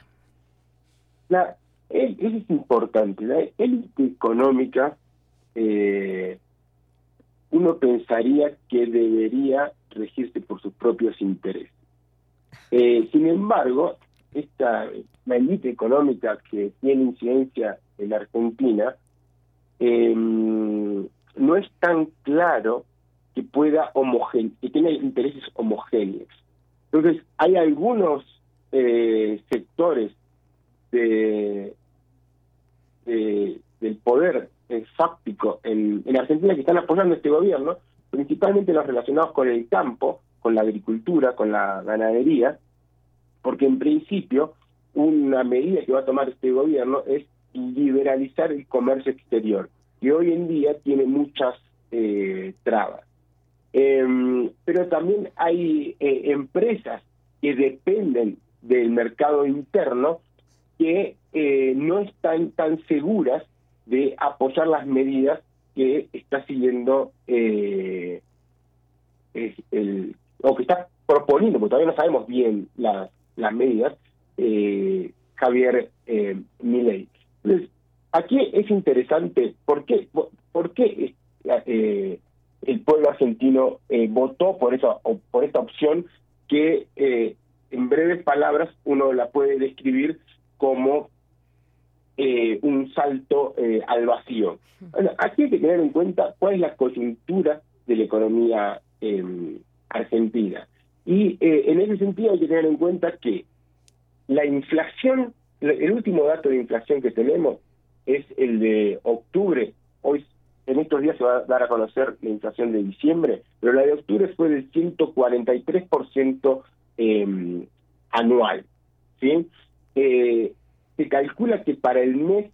Speaker 20: La, eso es importante. La élite económica, eh, uno pensaría que debería regirse por sus propios intereses. Eh, sin embargo, esta la élite económica que tiene incidencia en la Argentina eh, no es tan claro que pueda homogene que tenga intereses homogéneos. Entonces, hay algunos eh, sectores de, de del poder eh, fáctico en, en Argentina que están apoyando este gobierno, principalmente los relacionados con el campo, con la agricultura, con la ganadería, porque en principio una medida que va a tomar este gobierno es liberalizar el comercio exterior, que hoy en día tiene muchas eh, trabas. Eh, pero también hay eh, empresas que dependen del mercado interno que eh, no están tan seguras de apoyar las medidas que está siguiendo eh, es el, o que está proponiendo, porque todavía no sabemos bien las, las medidas, eh, Javier eh, Milei. Entonces, aquí es interesante, ¿por qué, por, por qué eh, el pueblo argentino eh, votó por esa, por esta opción que eh, en breves palabras uno la puede describir como eh, un salto eh, al vacío? Bueno, aquí hay que tener en cuenta cuál es la coyuntura de la economía eh, argentina. Y eh, en ese sentido hay que tener en cuenta que la inflación, el último dato de inflación que tenemos es el de octubre. Hoy, en estos días se va a dar a conocer la inflación de diciembre, pero la de octubre fue del ciento cuarenta y tres por ciento eh, anual, ¿sí? Eh, se calcula que para el mes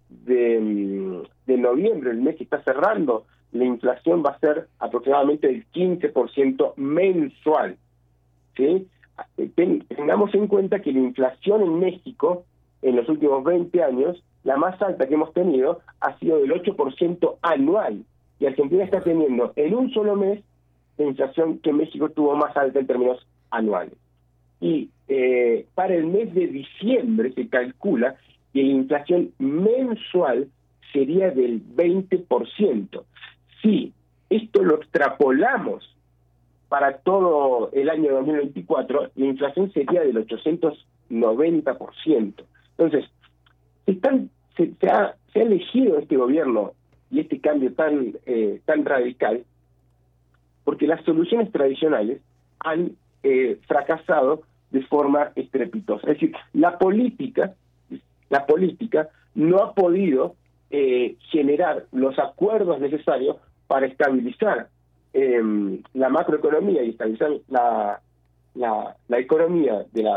Speaker 20: de, de noviembre, el mes que está cerrando, la inflación va a ser aproximadamente del quince por ciento mensual, ¿sí? Ten, tengamos en cuenta que la inflación en México en los últimos veinte años, la más alta que hemos tenido, ha sido del ocho por ciento anual, y Argentina está teniendo en un solo mes la inflación que México tuvo más alta en términos anuales. Y eh, para el mes de diciembre se calcula que la inflación mensual sería del veinte por ciento. Si esto lo extrapolamos para todo el año dos mil veinticuatro, la inflación sería del ochocientos noventa por ciento. Entonces, se, están, se, se, ha, se ha elegido este gobierno y este cambio tan, eh, tan radical porque las soluciones tradicionales han eh, fracasado de forma estrepitosa. Es decir, la política, la política no ha podido eh, generar los acuerdos necesarios para estabilizar eh, la macroeconomía y estabilizar la, la, la economía de las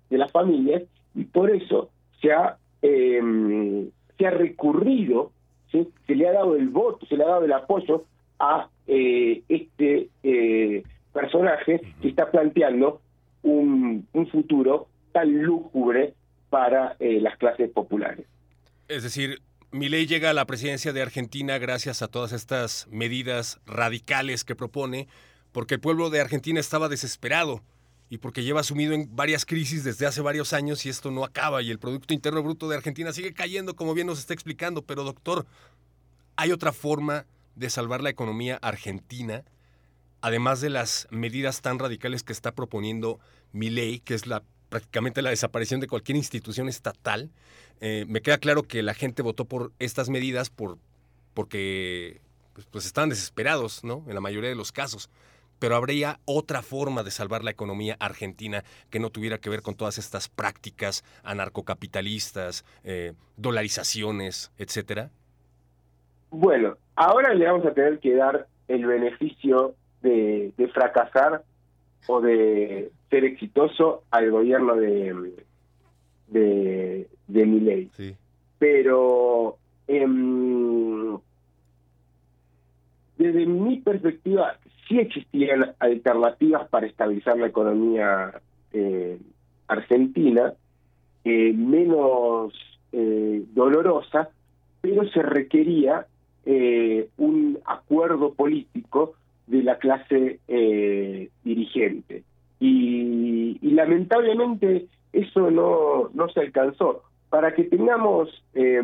Speaker 20: de las familias, y por eso se ha, eh, se ha recurrido, ¿sí? Se le ha dado el voto, se le ha dado el apoyo a eh, este eh, personaje que está planteando un, un futuro tan lúgubre para eh, las clases populares.
Speaker 4: Es decir, Milei llega a la presidencia de Argentina gracias a todas estas medidas radicales que propone, porque el pueblo de Argentina estaba desesperado y porque lleva sumido en varias crisis desde hace varios años y esto no acaba y el Producto Interno Bruto de Argentina sigue cayendo, como bien nos está explicando. Pero, doctor, ¿hay otra forma de salvar la economía argentina, además de las medidas tan radicales que está proponiendo Milei, que es la prácticamente la desaparición de cualquier institución estatal? Eh, me queda claro que la gente votó por estas medidas por, porque pues, pues estaban desesperados, ¿no? En la mayoría de los casos. Pero ¿habría otra forma de salvar la economía argentina que no tuviera que ver con todas estas prácticas anarcocapitalistas, eh, dolarizaciones, etcétera?
Speaker 20: Bueno, ahora le vamos a tener que dar el beneficio de, de fracasar o de ser exitoso al gobierno de de, de Milei.
Speaker 4: Sí.
Speaker 20: Pero eh, desde mi perspectiva sí existían alternativas para estabilizar la economía eh, argentina, eh, menos eh, dolorosa, pero se requería eh, un acuerdo político de la clase eh, dirigente. Y, y lamentablemente eso no, no se alcanzó. Para que tengamos eh,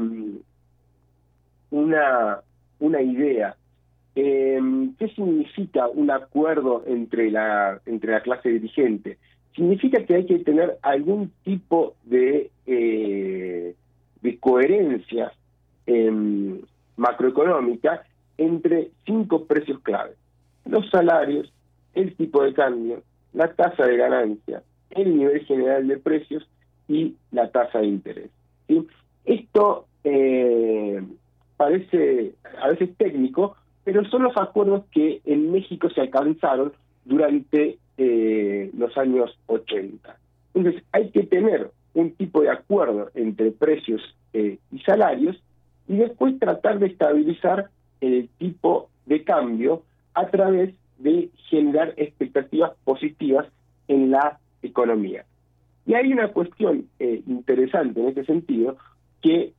Speaker 20: una, una idea, eh, ¿qué significa un acuerdo entre la, entre la clase dirigente? Significa que hay que tener algún tipo de, eh, de coherencia eh, macroeconómica entre cinco precios clave: los salarios, el tipo de cambio, la tasa de ganancia, el nivel general de precios y la tasa de interés. ¿Sí? Esto eh, parece a veces técnico, pero son los acuerdos que en México se alcanzaron durante eh, los años ochenta. Entonces hay que tener un tipo de acuerdo entre precios eh, y salarios y después tratar de estabilizar el tipo de cambio a través de generar expectativas positivas en la economía. Y hay una cuestión eh, interesante en este sentido, que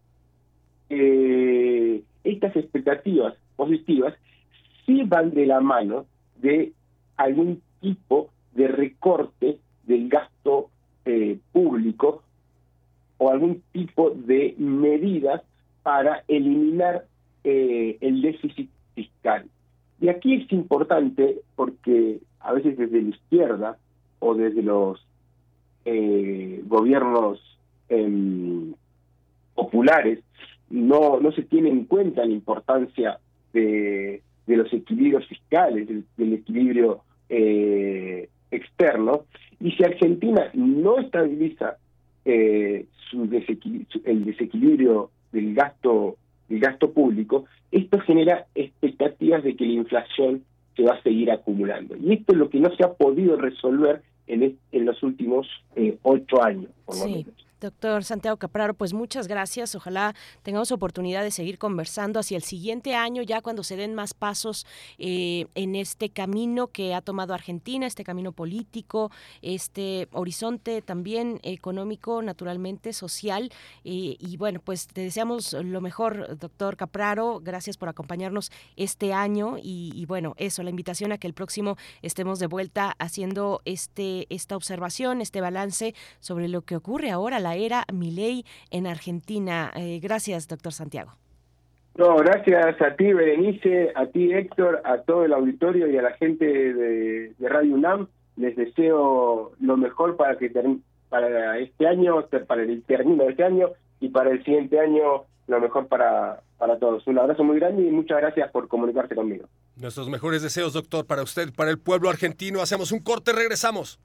Speaker 20: eh, estas expectativas positivas sí van de la mano de algún tipo de recorte del gasto eh, público o algún tipo de medidas para eliminar eh, el déficit fiscal. Y aquí es importante porque a veces desde la izquierda o desde los eh, gobiernos eh, populares no, no se tiene en cuenta la importancia de, de los equilibrios fiscales, del, del equilibrio eh, externo, y si Argentina no estabiliza eh, su desequil- su, el desequilibrio del gasto del gasto público, esto genera expectativas de que la inflación se va a seguir acumulando. Y esto es lo que no se ha podido resolver en, est- en los últimos eh, ocho años, por lo
Speaker 3: Sí.
Speaker 20: menos.
Speaker 3: Doctor Santiago Capraro, pues muchas gracias. Ojalá tengamos oportunidad de seguir conversando hacia el siguiente año, ya cuando se den más pasos eh, en este camino que ha tomado Argentina, este camino político, este horizonte también económico, naturalmente social. Eh, y bueno, pues te deseamos lo mejor, doctor Capraro. Gracias por acompañarnos este año y, y bueno, eso, la invitación a que el próximo estemos de vuelta haciendo este esta observación, este balance sobre lo que ocurre ahora, la era Milei en Argentina. Eh, gracias, doctor Santiago.
Speaker 20: No, gracias a ti, Berenice, a ti, Héctor, a todo el auditorio y a la gente de, de Radio UNAM. Les deseo lo mejor para que ter- para este año, para el término de este año y para el siguiente año, lo mejor para, para todos. Un abrazo muy grande y muchas gracias por comunicarse conmigo.
Speaker 4: Nuestros mejores deseos, doctor, para usted, para el pueblo argentino. Hacemos un corte, regresamos.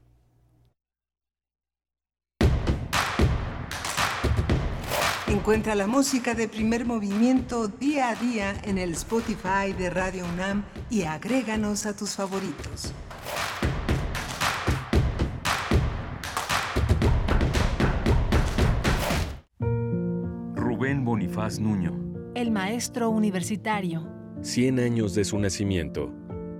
Speaker 8: Encuentra la música de Primer Movimiento día a día en el Spotify de Radio UNAM y agréganos a tus favoritos.
Speaker 2: Bonifaz Nuño.
Speaker 1: El maestro universitario.
Speaker 21: cien años de su nacimiento.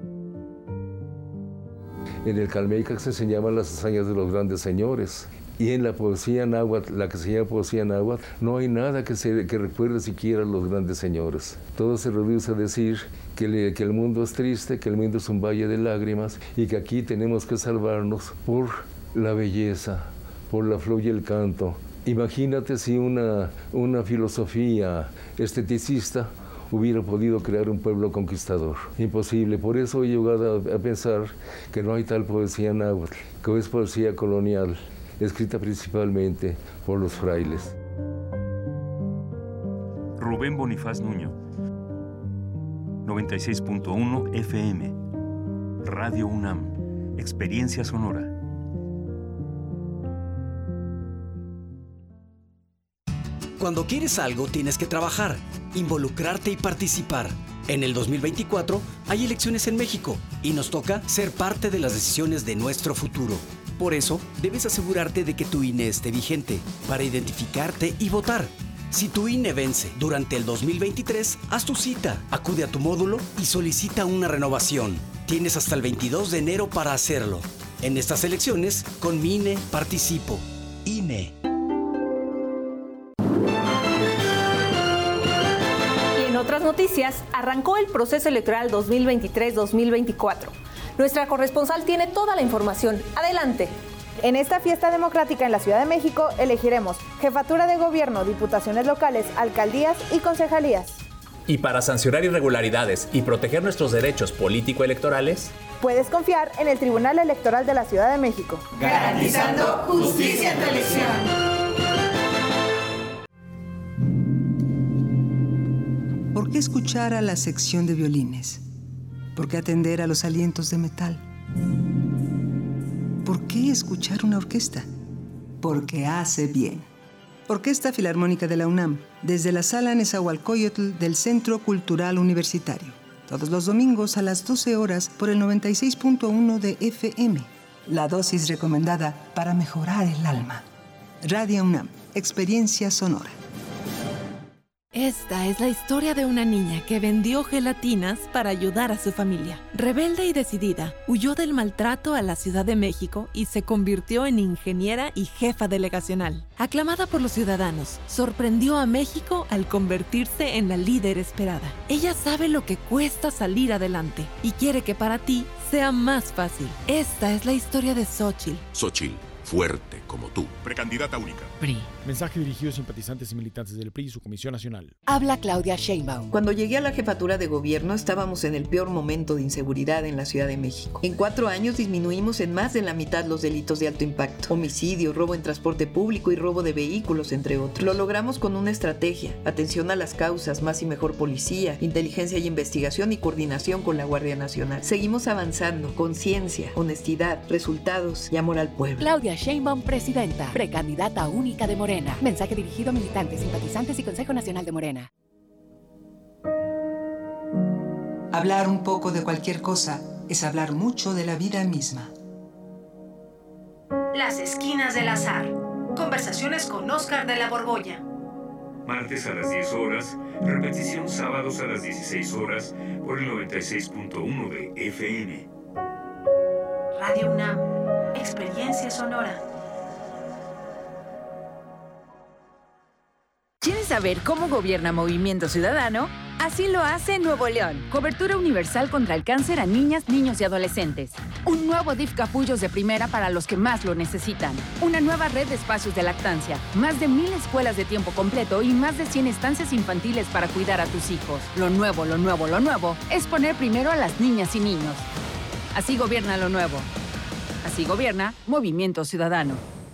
Speaker 22: En el Calmecac se enseñaban las hazañas de los grandes señores. Y en la poesía náhuatl, la que se llama poesía náhuatl, no hay nada que, se, que recuerde siquiera a los grandes señores. Todo se reduce a decir que, le, que el mundo es triste, que el mundo es un valle de lágrimas y que aquí tenemos que salvarnos por la belleza, por la flor y el canto. Imagínate si una, una filosofía esteticista hubiera podido crear un pueblo conquistador. Imposible. Por eso he llegado a, a pensar que no hay tal poesía náhuatl, que es poesía colonial, escrita principalmente por los frailes.
Speaker 2: Rubén Bonifaz Nuño. noventa y seis punto uno F M. Radio UNAM. Experiencia sonora.
Speaker 23: Cuando quieres algo, tienes que trabajar, involucrarte y participar. En el dos mil veinticuatro hay elecciones en México y nos toca ser parte de las decisiones de nuestro futuro. Por eso, debes asegurarte de que tu I N E esté vigente para identificarte y votar. Si tu I N E vence durante el dos mil veintitrés, haz tu cita, acude a tu módulo y solicita una renovación. Tienes hasta el veintidós de enero para hacerlo. En estas elecciones, con mi I N E participo. I N E.
Speaker 24: En otras noticias, arrancó el proceso electoral dos mil veintitrés dos mil veinticuatro. Nuestra corresponsal tiene toda la información. Adelante.
Speaker 25: En esta fiesta democrática en la Ciudad de México elegiremos jefatura de gobierno, diputaciones locales, alcaldías y concejalías.
Speaker 26: Y para sancionar irregularidades y proteger nuestros derechos político-electorales,
Speaker 25: puedes confiar en el Tribunal Electoral de la Ciudad de México.
Speaker 16: Garantizando justicia en tu elección.
Speaker 8: ¿Por qué escuchar a la sección de violines? ¿Por qué atender a los alientos de metal? ¿Por qué escuchar una orquesta? Porque hace bien. Orquesta Filarmónica de la UNAM, desde la Sala Nezahualcóyotl del Centro Cultural Universitario. Todos los domingos a las doce horas por el noventa y seis punto uno de F M. La dosis recomendada para mejorar el alma. Radio UNAM, experiencia sonora.
Speaker 10: Esta es la historia de una niña que vendió gelatinas para ayudar a su familia. Rebelde y decidida, huyó del maltrato a la Ciudad de México y se convirtió en ingeniera y jefa delegacional. Aclamada por los ciudadanos, sorprendió a México al convertirse en la líder esperada. Ella sabe lo que cuesta salir adelante y quiere que para ti sea más fácil. Esta es la historia de Xóchitl.
Speaker 11: Xóchitl, fuerte como tú. Precandidata única.
Speaker 12: P R I. Mensaje dirigido a simpatizantes y militantes del P R I y su Comisión Nacional.
Speaker 14: Habla Claudia Sheinbaum.
Speaker 15: Cuando llegué a la jefatura de gobierno estábamos en el peor momento de inseguridad en la Ciudad de México. En cuatro años disminuimos en más de la mitad los delitos de alto impacto. Homicidio, robo en transporte público y robo de vehículos, entre otros. Lo logramos con una estrategia, atención a las causas, más y mejor policía, inteligencia y investigación y coordinación con la Guardia Nacional. Seguimos avanzando, conciencia, honestidad, resultados y amor al pueblo.
Speaker 14: Claudia Sheinbaum, presidenta, precandidata única de Morena. Mensaje dirigido a militantes, simpatizantes y Consejo Nacional de Morena.
Speaker 8: Hablar un poco de cualquier cosa es hablar mucho de la vida misma.
Speaker 16: Las esquinas del azar. Conversaciones con Óscar de la Borbolla.
Speaker 2: Martes a las diez horas, repetición sábados a las dieciséis horas por el noventa y seis punto uno de F M.
Speaker 16: Radio UNAM, experiencia sonora.
Speaker 27: ¿Quieres saber cómo gobierna Movimiento Ciudadano? Así lo hace Nuevo León. Cobertura universal contra el cáncer a niñas, niños y adolescentes. Un nuevo D I F Capullos de primera para los que más lo necesitan. Una nueva red de espacios de lactancia. Más de mil escuelas de tiempo completo y más de cien estancias infantiles para cuidar a tus hijos. Lo nuevo, lo nuevo, lo nuevo es poner primero a las niñas y niños. Así gobierna lo nuevo. Así gobierna Movimiento Ciudadano.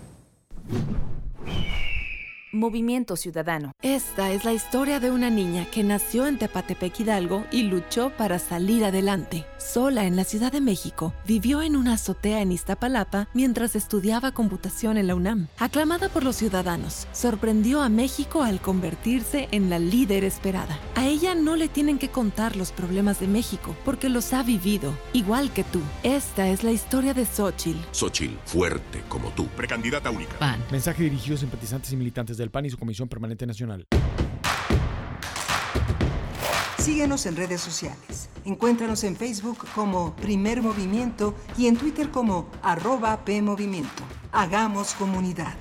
Speaker 10: Movimiento Ciudadano. Esta es la historia de una niña que nació en Tepatepec, Hidalgo, y luchó para salir adelante. Sola en la Ciudad de México, vivió en una azotea en Iztapalapa mientras estudiaba computación en la UNAM. Aclamada por los ciudadanos, sorprendió a México al convertirse en la líder esperada. A ella no le tienen que contar los problemas de México, porque los ha vivido, igual que tú. Esta es la historia de Xóchitl.
Speaker 11: Xóchitl, fuerte como tú. Precandidata única.
Speaker 12: P A N. Mensaje dirigido a simpatizantes y militantes del P A N y su Comisión Permanente Nacional.
Speaker 8: Síguenos en redes sociales. Encuéntranos en Facebook como Primer Movimiento y en Twitter como arroba PMovimiento. Hagamos comunidad.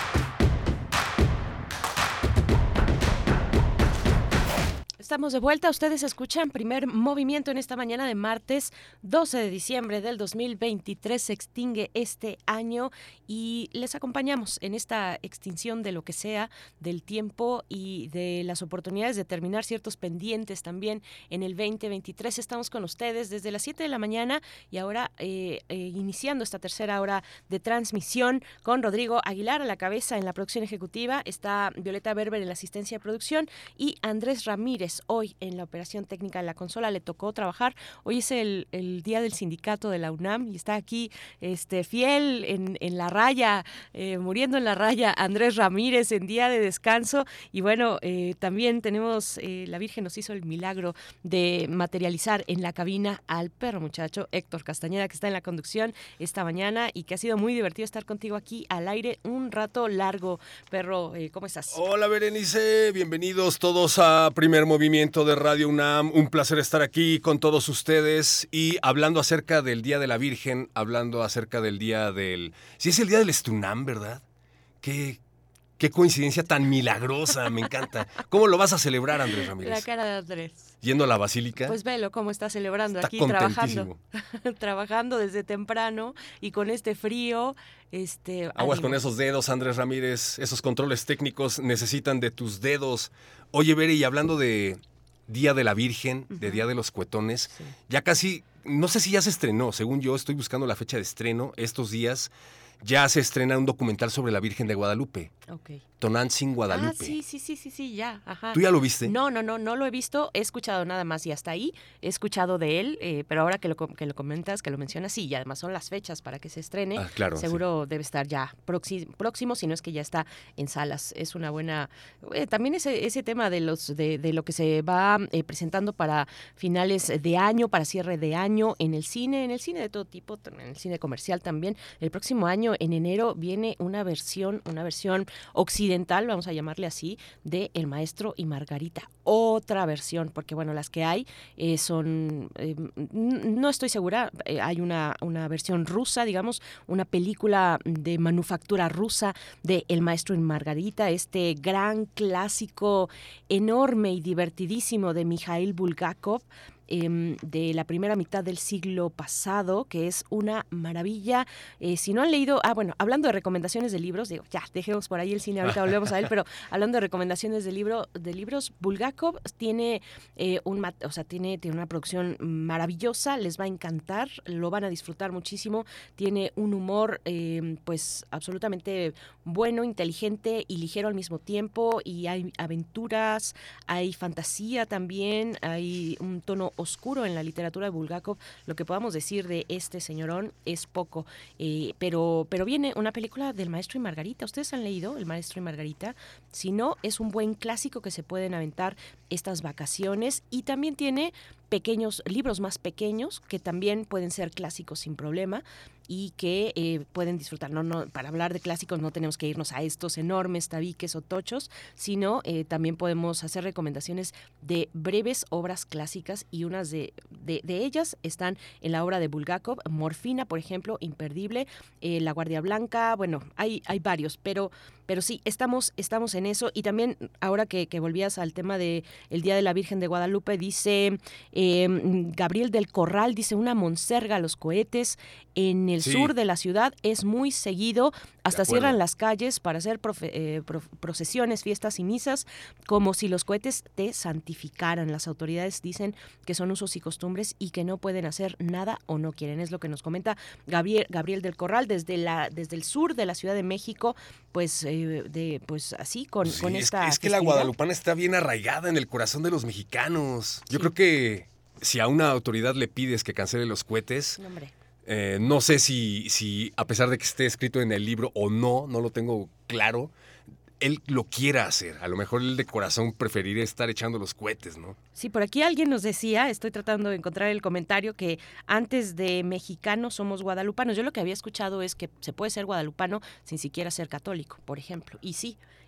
Speaker 3: Estamos de vuelta, ustedes escuchan Primer Movimiento en esta mañana de martes doce de diciembre del dos mil veintitrés. Se extingue este año y les acompañamos en esta extinción de lo que sea, del tiempo y de las oportunidades de terminar ciertos pendientes también en el veinte veintitrés. Estamos con ustedes desde las siete de la mañana y ahora eh, eh, iniciando esta tercera hora de transmisión con Rodrigo Aguilar a la cabeza en la producción ejecutiva. Está Violeta Berber en la asistencia de producción y Andrés Ramírez hoy en la operación técnica de la consola. Le tocó trabajar. Hoy es el, el día del sindicato de la UNAM y está aquí este fiel en, en la raya, eh, muriendo en la raya, Andrés Ramírez en día de descanso. Y bueno, eh, también tenemos, eh, la Virgen nos hizo el milagro de materializar en la cabina al perro muchacho Héctor Castañeda, que está en la conducción esta mañana y que ha sido muy divertido estar contigo aquí al aire un rato largo. Perro, eh, ¿cómo estás?
Speaker 4: Hola Berenice, bienvenidos todos a Primer Movimiento de Radio UNAM. Un placer estar aquí con todos ustedes y hablando acerca del Día de la Virgen, hablando acerca del Día del... Sí, es el Día del Estunam, ¿verdad? Qué, qué coincidencia tan milagrosa, me encanta. ¿Cómo lo vas a celebrar, Andrés Ramírez?
Speaker 3: La cara de Andrés.
Speaker 4: ¿Yendo a la basílica?
Speaker 3: Pues velo cómo está celebrando
Speaker 4: está
Speaker 3: aquí, trabajando. Trabajando desde temprano y con este frío. Este,
Speaker 4: Aguas
Speaker 3: ánimo.
Speaker 4: Con esos dedos, Andrés Ramírez. Esos controles técnicos necesitan de tus dedos. Oye, Bere, y hablando de Día de la Virgen, uh-huh. de Día de los Cuetones, sí. ya casi, no sé si ya se estrenó, según yo estoy buscando la fecha de estreno, estos días ya se estrena un documental sobre la Virgen de Guadalupe.
Speaker 3: Okay.
Speaker 4: Tonantzin Guadalupe.
Speaker 3: Ah, sí, sí, sí, sí, sí, ya. Ajá.
Speaker 4: ¿Tú ya lo viste?
Speaker 3: No, no, no, no lo he visto. He escuchado nada más y hasta ahí. He escuchado de él, eh, pero ahora que lo, que lo comentas, que lo mencionas, sí, y además son las fechas para que se estrene.
Speaker 4: Ah, claro.
Speaker 3: Seguro
Speaker 4: sí.
Speaker 3: debe estar ya próximo, próximo, si no es que ya está en salas. Es una buena... Eh, también ese, ese tema de, los, de, de lo que se va eh, presentando para finales de año, para cierre de año, en el cine, en el cine de todo tipo, en el cine comercial también. El próximo año, en enero, viene una versión, una versión occidental, vamos a llamarle así, de El Maestro y Margarita. Otra versión, porque bueno, las que hay eh, son, eh, no estoy segura, eh, hay una, una versión rusa, digamos, una película de manufactura rusa de El Maestro y Margarita, este gran clásico enorme y divertidísimo de Mikhail Bulgakov, Eh, de la primera mitad del siglo pasado, que es una maravilla. Eh, si no han leído, ah, bueno, hablando de recomendaciones de libros, digo, ya, dejemos por ahí el cine, ahorita volvemos a él, pero hablando de recomendaciones de libro, de libros, Bulgakov tiene eh, un, o sea, tiene, tiene una producción maravillosa, les va a encantar, lo van a disfrutar muchísimo, tiene un humor, eh, pues, absolutamente bueno, inteligente y ligero al mismo tiempo, y hay aventuras, hay fantasía también, hay un tono oscuro en la literatura de Bulgakov. Lo que podamos decir de este señorón es poco, eh, pero, pero viene una película del Maestro y Margarita. ¿Ustedes han leído El Maestro y Margarita? Si no, es un buen clásico que se pueden aventar estas vacaciones, y también tiene pequeños libros más pequeños que también pueden ser clásicos sin problema y que eh, pueden disfrutar. No, no, para hablar de clásicos no tenemos que irnos a estos enormes tabiques o tochos, sino eh, también podemos hacer recomendaciones de breves obras clásicas, y unas de, de, de ellas están en la obra de Bulgakov. Morfina, por ejemplo, imperdible, eh, La Guardia Blanca, bueno, hay, hay varios, pero, pero sí, estamos, estamos en eso. Y también, ahora que, que volvías al tema de el Día de la Virgen de Guadalupe, dice eh, Gabriel del Corral, dice, una monserga a los cohetes en el sí. sur de la ciudad es muy seguido, hasta cierran las calles para hacer profe, eh, pro, procesiones, fiestas y misas, como si los cohetes te santificaran. Las autoridades dicen que son usos y costumbres y que no pueden hacer nada o no quieren. Es lo que nos comenta Gabriel, Gabriel del Corral desde la desde el sur de la Ciudad de México, pues eh, de pues así con,
Speaker 4: sí,
Speaker 3: con
Speaker 4: es,
Speaker 3: esta
Speaker 4: es que la guadalupana está bien arraigada en el corazón de los mexicanos. Yo sí. creo que si a una autoridad le pides que cancele los cohetes,
Speaker 3: no, hombre.
Speaker 4: Eh, no sé si, si, a pesar de que esté escrito en el libro o no, no lo tengo claro, él lo quiera hacer. A lo mejor él de corazón preferiría estar echando los cohetes, ¿no?
Speaker 3: Sí, por aquí alguien nos decía, estoy tratando de encontrar el comentario, que antes de mexicanos somos guadalupanos. Yo lo que había escuchado es que se puede ser guadalupano sin siquiera ser católico, por ejemplo. Y sí,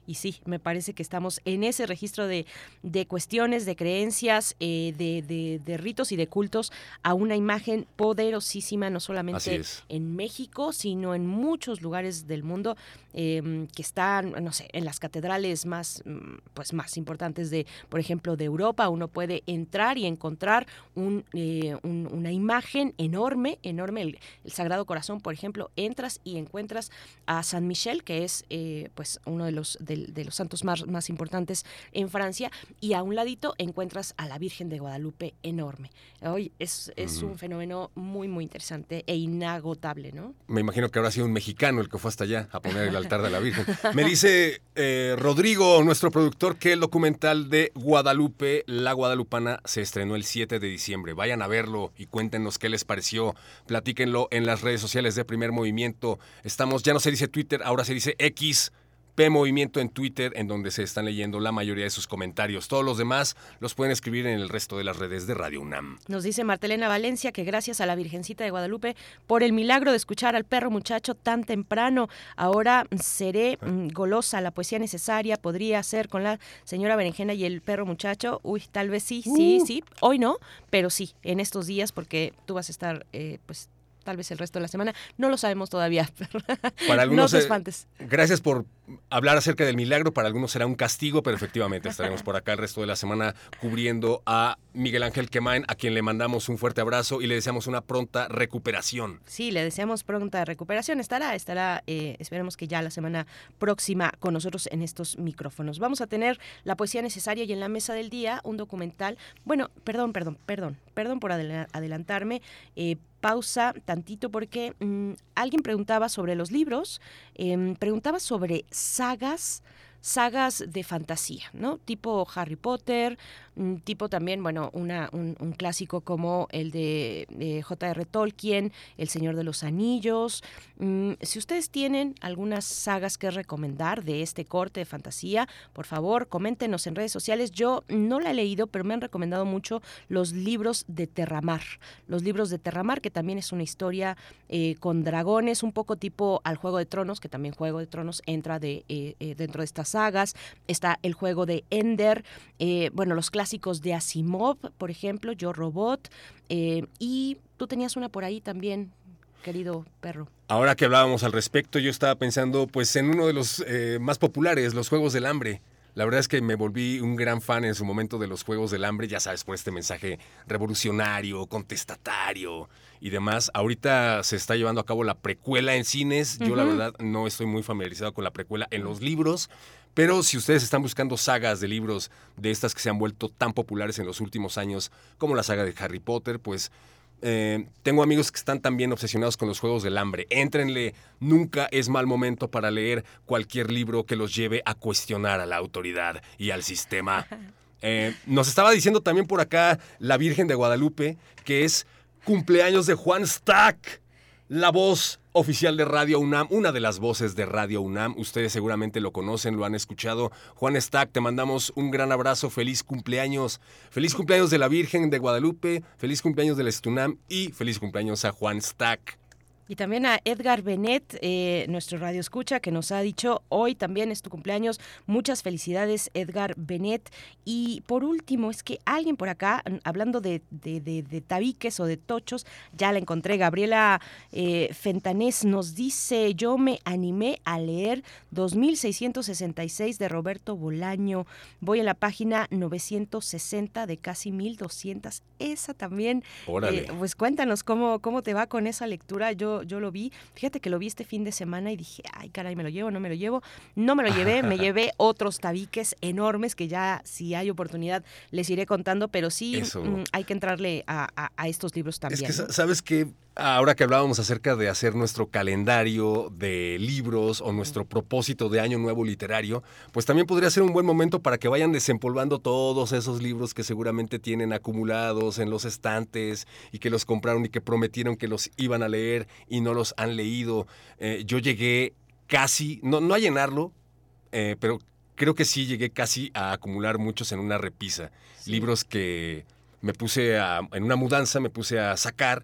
Speaker 3: y sí, me parece que estamos en ese registro de, de cuestiones, de creencias, eh, de, de, de ritos y de cultos a una imagen poderosísima, no solamente en México, sino en muchos lugares del mundo, eh, que están, no sé, en las catedrales más, pues, más importantes de, por ejemplo, de Europa. Uno puede entrar y encontrar un, eh, un, una imagen enorme, enorme, el, el Sagrado Corazón, por ejemplo, entras y encuentras a San Michel, que es eh, pues uno de los de, de los santos más, más importantes en Francia, y a un ladito encuentras a la Virgen de Guadalupe enorme. Hoy es, es mm. un fenómeno muy, muy interesante e inagotable, ¿no?
Speaker 4: Me imagino que habrá sido un mexicano el que fue hasta allá a poner el altar de la Virgen. Me dice eh, Rodrigo, nuestro productor, que el documental de Guadalupe, La Guadalupana, se estrenó el siete de diciembre. Vayan a verlo y cuéntenos qué les pareció. Platíquenlo en las redes sociales de Primer Movimiento. Estamos, ya no se dice Twitter, ahora se dice X, P Movimiento en Twitter, en donde se están leyendo la mayoría de sus comentarios. Todos los demás los pueden escribir en el resto de las redes de Radio UNAM.
Speaker 3: Nos dice Martelena Valencia que gracias a la Virgencita de Guadalupe por el milagro de escuchar al perro muchacho tan temprano. Ahora seré mm, golosa, la poesía necesaria podría ser con la señora Berenjena y el perro muchacho. Uy, tal vez sí, sí, uh. sí. Hoy no, pero sí, en estos días, porque tú vas a estar, eh, pues, tal vez el resto de la semana, no lo sabemos todavía.
Speaker 4: Para algunos,
Speaker 3: no te espantes.
Speaker 4: Eh, gracias por hablar acerca del milagro, para algunos será un castigo, pero efectivamente estaremos por acá el resto de la semana cubriendo a Miguel Ángel Quemain, a quien le mandamos un fuerte abrazo y le deseamos una pronta recuperación.
Speaker 3: Sí, le deseamos pronta recuperación. Estará, estará, eh, esperemos que ya la semana próxima con nosotros en estos micrófonos. Vamos a tener la poesía necesaria y en la mesa del día un documental. Bueno, perdón, perdón, perdón, perdón por adelantarme. Eh, pausa tantito porque mmm, alguien preguntaba sobre los libros, eh, preguntaba sobre sagas, sagas de fantasía, ¿no? Tipo Harry Potter, tipo también, bueno, una, un, un clásico como el de eh, J R Tolkien, El Señor de los Anillos. Mm, si ustedes tienen algunas sagas que recomendar de este corte de fantasía, por favor, coméntenos en redes sociales. Yo no la he leído, pero me han recomendado mucho los libros de Terramar. Los libros de Terramar, que también es una historia eh, con dragones, un poco tipo al Juego de Tronos, que también Juego de Tronos entra de, eh, eh, dentro de estas sagas. Está el juego de Ender, eh, bueno, los clásicos de Asimov, por ejemplo, Yo Robot, eh, y tú tenías una por ahí también, querido perro.
Speaker 4: Ahora que hablábamos al respecto, yo estaba pensando pues en uno de los eh, más populares, los Juegos del Hambre. La verdad es que me volví un gran fan en su momento de los Juegos del Hambre, ya sabes, por este mensaje revolucionario, contestatario y demás. Ahorita se está llevando a cabo la precuela en cines. Uh-huh. Yo la verdad no estoy muy familiarizado con la precuela en los libros, pero si ustedes están buscando sagas de libros de estas que se han vuelto tan populares en los últimos años, como la saga de Harry Potter, pues eh, tengo amigos que están también obsesionados con los Juegos del Hambre. Éntrenle, nunca es mal momento para leer cualquier libro que los lleve a cuestionar a la autoridad y al sistema. Eh, nos estaba diciendo también por acá la Virgen de Guadalupe que es cumpleaños de Juan Stack, la voz oficial de Radio UNAM, una de las voces de Radio UNAM. Ustedes seguramente lo conocen, lo han escuchado. Juan Stack, te mandamos un gran abrazo, feliz cumpleaños. Feliz cumpleaños de la Virgen de Guadalupe, feliz cumpleaños del Estunam y feliz cumpleaños a Juan Stack.
Speaker 3: Y también a Edgar Benet, eh, nuestro radio escucha, que nos ha dicho hoy también es tu cumpleaños. Muchas felicidades, Edgar Benet. Y por último, es que alguien por acá, hablando de, de, de, de tabiques o de tochos, ya la encontré. Gabriela eh, Fentanés nos dice, yo me animé a leer dos mil seiscientos sesenta y seis de Roberto Bolaño. Voy a la página novecientos sesenta de casi mil doscientos. Esa también.
Speaker 4: Órale.
Speaker 3: Eh, pues cuéntanos cómo, cómo te va con esa lectura. Yo Yo lo vi, fíjate que lo vi este fin de semana y dije, ay caray, ¿me lo llevo? ¿No me lo llevo? No me lo llevé, me llevé otros tabiques enormes que ya si hay oportunidad les iré contando, pero sí mm, hay que entrarle a, a, a estos libros también.
Speaker 4: Es que,
Speaker 3: ¿no?
Speaker 4: ¿sabes qué? Ahora que hablábamos acerca de hacer nuestro calendario de libros o nuestro propósito de año nuevo literario, pues también podría ser un buen momento para que vayan desempolvando todos esos libros que seguramente tienen acumulados en los estantes y que los compraron y que prometieron que los iban a leer y no los han leído. Eh, yo llegué casi, no, no a llenarlo, eh, pero creo que sí llegué casi a acumular muchos en una repisa. Sí. Libros que me puse a, en una mudanza me puse a sacar.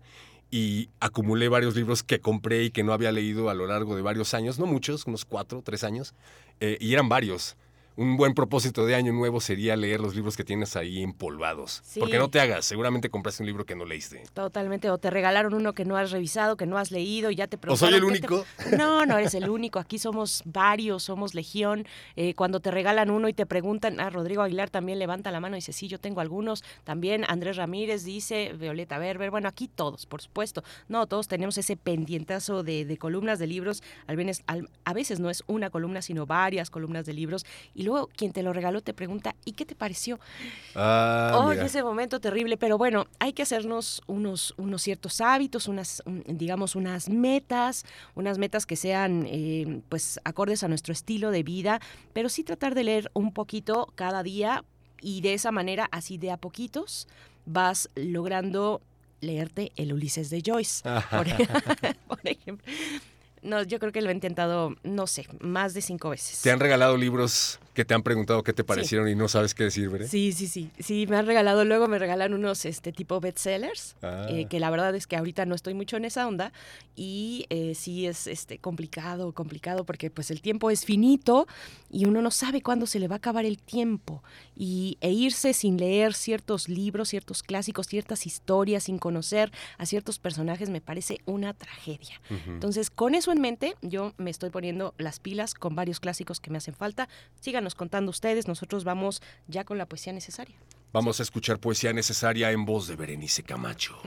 Speaker 4: y acumulé varios libros que compré y que no había leído a lo largo de varios años, no muchos, unos cuatro, tres años, eh, y eran varios. Un buen propósito de año nuevo sería leer los libros que tienes ahí empolvados.
Speaker 3: Sí.
Speaker 4: Porque no te hagas, seguramente compraste un libro que no leíste.
Speaker 3: Totalmente, o te regalaron uno que no has revisado, que no has leído y ya te
Speaker 4: ¿O soy el
Speaker 3: preguntaron, ¿qué
Speaker 4: único?
Speaker 3: te- No, no eres el único, aquí somos varios, somos legión. Eh, cuando te regalan uno y te preguntan, ah, Rodrigo Aguilar también levanta la mano y dice, sí, yo tengo algunos. También Andrés Ramírez dice, Violeta Berber, bueno, aquí todos, por supuesto. No, todos tenemos ese pendientazo de, de columnas de libros, al menos, al- a veces no es una columna, sino varias columnas de libros. Y luego quien te lo regaló te pregunta, ¿y qué te pareció?
Speaker 4: Ah,
Speaker 3: Oh,
Speaker 4: mira.
Speaker 3: ese momento terrible, pero bueno, hay que hacernos unos, unos ciertos hábitos, unas, un- digamos, unas metas, unas metas que sean, eh, pues, acordes a nuestro estilo de vida, pero sí tratar de leer un poquito cada día y de esa manera, así de a poquitos, vas logrando leerte el Ulises de Joyce, por, por ejemplo. No, yo creo que lo he intentado, no sé, más de cinco veces.
Speaker 4: ¿Te han regalado libros que te han preguntado qué te parecieron y no sabes qué decir, verdad?
Speaker 3: Sí, sí, sí. Sí, me han regalado, luego me regalan unos este tipo bestsellers,
Speaker 4: Ah.
Speaker 3: eh, que la verdad es que ahorita no estoy mucho en esa onda y eh, sí es este complicado, complicado porque pues el tiempo es finito y uno no sabe cuándo se le va a acabar el tiempo y e irse sin leer ciertos libros, ciertos clásicos, ciertas historias, sin conocer a ciertos personajes me parece una tragedia.
Speaker 4: Ujú.
Speaker 3: Entonces, con eso en mente, yo me estoy poniendo las pilas con varios clásicos que me hacen falta. Síganos contando ustedes, nosotros vamos ya con la poesía necesaria.
Speaker 4: Vamos a escuchar poesía necesaria en voz de Berenice Camacho.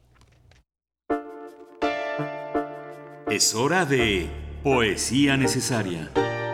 Speaker 2: Es hora de poesía necesaria.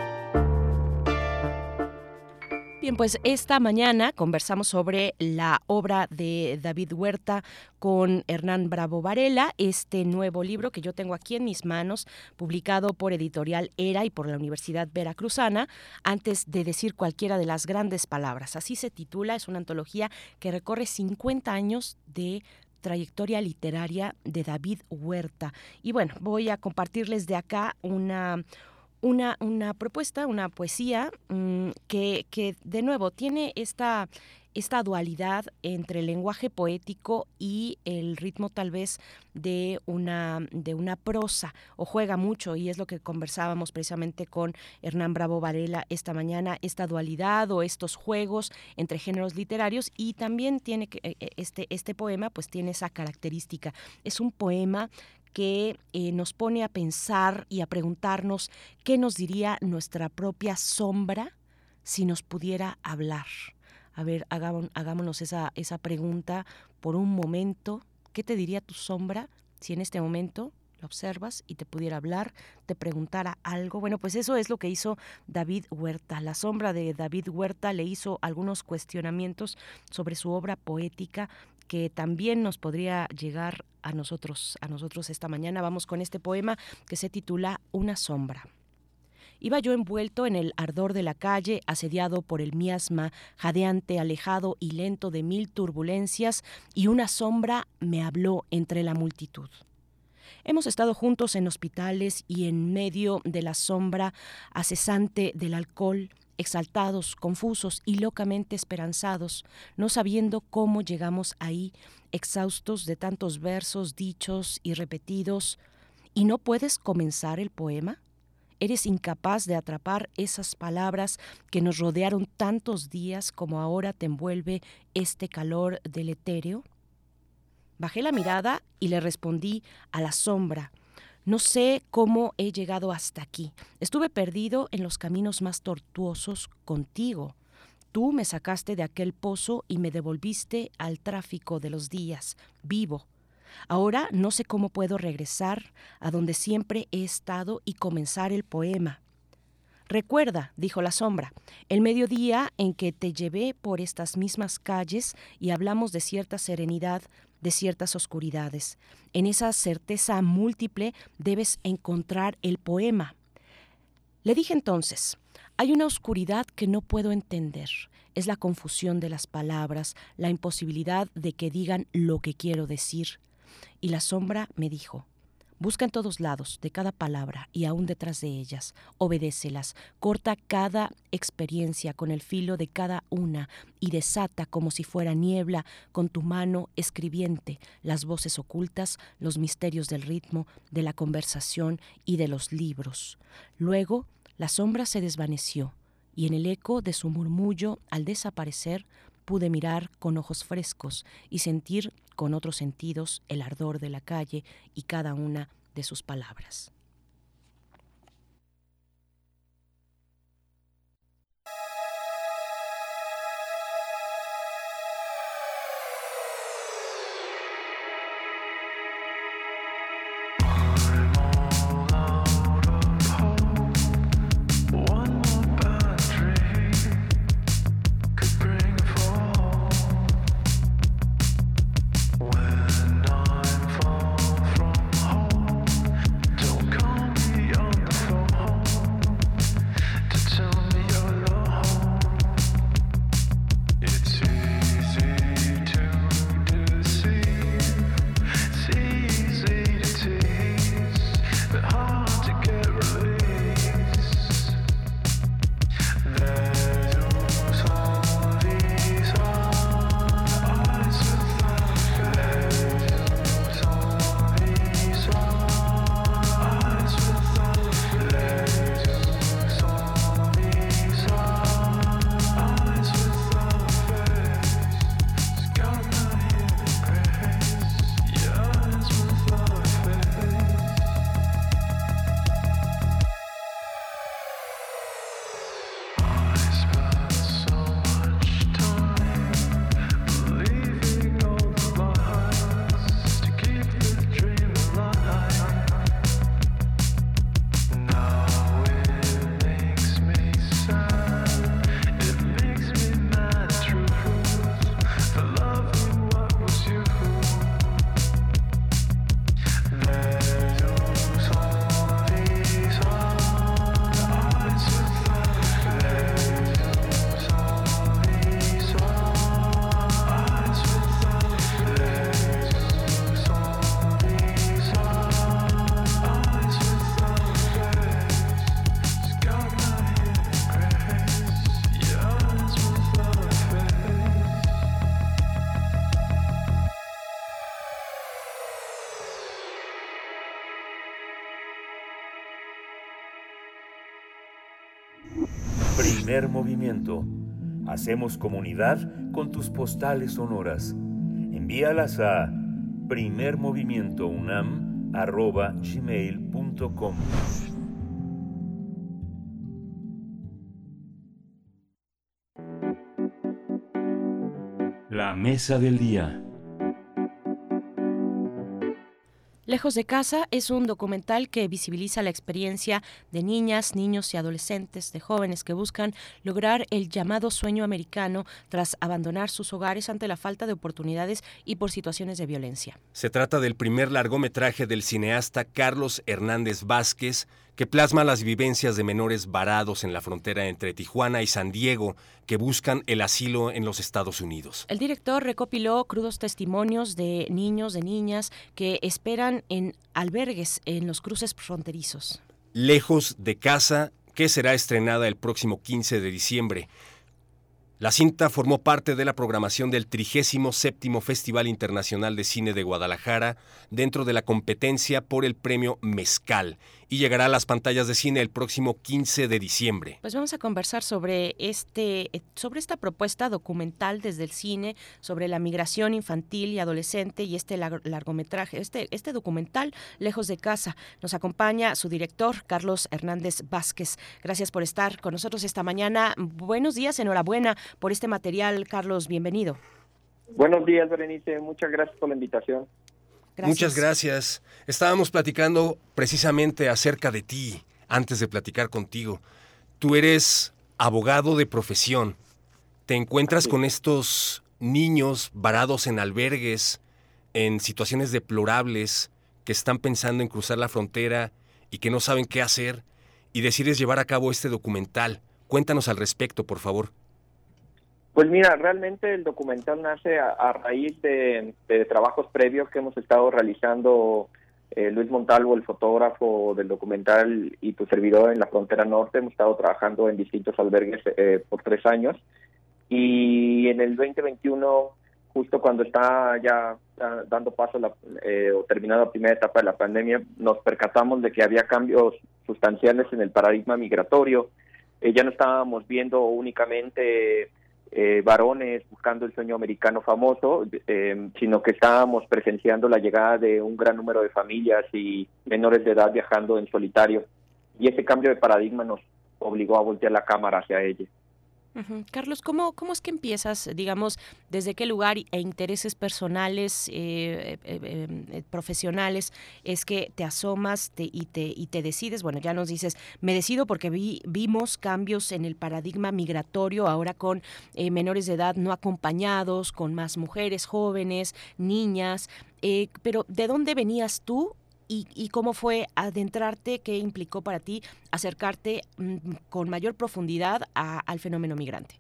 Speaker 3: Bien, pues esta mañana conversamos sobre la obra de David Huerta con Hernán Bravo Varela, este nuevo libro que yo tengo aquí en mis manos, publicado por Editorial Era y por la Universidad Veracruzana, Antes de decir cualquiera de las grandes palabras. Así se titula, es una antología que recorre cincuenta años de trayectoria literaria de David Huerta. Y bueno, voy a compartirles de acá una... Una, una propuesta, una poesía mmm, que, que, de nuevo, tiene esta, esta dualidad entre el lenguaje poético y el ritmo tal vez de una, de una prosa, o juega mucho, y es lo que conversábamos precisamente con Hernán Bravo Varela esta mañana, esta dualidad o estos juegos entre géneros literarios, y también tiene que, este, este poema pues tiene esa característica. Es un poema que eh, nos pone a pensar y a preguntarnos qué nos diría nuestra propia sombra si nos pudiera hablar. A ver, hagamos, hagámonos esa, esa pregunta por un momento. ¿Qué te diría tu sombra si en este momento la observas y te pudiera hablar, te preguntara algo? Bueno, pues eso es lo que hizo David Huerta. La sombra de David Huerta le hizo algunos cuestionamientos sobre su obra poética que también nos podría llegar a nosotros, a nosotros esta mañana. Vamos con este poema que se titula Una sombra. Iba yo envuelto en el ardor de la calle, asediado por el miasma, jadeante, alejado y lento de mil turbulencias, y una sombra me habló entre la multitud. Hemos estado juntos en hospitales y en medio de la sombra acesante del alcohol, exaltados, confusos y locamente esperanzados, no sabiendo cómo llegamos ahí, exhaustos de tantos versos dichos y repetidos. ¿Y no puedes comenzar el poema? ¿Eres incapaz de atrapar esas palabras que nos rodearon tantos días como ahora te envuelve este calor del etéreo? Bajé la mirada y le respondí a la sombra. No sé cómo he llegado hasta aquí. Estuve perdido en los caminos más tortuosos contigo. Tú me sacaste de aquel pozo y me devolviste al tráfico de los días, vivo. Ahora no sé cómo puedo regresar a donde siempre he estado y comenzar el poema. Recuerda, dijo la sombra, el mediodía en que te llevé por estas mismas calles y hablamos de cierta serenidad, de ciertas oscuridades. En esa certeza múltiple debes encontrar el poema. Le dije entonces, hay una oscuridad que no puedo entender. Es la confusión de las palabras, la imposibilidad de que digan lo que quiero decir. Y la sombra me dijo, Busca en todos lados, de cada palabra y aún detrás de ellas. Obedécelas, corta cada experiencia con el filo de cada una y desata como si fuera niebla con tu mano escribiente las voces ocultas, los misterios del ritmo, de la conversación y de los libros. Luego, la sombra se desvaneció y en el eco de su murmullo, al desaparecer, pude mirar con ojos frescos y sentir con otros sentidos el ardor de la calle y cada una de sus palabras.
Speaker 5: Primer movimiento. Hacemos comunidad con tus postales sonoras. Envíalas a primermovimientounam arroba gmail punto com.
Speaker 2: La mesa del día.
Speaker 3: Lejos de casa es un documental que visibiliza la experiencia de niñas, niños y adolescentes, de jóvenes que buscan lograr el llamado sueño americano tras abandonar sus hogares ante la falta de oportunidades y por situaciones de violencia.
Speaker 4: Se trata del primer largometraje del cineasta Carlos Hernández Vázquez, que plasma las vivencias de menores varados en la frontera entre Tijuana y San Diego, que buscan el asilo en los Estados Unidos.
Speaker 3: El director recopiló crudos testimonios de niños, de niñas que esperan en albergues en los cruces fronterizos.
Speaker 4: Lejos de casa, que será estrenada el próximo quince de diciembre. La cinta formó parte de la programación del trigésimo séptimo Festival Internacional de Cine de Guadalajara dentro de la competencia por el premio Mezcal y llegará a las pantallas de cine el próximo quince de diciembre.
Speaker 3: Pues vamos a conversar sobre este sobre esta propuesta documental desde el cine sobre la migración infantil y adolescente y este largometraje, este este documental Lejos de casa. Nos acompaña su director Carlos Hernández Vázquez. Gracias por estar con nosotros esta mañana. Buenos días, enhorabuena por este material, Carlos, bienvenido.
Speaker 6: Buenos días, Berenice, muchas gracias por la invitación.
Speaker 4: Gracias. Muchas gracias. Estábamos platicando precisamente acerca de ti, antes de platicar contigo. Tú eres abogado de profesión. Te encuentras sí. con estos niños varados en albergues, en situaciones deplorables, que están pensando en cruzar la frontera y que no saben qué hacer, y decides llevar a cabo este documental. Cuéntanos al respecto, por favor.
Speaker 6: Pues mira, realmente el documental nace a, a raíz de, de trabajos previos que hemos estado realizando eh, Luis Montalvo, el fotógrafo del documental, y tu servidor en la frontera norte. Hemos estado trabajando en distintos albergues eh, por tres años. Y en el veinte veintiuno, justo cuando está ya dando paso la, eh, o terminando la primera etapa de la pandemia, nos percatamos de que había cambios sustanciales en el paradigma migratorio. Eh, ya no estábamos viendo únicamente eh, varones buscando el sueño americano famoso, eh, sino que estábamos presenciando la llegada de un gran número de familias y menores de edad viajando en solitario. Y ese cambio de paradigma nos obligó a voltear la cámara hacia ella.
Speaker 3: Uh-huh. Carlos, ¿cómo, ¿cómo es que empiezas, digamos, desde qué lugar e intereses personales, eh, eh, eh, profesionales, es que te asomas te, y, te, y te decides? Bueno, ya nos dices, me decido porque vi, vimos cambios en el paradigma migratorio, ahora con eh, menores de edad no acompañados, con más mujeres jóvenes, niñas, eh, pero ¿de dónde venías tú? Y, y cómo fue adentrarte, qué implicó para ti acercarte mm, con mayor profundidad a, al fenómeno migrante.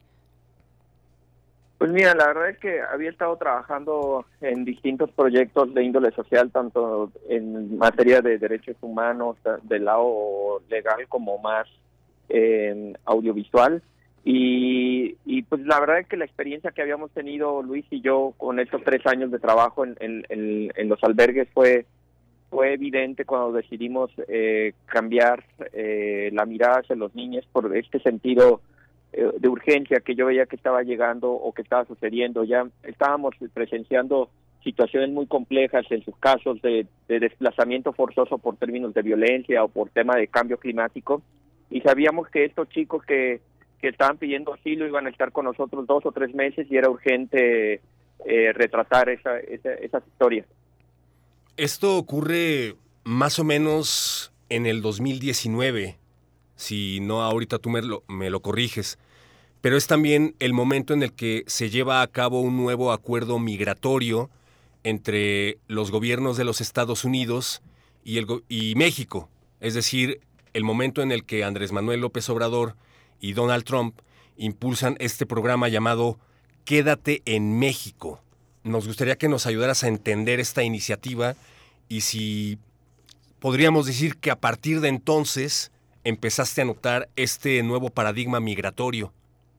Speaker 6: Pues mira, la verdad es que había estado trabajando en distintos proyectos de índole social, tanto en materia de derechos humanos, del lado legal como más eh, audiovisual. Y, y pues la verdad es que la experiencia que habíamos tenido Luis y yo con estos tres años de trabajo en, en, en, en los albergues fue fue evidente cuando decidimos eh, cambiar eh, la mirada hacia los niños por este sentido eh, de urgencia que yo veía que estaba llegando o que estaba sucediendo. Ya estábamos presenciando situaciones muy complejas en sus casos de, de desplazamiento forzoso por términos de violencia o por tema de cambio climático, y sabíamos que estos chicos que, que estaban pidiendo asilo iban a estar con nosotros dos o tres meses y era urgente eh, retratar esa, esa, esas historias.
Speaker 4: Esto ocurre más o menos en el dos mil diecinueve, si no ahorita tú me lo, me lo corriges, pero es también el momento en el que se lleva a cabo un nuevo acuerdo migratorio entre los gobiernos de los Estados Unidos y, el, y México, es decir, el momento en el que Andrés Manuel López Obrador y Donald Trump impulsan este programa llamado Quédate en México. Nos gustaría que nos ayudaras a entender esta iniciativa y si podríamos decir que a partir de entonces empezaste a notar este nuevo paradigma migratorio.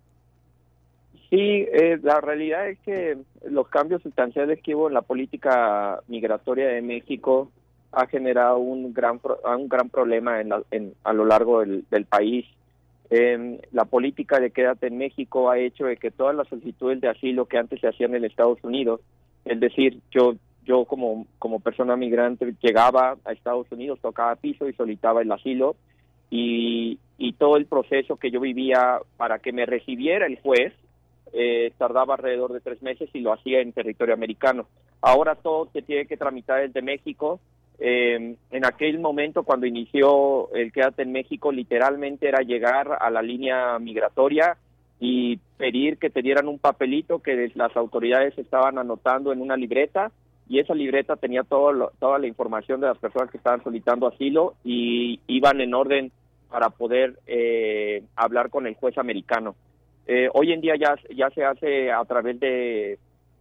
Speaker 6: Sí, eh, la realidad es que los cambios sustanciales que hubo en la política migratoria de México ha generado un gran un gran problema en la, en, a lo largo del, del país. Eh, la política de Quédate en México ha hecho de que todas las solicitudes de asilo que antes se hacían en Estados Unidos, es decir, yo yo como como persona migrante llegaba a Estados Unidos, tocaba piso y solicitaba el asilo, y, y todo el proceso que yo vivía para que me recibiera el juez eh, tardaba alrededor de tres meses y lo hacía en territorio americano. Ahora todo se tiene que tramitar desde México. Eh, en aquel momento cuando inició el Quédate en México, literalmente era llegar a la línea migratoria y pedir que te dieran un papelito que las autoridades estaban anotando en una libreta, y esa libreta tenía todo lo, toda la información de las personas que estaban solicitando asilo y iban en orden para poder eh, hablar con el juez americano. Eh, hoy en día ya, ya se hace a través de,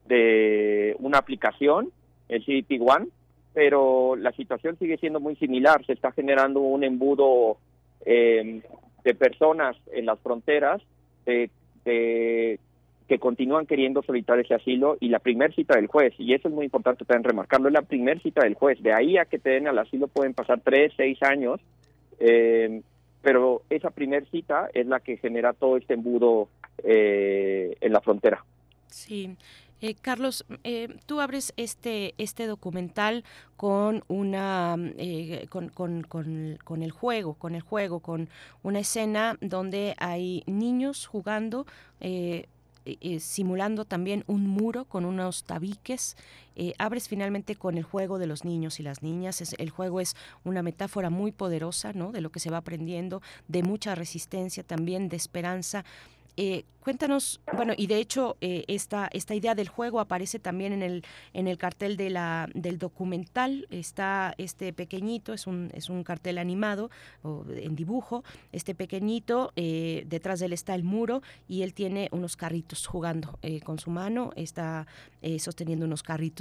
Speaker 6: de una aplicación, el C B P One, pero la situación sigue siendo muy similar. Se está generando un embudo eh, de personas en las fronteras de, de, que continúan queriendo solicitar ese asilo, y la primer cita del juez, y eso es muy importante también remarcarlo, es la primer cita del juez. De ahí a que te den al asilo pueden pasar tres, seis años, eh, pero esa primer cita es la que genera todo este embudo eh, en la frontera.
Speaker 3: Sí. Eh, Carlos, eh, tú abres este este documental con una eh, con, con, con, con el juego, con el juego, con una escena donde hay niños jugando, eh, eh, simulando también un muro con unos tabiques. Eh, abres finalmente con el juego de los niños y las niñas. Es, el juego es una metáfora muy poderosa, ¿no?, de lo que se va aprendiendo, de mucha resistencia también, de esperanza. Eh, cuéntanos, bueno, y de hecho eh, esta esta idea del juego aparece también en el en el cartel de la del documental. Está este pequeñito, es un es un cartel animado o en dibujo. Este pequeñito, eh, detrás de él está el muro y él tiene unos carritos jugando eh, con su mano, está eh, sosteniendo unos carritos.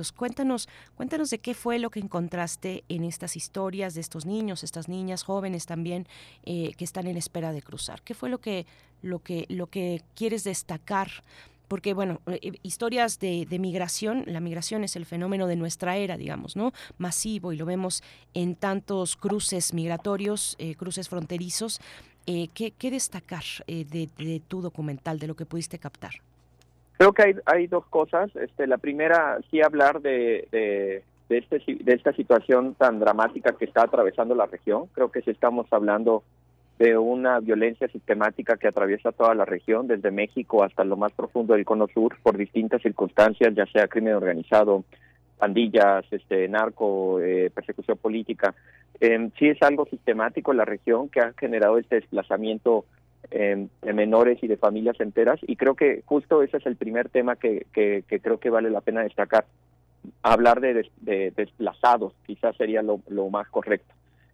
Speaker 3: proyectos. Cuéntanos, cuéntanos de qué fue lo que encontraste en estas historias de estos niños, estas niñas, jóvenes también, eh, que están en espera de cruzar. ¿Qué fue lo que, lo que, lo que quieres destacar? Porque, bueno, eh, historias de, de migración, la migración es el fenómeno de nuestra era, digamos, ¿no? Masivo, y lo vemos en tantos cruces migratorios, eh, cruces fronterizos. Eh, ¿qué, ¿Qué destacar eh, de, de tu documental, de lo que pudiste captar?
Speaker 6: Creo que hay, hay dos cosas. Este, la primera, sí hablar de, de, de, este, de esta situación tan dramática que está atravesando la región. Creo que sí estamos hablando de una violencia sistemática que atraviesa toda la región, desde México hasta lo más profundo del Cono Sur, por distintas circunstancias, ya sea crimen organizado, pandillas, este, narco, eh, persecución política. Eh, sí es algo sistemático en la región que ha generado este desplazamiento eh, de menores y de familias enteras, y creo que justo ese es el primer tema que, que, que creo que vale la pena destacar. Hablar de, des, de desplazados quizás sería lo, lo más correcto.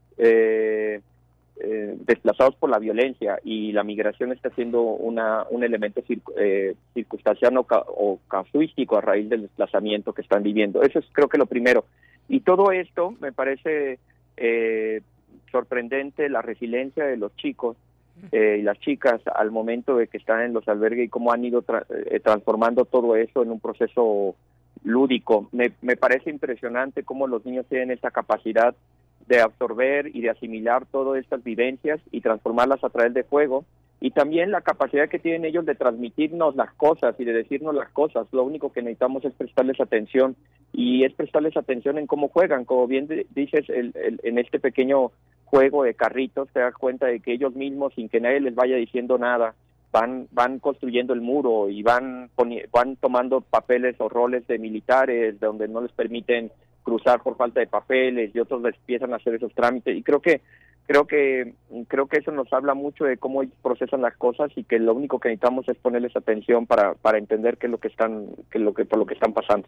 Speaker 6: Eh, eh, desplazados por la violencia, y la migración está siendo una, un elemento cir, eh, circunstancial o, ca, o casuístico a raíz del desplazamiento que están viviendo. Eso es creo que lo primero. Y todo esto me parece eh, sorprendente, la resiliencia de los chicos eh, y las chicas al momento de que están en los albergues y cómo han ido tra eh, transformando todo eso en un proceso lúdico. Me, me parece impresionante cómo los niños tienen esta capacidad de absorber y de asimilar todas estas vivencias y transformarlas a través de juego, y también la capacidad que tienen ellos de transmitirnos las cosas y de decirnos las cosas. Lo único que necesitamos es prestarles atención, y es prestarles atención en cómo juegan. Como bien dices, el, el, en este pequeño juego de carritos te das cuenta de que ellos mismos, sin que nadie les vaya diciendo nada, van van construyendo el muro y van van tomando papeles o roles de militares donde no les permiten cruzar por falta de papeles, y otros les empiezan a hacer esos trámites. Y creo que creo que creo que eso nos habla mucho de cómo ellos procesan las cosas, y que lo único que necesitamos es ponerles atención para para entender qué es lo que están qué es lo que por lo que están pasando.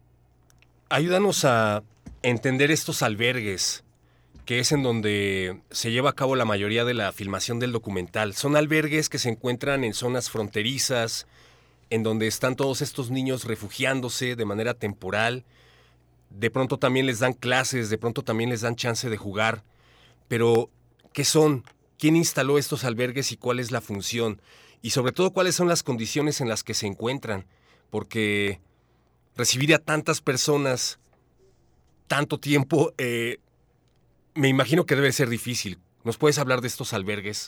Speaker 4: Ayúdanos a entender estos albergues, que es en donde se lleva a cabo la mayoría de la filmación del documental. Son albergues que se encuentran en zonas fronterizas, en donde están todos estos niños refugiándose de manera temporal. De pronto también les dan clases, de pronto también les dan chance de jugar. Pero, ¿qué son? ¿Quién instaló estos albergues y cuál es la función? Y sobre todo, ¿cuáles son las condiciones en las que se encuentran? Porque recibir a tantas personas tanto tiempo, eh, me imagino que debe ser difícil. ¿Nos puedes hablar de estos albergues?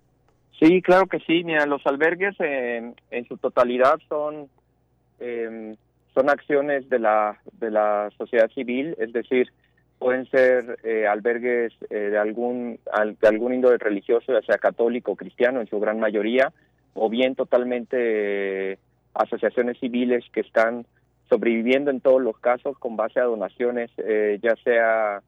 Speaker 6: Sí, claro que sí. Mira, los albergues en, en su totalidad son... Eh, son acciones de la de la sociedad civil, es decir, pueden ser eh, albergues eh, de algún al, de algún índole religioso, ya sea católico o cristiano en su gran mayoría, o bien totalmente eh, asociaciones civiles que están sobreviviendo en todos los casos con base a donaciones, eh, ya sea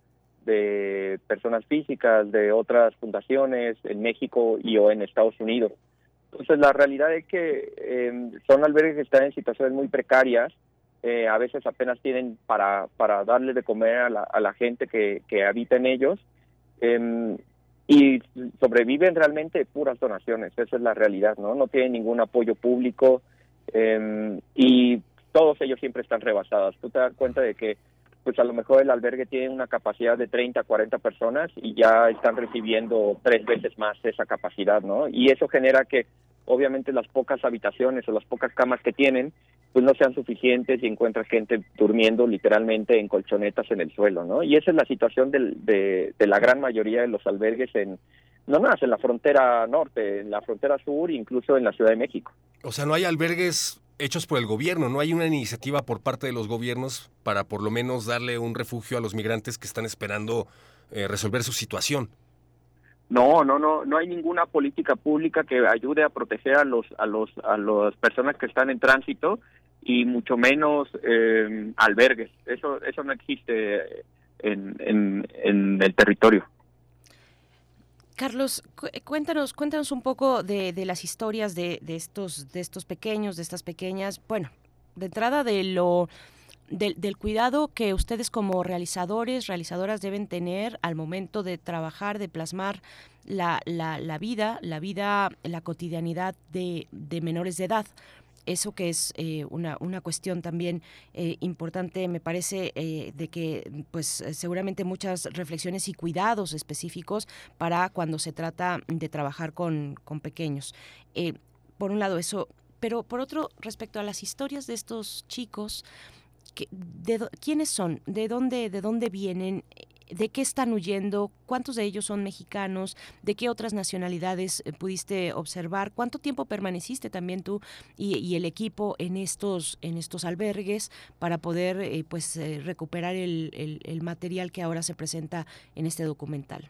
Speaker 6: de personas físicas, de otras fundaciones en México y o en Estados Unidos. Entonces la realidad es que eh, son albergues que están en situaciones muy precarias. Eh, a veces apenas tienen para para darle de comer a la, a la gente que, que habita en ellos, eh, y sobreviven realmente de puras donaciones. Esa es la realidad, ¿no? No tienen ningún apoyo público, eh, y todos ellos siempre están rebasados. Tú te das cuenta de que pues a lo mejor el albergue tiene una capacidad de treinta, cuarenta personas y ya están recibiendo tres veces más esa capacidad, ¿no? Y eso genera que obviamente las pocas habitaciones o las pocas camas que tienen pues no sean suficientes, y encuentras gente durmiendo literalmente en colchonetas en el suelo, ¿no? Y esa es la situación del, de, de la gran mayoría de los albergues en, no nada más en la frontera norte, en la frontera sur, incluso en la Ciudad de México.
Speaker 4: O sea, no hay albergues hechos por el gobierno, no hay una iniciativa por parte de los gobiernos para por lo menos darle un refugio a los migrantes que están esperando eh, resolver su situación.
Speaker 6: No, no, no, no hay ninguna política pública que ayude a proteger a los, a los, a las personas que están en tránsito, y mucho menos eh, albergues. Eso, eso no existe en, en, en el territorio.
Speaker 3: Carlos, cu cuéntanos, cuéntanos un poco de, de las historias de, de estos, de estos pequeños, de estas pequeñas. Bueno, de entrada de lo Del, del cuidado que ustedes como realizadores, realizadoras deben tener al momento de trabajar, de plasmar la, la, la vida, la vida, la cotidianidad de, de menores de edad. eso que es eh, una, una cuestión también eh, importante, me parece, eh, de que pues seguramente muchas reflexiones y cuidados específicos para cuando se trata de trabajar con, con pequeños. Eh, por un lado eso, pero por otro, respecto a las historias de estos chicos, que, de, ¿quiénes son? ¿De dónde, de dónde vienen? ¿De qué están huyendo? ¿Cuántos de ellos son mexicanos? ¿De qué otras nacionalidades eh, pudiste observar? ¿Cuánto tiempo permaneciste también tú y, y el equipo en estos en estos albergues para poder eh, pues eh, recuperar el, el, el material que ahora se presenta en este documental?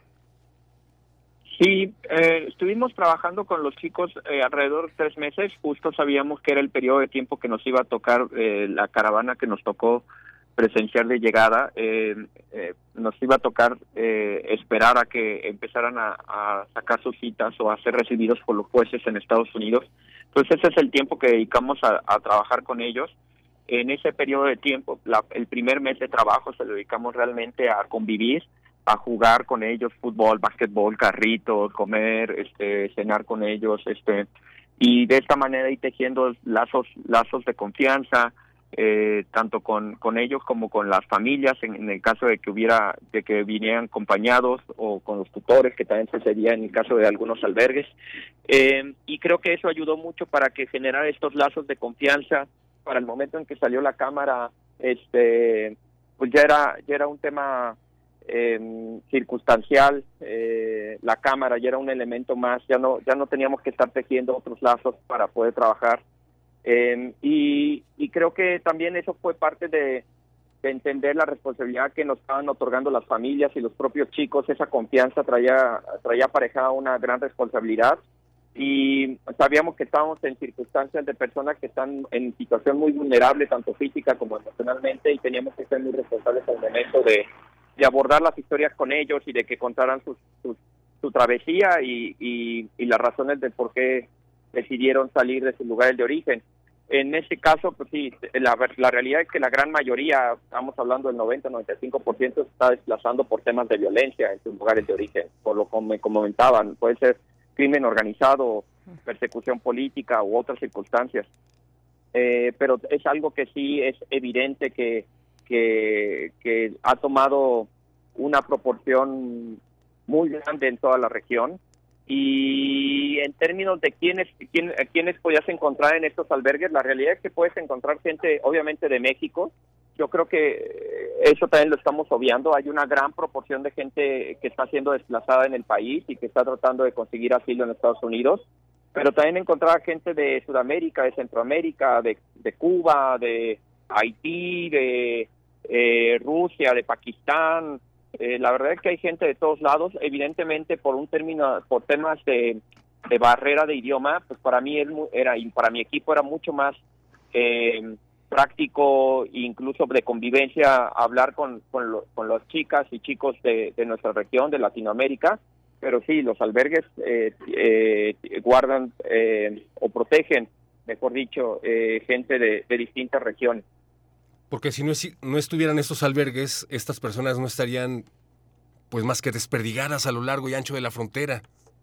Speaker 6: Sí, eh, estuvimos trabajando con los chicos eh, alrededor de tres meses. Justo sabíamos que era el periodo de tiempo que nos iba a tocar eh, la caravana que nos tocó presencial de llegada. Eh, eh, nos iba a tocar eh, esperar a que empezaran a, a sacar sus citas o a ser recibidos por los jueces en Estados Unidos. Entonces ese es el tiempo que dedicamos a, a trabajar con ellos. En ese periodo de tiempo, la, el primer mes de trabajo se lo dedicamos realmente a convivir, a jugar con ellos fútbol, básquetbol, carritos, comer, este, cenar con ellos, este, y de esta manera ir tejiendo lazos, lazos de confianza, Eh, tanto con, con ellos como con las familias, en, en el caso de que hubiera, de que vinieran acompañados, o con los tutores, que también sucedía en el caso de algunos albergues, eh, y creo que eso ayudó mucho para que generara estos lazos de confianza. Para el momento en que salió la cámara, este, pues ya era, ya era un tema eh, circunstancial, eh, la cámara ya era un elemento más, ya no, ya no teníamos que estar tejiendo otros lazos para poder trabajar. Eh, y, y creo que también eso fue parte de, de entender la responsabilidad que nos estaban otorgando las familias y los propios chicos. Esa confianza traía, traía aparejada una gran responsabilidad, y sabíamos que estábamos en circunstancias de personas que están en situación muy vulnerable, tanto física como emocionalmente, y teníamos que ser muy responsables al momento de, de abordar las historias con ellos y de que contaran sus, sus, su travesía y, y, y las razones de por qué decidieron salir de sus lugares de origen. En ese caso, pues sí, la, la realidad es que la gran mayoría, estamos hablando del noventa, noventa y cinco por ciento, se está desplazando por temas de violencia en sus lugares de origen, por lo que me comentaban, puede ser crimen organizado, persecución política u otras circunstancias. Eh, pero es algo que sí es evidente que, que, que ha tomado una proporción muy grande en toda la región. Y en términos de quiénes, quién, quiénes podías encontrar en estos albergues, la realidad es que puedes encontrar gente, obviamente, de México. Yo creo que eso también lo estamos obviando. Hay una gran proporción de gente que está siendo desplazada en el país y que está tratando de conseguir asilo en Estados Unidos, pero también encontrar gente de Sudamérica, de Centroamérica, de, de Cuba, de Haití, de eh, Rusia, de Pakistán. Eh, la verdad es que hay gente de todos lados. Evidentemente, por un término, por temas de, de barrera de idioma, pues para mí era, y para mi equipo era mucho más eh, práctico, incluso de convivencia, hablar con, con, lo, con las chicas y chicos de, de nuestra región, de Latinoamérica. Pero sí, los albergues eh, eh, guardan eh, o protegen, mejor dicho, eh, gente de, de distintas regiones.
Speaker 4: Porque si no, es, no estuvieran estos albergues, estas personas no estarían pues más que desperdigadas a lo largo y ancho de la frontera.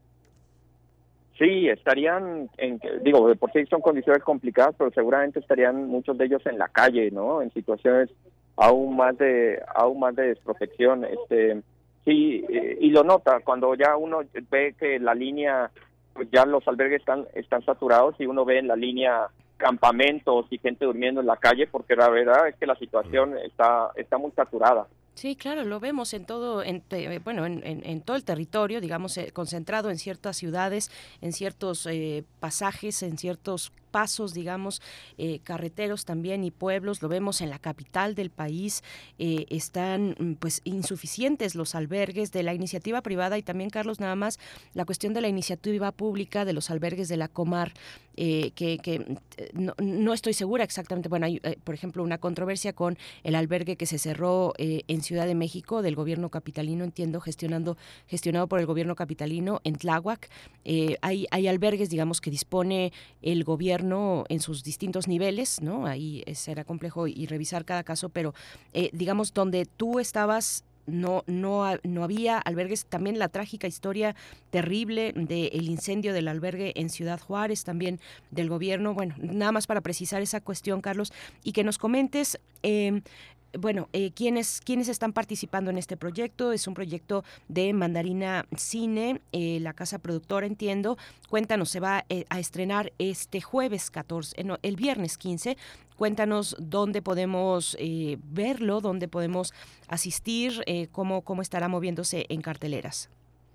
Speaker 6: Sí, estarían, en, digo, de por sí son condiciones complicadas, pero seguramente estarían muchos de ellos en la calle, ¿no? En situaciones aún más de aún más de desprotección. Este, sí, eh, y lo nota cuando ya uno ve que la línea, pues ya los albergues están están saturados, y uno ve en la línea campamentos y gente durmiendo en la calle, porque la verdad es que la situación está está muy saturada.
Speaker 3: Sí, claro, lo vemos en todo, en, eh, bueno, en, en, en todo el territorio, digamos, eh, concentrado en ciertas ciudades, en ciertos eh, pasajes, en ciertos pasos, digamos, eh, carreteros también y pueblos. Lo vemos en la capital del país. Eh, están pues insuficientes los albergues de la iniciativa privada, y también, Carlos, nada más la cuestión de la iniciativa pública de los albergues de la Comar, eh, que, que no, no estoy segura exactamente. Bueno, hay, eh, por ejemplo, una controversia con el albergue que se cerró eh, en Ciudad de México del gobierno capitalino, entiendo, gestionando gestionado por el gobierno capitalino en Tláhuac. Eh, hay, hay albergues, digamos, que dispone el gobierno en sus distintos niveles, ¿no? Ahí será complejo y revisar cada caso, pero eh, digamos, donde tú estabas no, no, no había albergues. También la trágica historia terrible del incendio del albergue en Ciudad Juárez, también del gobierno. Bueno, nada más para precisar esa cuestión, Carlos, y que nos comentes... Eh, Bueno, eh, ¿quiénes, ¿quiénes están participando en este proyecto? Es un proyecto de Mandarina Cine, eh, la casa productora, entiendo. Cuéntanos, se va eh, a estrenar este jueves catorce, eh, no, el viernes quince. Cuéntanos dónde podemos eh, verlo, dónde podemos asistir, eh, cómo, cómo estará moviéndose en carteleras.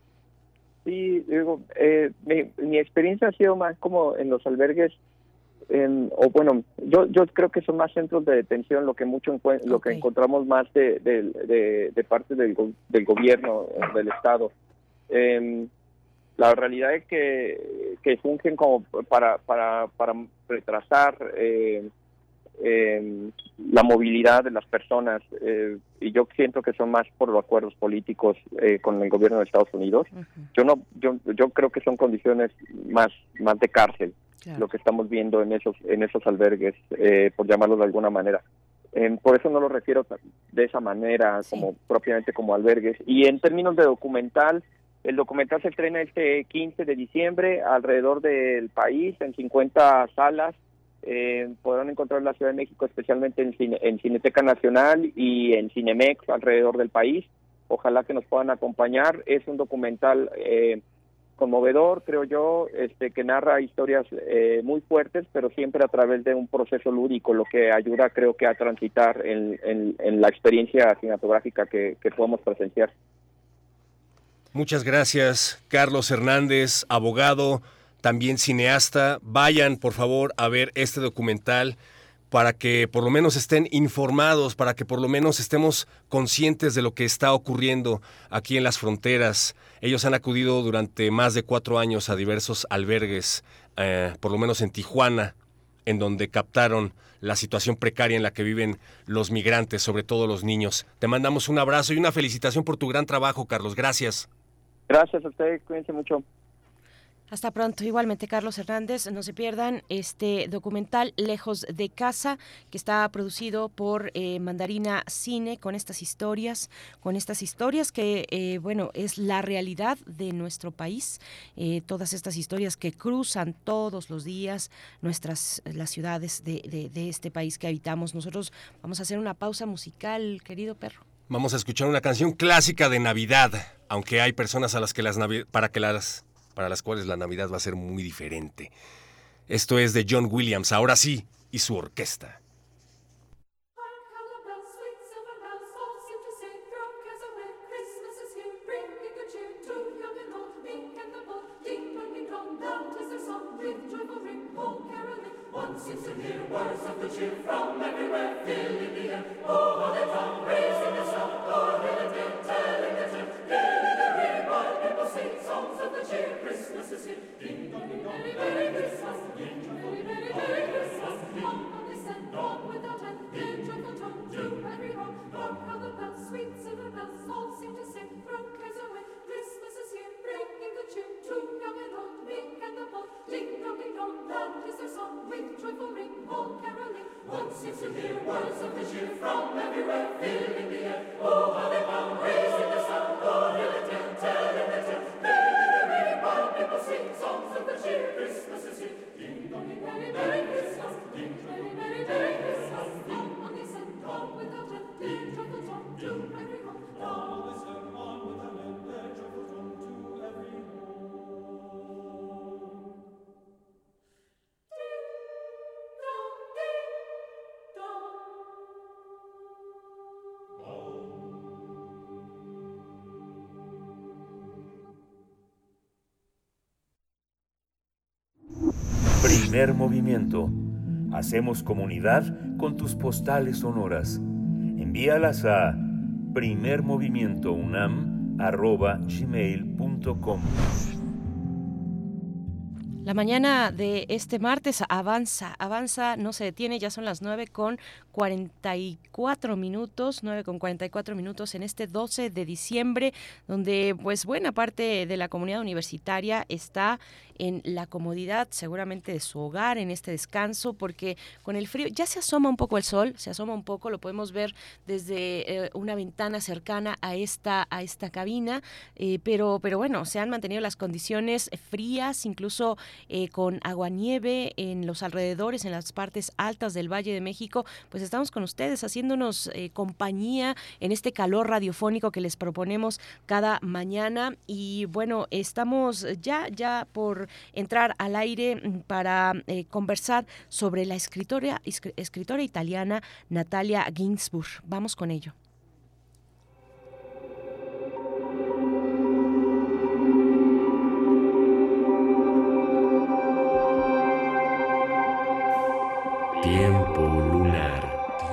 Speaker 6: Sí, digo, eh, mi, mi experiencia ha sido más como en los albergues. En, o bueno, yo yo creo que son más centros de detención lo que mucho encu- lo que encontramos más de de, de, de parte del, go- del gobierno, del Estado. Eh, la realidad es que, que fungen como para para para retrasar eh, eh, la movilidad de las personas, eh, y yo siento que son más por los acuerdos políticos eh, con el gobierno de Estados Unidos. Uh-huh. Yo no yo yo creo que son condiciones más más de cárcel. Claro. Lo que estamos viendo en esos en esos albergues, eh, por llamarlo de alguna manera. Eh, por eso no lo refiero de esa manera, sí. como propiamente como albergues. Y en términos de documental, el documental se estrena este quince de diciembre alrededor del país, en cincuenta salas. Eh, podrán encontrar en la Ciudad de México, especialmente en, Cine, en Cineteca Nacional y en Cinemex alrededor del país. Ojalá que nos puedan acompañar. Es un documental... Eh, conmovedor, creo yo, este que narra historias eh, muy fuertes, pero siempre a través de un proceso lúdico, lo que ayuda, creo que, a transitar en, en, en la experiencia cinematográfica que, que podemos presenciar.
Speaker 4: Muchas gracias, Carlos Hernández, abogado, también cineasta. Vayan, por favor, a ver este documental para que por lo menos estén informados, para que por lo menos estemos conscientes de lo que está ocurriendo aquí en las fronteras. Ellos han acudido durante más de cuatro años a diversos albergues, eh, por lo menos en Tijuana, en donde captaron la situación precaria en la que viven los migrantes, sobre todo los niños. Te mandamos un abrazo y una felicitación por tu gran trabajo, Carlos. Gracias.
Speaker 6: Gracias a ustedes, cuídense mucho.
Speaker 3: Hasta pronto. Igualmente, Carlos Hernández, no se pierdan este documental Lejos de Casa, que está producido por eh, Mandarina Cine, con estas historias, con estas historias que, eh, bueno, es la realidad de nuestro país, eh, todas estas historias que cruzan todos los días nuestras, las ciudades de, de, de este país que habitamos. Nosotros vamos a hacer una pausa musical, querido perro.
Speaker 4: Vamos a escuchar una canción clásica de Navidad, aunque hay personas a las que las navi- para que las para las cuales la Navidad va a ser muy diferente. Esto es de John Williams, ahora sí, y su orquesta.
Speaker 7: Christmas is here. Ding dong ding dong, Merry Christmas. Ding dong ding dong, Merry Christmas. Come on, listen, all without end, give joyful tongue to every home. Hark how the bells, sweet silver bells, all seem to sing from cares away. Christmas is here, bringing good cheer to young and old, meek and the bold. Ding dong ding dong, loud is their song, with joyful ring, all caroling. One seems to hear words of good cheer from everywhere, filling the air. Oh, how they bound, raising the sound, oh, hear the tale, telling the tale. People sing songs of the cheer. Christmas is here. Ding dong ding dong, Merry Christmas. Ding dong ding dong, Merry Christmas. Come on, listen, all without end, their joyful tongue to every home. All listen, all without end, their joyful tongue to every home.
Speaker 5: Primer movimiento. Hacemos comunidad con tus postales sonoras. Envíalas a primermovimientounam arroba gmail punto com.
Speaker 3: La mañana de este martes avanza, avanza, no se detiene, ya son las nueve con cuarenta y cuatro minutos, nueve con cuarenta y cuatro minutos en este doce de diciembre, donde pues buena parte de la comunidad universitaria está en la comodidad seguramente de su hogar, en este descanso, porque con el frío ya se asoma un poco el sol, se asoma un poco, lo podemos ver desde eh, una ventana cercana a esta, a esta cabina, eh, pero, pero bueno, se han mantenido las condiciones frías, incluso Eh, con aguanieve en los alrededores, en las partes altas del Valle de México. Pues estamos con ustedes haciéndonos eh, compañía en este calor radiofónico que les proponemos cada mañana. Y bueno, estamos ya, ya por entrar al aire para eh, conversar sobre la escritora, escritora italiana Natalia Ginzburg. Vamos con ello.
Speaker 21: Tiempo lunar.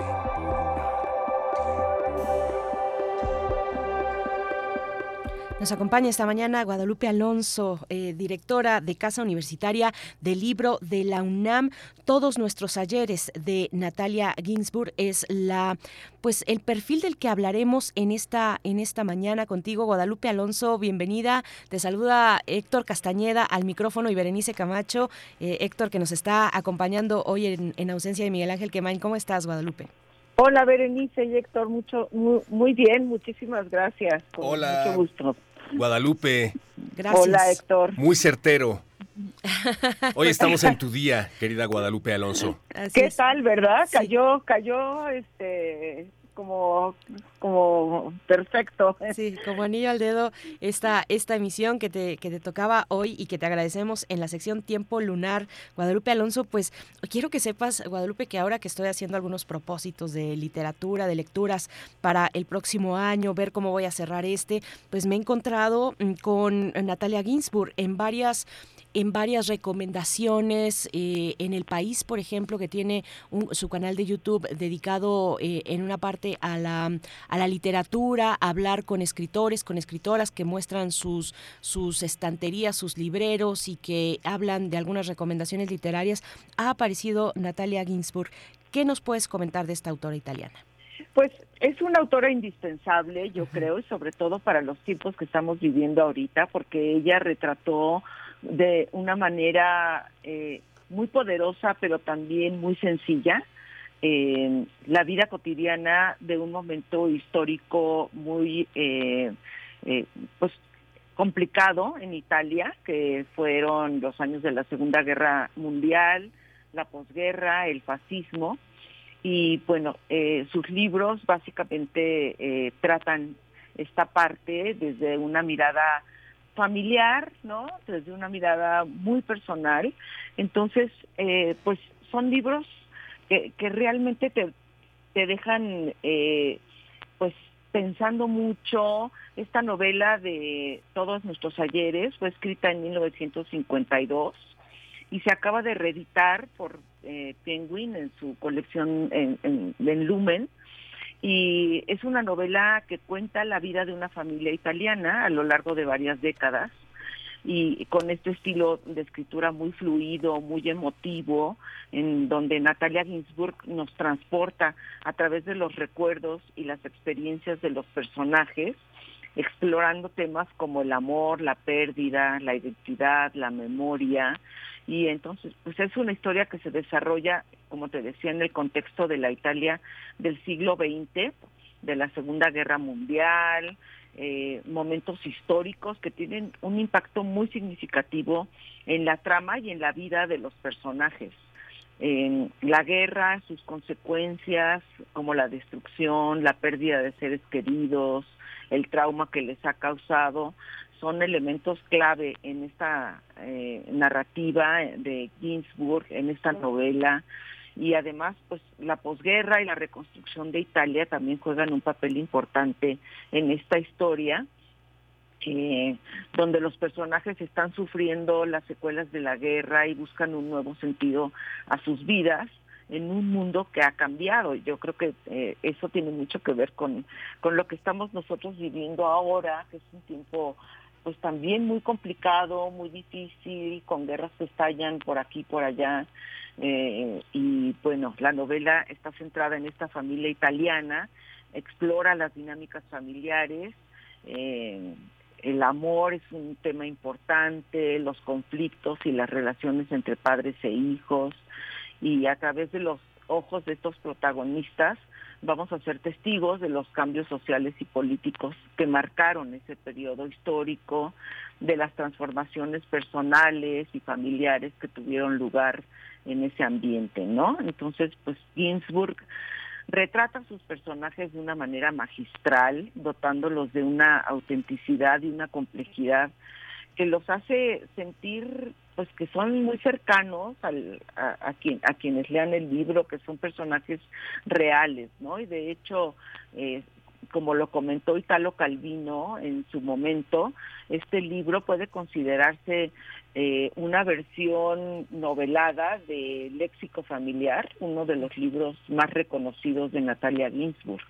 Speaker 3: Nos acompaña esta mañana Guadalupe Alonso, eh, directora de Casa Universitaria del Libro de la UNAM. Todos nuestros ayeres de Natalia Ginzburg es la, pues, el perfil del que hablaremos en esta, en esta mañana contigo, Guadalupe Alonso. Bienvenida. Te saluda Héctor Castañeda al micrófono y Berenice Camacho. Eh, Héctor, que nos está acompañando hoy en, en ausencia de Miguel Ángel Quemain. ¿Cómo estás, Guadalupe?
Speaker 1: Hola, Berenice y Héctor, mucho, muy, muy bien, muchísimas gracias. Con
Speaker 4: Hola,
Speaker 1: mucho gusto.
Speaker 4: Guadalupe.
Speaker 1: Gracias. Hola, Héctor.
Speaker 4: Muy certero. Hoy estamos en tu día, querida Guadalupe Alonso.
Speaker 1: Así ¿Qué es. tal, verdad? Sí. Cayó, cayó, este, como, como perfecto.
Speaker 3: Sí, como anillo al dedo esta, esta emisión que te, que te tocaba hoy y que te agradecemos en la sección Tiempo Lunar. Guadalupe Alonso, pues quiero que sepas, Guadalupe, que ahora que estoy haciendo algunos propósitos de literatura, de lecturas para el próximo año, ver cómo voy a cerrar este, pues me he encontrado con Natalia Ginzburg en varias en varias recomendaciones, eh, en El País, por ejemplo, que tiene un, su canal de YouTube dedicado eh, en una parte a la, a la literatura, a hablar con escritores, con escritoras que muestran sus, sus estanterías, sus libreros y que hablan de algunas recomendaciones literarias. Ha aparecido Natalia Ginzburg. ¿Qué nos puedes comentar de esta autora italiana?
Speaker 1: Pues es una autora indispensable, yo uh-huh. creo, y sobre todo para los tiempos que estamos viviendo ahorita, porque ella retrató de una manera eh, muy poderosa, pero también muy sencilla, eh, la vida cotidiana de un momento histórico muy eh, eh, pues complicado en Italia, que fueron los años de la Segunda Guerra Mundial, la posguerra, el fascismo, y bueno, eh, sus libros básicamente eh, tratan esta parte desde una mirada familiar, ¿no? Desde una mirada muy personal. Entonces, eh, pues son libros que, que realmente te, te dejan, eh, pues, pensando mucho. Esta novela de Todos nuestros ayeres fue escrita en mil novecientos cincuenta y dos y se acaba de reeditar por eh, Penguin en su colección en, en, en Lumen. Y es una novela que cuenta la vida de una familia italiana a lo largo de varias décadas y con este estilo de escritura muy fluido, muy emotivo, en donde Natalia Ginzburg nos transporta a través de los recuerdos y las experiencias de los personajes, explorando temas como el amor, la pérdida, la identidad, la memoria. Y entonces, pues es una historia que se desarrolla, como te decía, en el contexto de la Italia del siglo veinte, de la Segunda Guerra Mundial, eh, momentos históricos que tienen un impacto muy significativo en la trama y en la vida de los personajes. En la guerra, sus consecuencias, como la destrucción, la pérdida de seres queridos, el trauma que les ha causado, son elementos clave en esta eh, narrativa de Ginzburg, en esta novela, y además pues la posguerra y la reconstrucción de Italia también juegan un papel importante en esta historia, eh, donde los personajes están sufriendo las secuelas de la guerra y buscan un nuevo sentido a sus vidas en un mundo que ha cambiado. Yo creo que eh, eso tiene mucho que ver con, con lo que estamos nosotros viviendo ahora, que es un tiempo pues también muy complicado, muy difícil, con guerras que estallan por aquí y por allá. Eh, y bueno, la novela está centrada en esta familia italiana, explora las dinámicas familiares, eh, el amor es un tema importante, los conflictos y las relaciones entre padres e hijos, y a través de los ojos de estos protagonistas vamos a ser testigos de los cambios sociales y políticos que marcaron ese periodo histórico, de las transformaciones personales y familiares que tuvieron lugar en ese ambiente, ¿no? Entonces, pues Ginsburg retrata a sus personajes de una manera magistral, dotándolos de una autenticidad y una complejidad que los hace sentir pues que son muy cercanos al, a, a, quien, a quienes lean el libro, que son personajes reales, ¿no? Y de hecho, eh, como lo comentó Italo Calvino en su momento, este libro puede considerarse eh, una versión novelada de Léxico Familiar, uno de los libros más reconocidos de Natalia Ginsburg.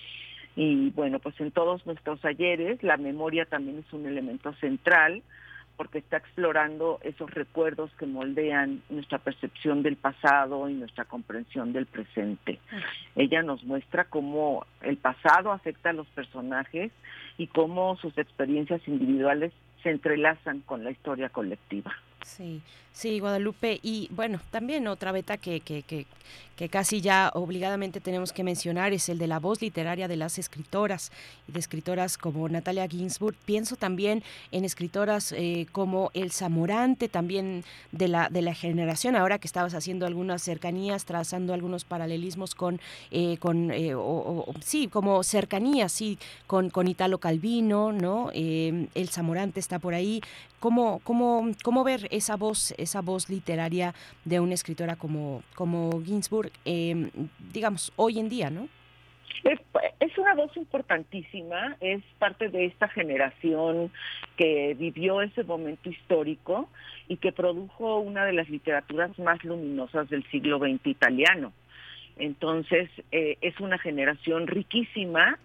Speaker 1: Y bueno, pues en todos nuestros ayeres la memoria también es un elemento central, porque está explorando esos recuerdos que moldean nuestra percepción del pasado y nuestra comprensión del presente. Ella nos muestra cómo el pasado afecta a los personajes y cómo sus experiencias individuales se entrelazan con la historia colectiva.
Speaker 3: Sí, sí, Guadalupe. Y bueno, también otra beta que, que, que, que casi ya obligadamente tenemos que mencionar es el de la voz literaria de las escritoras y de escritoras como Natalia Ginsburg. Pienso también en escritoras eh, como Elsa Morante, también de la de la generación, ahora que estabas haciendo algunas cercanías, trazando algunos paralelismos con, eh, con eh, o, o, sí, como cercanías, sí, con, con Italo Calvino, ¿no? Eh, Elsa Morante está por ahí. ¿Cómo, cómo, cómo ver esa voz, esa voz literaria de una escritora como, como Ginsburg, eh, digamos, hoy en día, ¿no?
Speaker 1: Es, es una voz importantísima, es parte de esta generación que vivió ese momento histórico y que produjo una de las literaturas más luminosas del siglo veinte italiano. Entonces, eh, es una generación riquísima,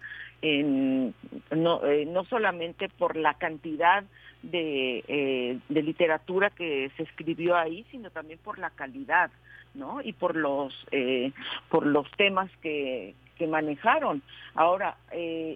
Speaker 1: en, no, eh, no solamente por la cantidad de, eh, de literatura que se escribió ahí, sino también por la calidad, ¿no? Y por los eh, por los temas que, que manejaron. Ahora, eh,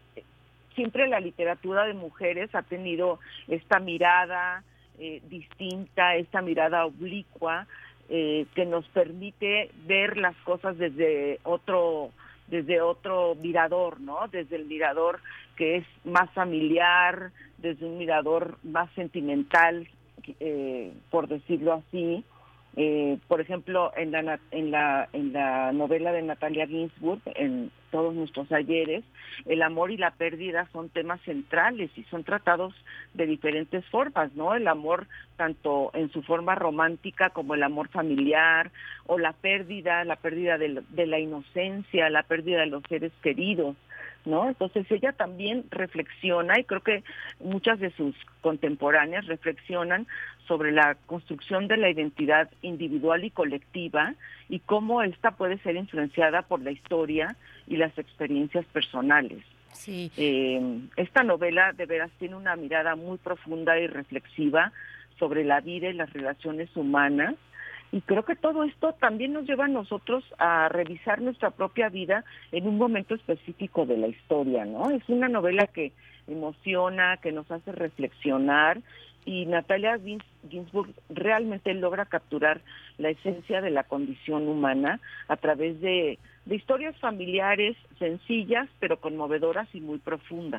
Speaker 1: siempre la literatura de mujeres ha tenido esta mirada eh, distinta, esta mirada oblicua, eh, que nos permite ver las cosas desde otro desde otro mirador, ¿no? Desde el mirador que es más familiar, desde un mirador más sentimental, eh, por decirlo así. Eh, por ejemplo, en la en la en la novela de Natalia Ginsburg, en Todos nuestros ayeres, el amor y la pérdida son temas centrales y son tratados de diferentes formas, ¿no? El amor tanto en su forma romántica como el amor familiar, o la pérdida, la pérdida de, de la inocencia, la pérdida de los seres queridos, ¿no? Entonces ella también reflexiona, y creo que muchas de sus contemporáneas reflexionan sobre la construcción de la identidad individual y colectiva y cómo esta puede ser influenciada por la historia y las experiencias personales.
Speaker 3: Sí.
Speaker 1: Eh, esta novela de veras tiene una mirada muy profunda y reflexiva sobre la vida y las relaciones humanas, y creo que todo esto también nos lleva a nosotros a revisar nuestra propia vida en un momento específico de la historia, ¿no? Es una novela que emociona, que nos hace reflexionar, y Natalia Ginsburg realmente logra capturar la esencia de la condición humana a través de, de historias familiares sencillas, pero conmovedoras y muy profundas.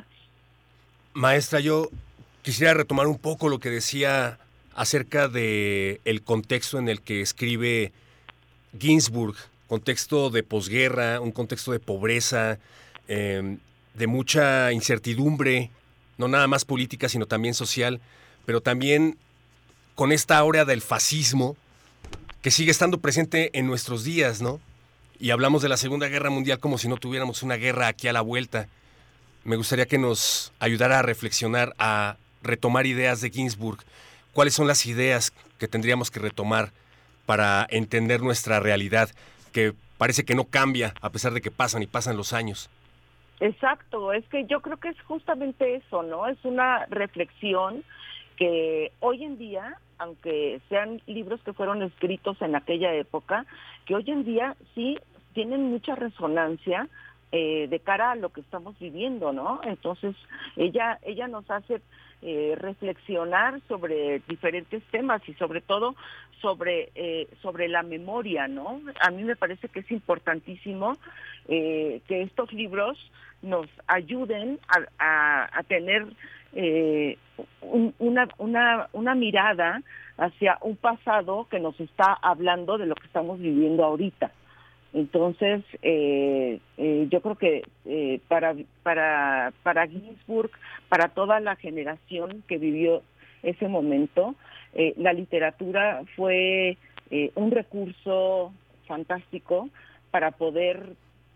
Speaker 4: Maestra, yo quisiera retomar un poco lo que decía acerca de el contexto en el que escribe Ginsburg, contexto de posguerra, un contexto de pobreza, eh, de mucha incertidumbre, no nada más política, sino también social, pero también con esta aura del fascismo que sigue estando presente en nuestros días, ¿no? Y hablamos de la Segunda Guerra Mundial como si no tuviéramos una guerra aquí a la vuelta. Me gustaría que nos ayudara a reflexionar, a retomar ideas de Ginsburg. ¿Cuáles son las ideas que tendríamos que retomar para entender nuestra realidad, que parece que no cambia a pesar de que pasan y pasan los años?
Speaker 1: Exacto, es que yo creo que es justamente eso, ¿no? Es una reflexión que hoy en día, aunque sean libros que fueron escritos en aquella época, que hoy en día sí tienen mucha resonancia eh, de cara a lo que estamos viviendo, ¿no? Entonces, ella ella nos hace eh, reflexionar sobre diferentes temas y sobre todo sobre eh, sobre la memoria, ¿no? A mí me parece que es importantísimo eh, que estos libros nos ayuden a, a, a tener eh, un, una, una, una mirada hacia un pasado que nos está hablando de lo que estamos viviendo ahorita. Entonces, eh, eh, yo creo que eh, para, para, para Ginsburg, para toda la generación que vivió ese momento, eh, la literatura fue eh, un recurso fantástico para poder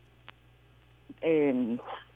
Speaker 1: Eh,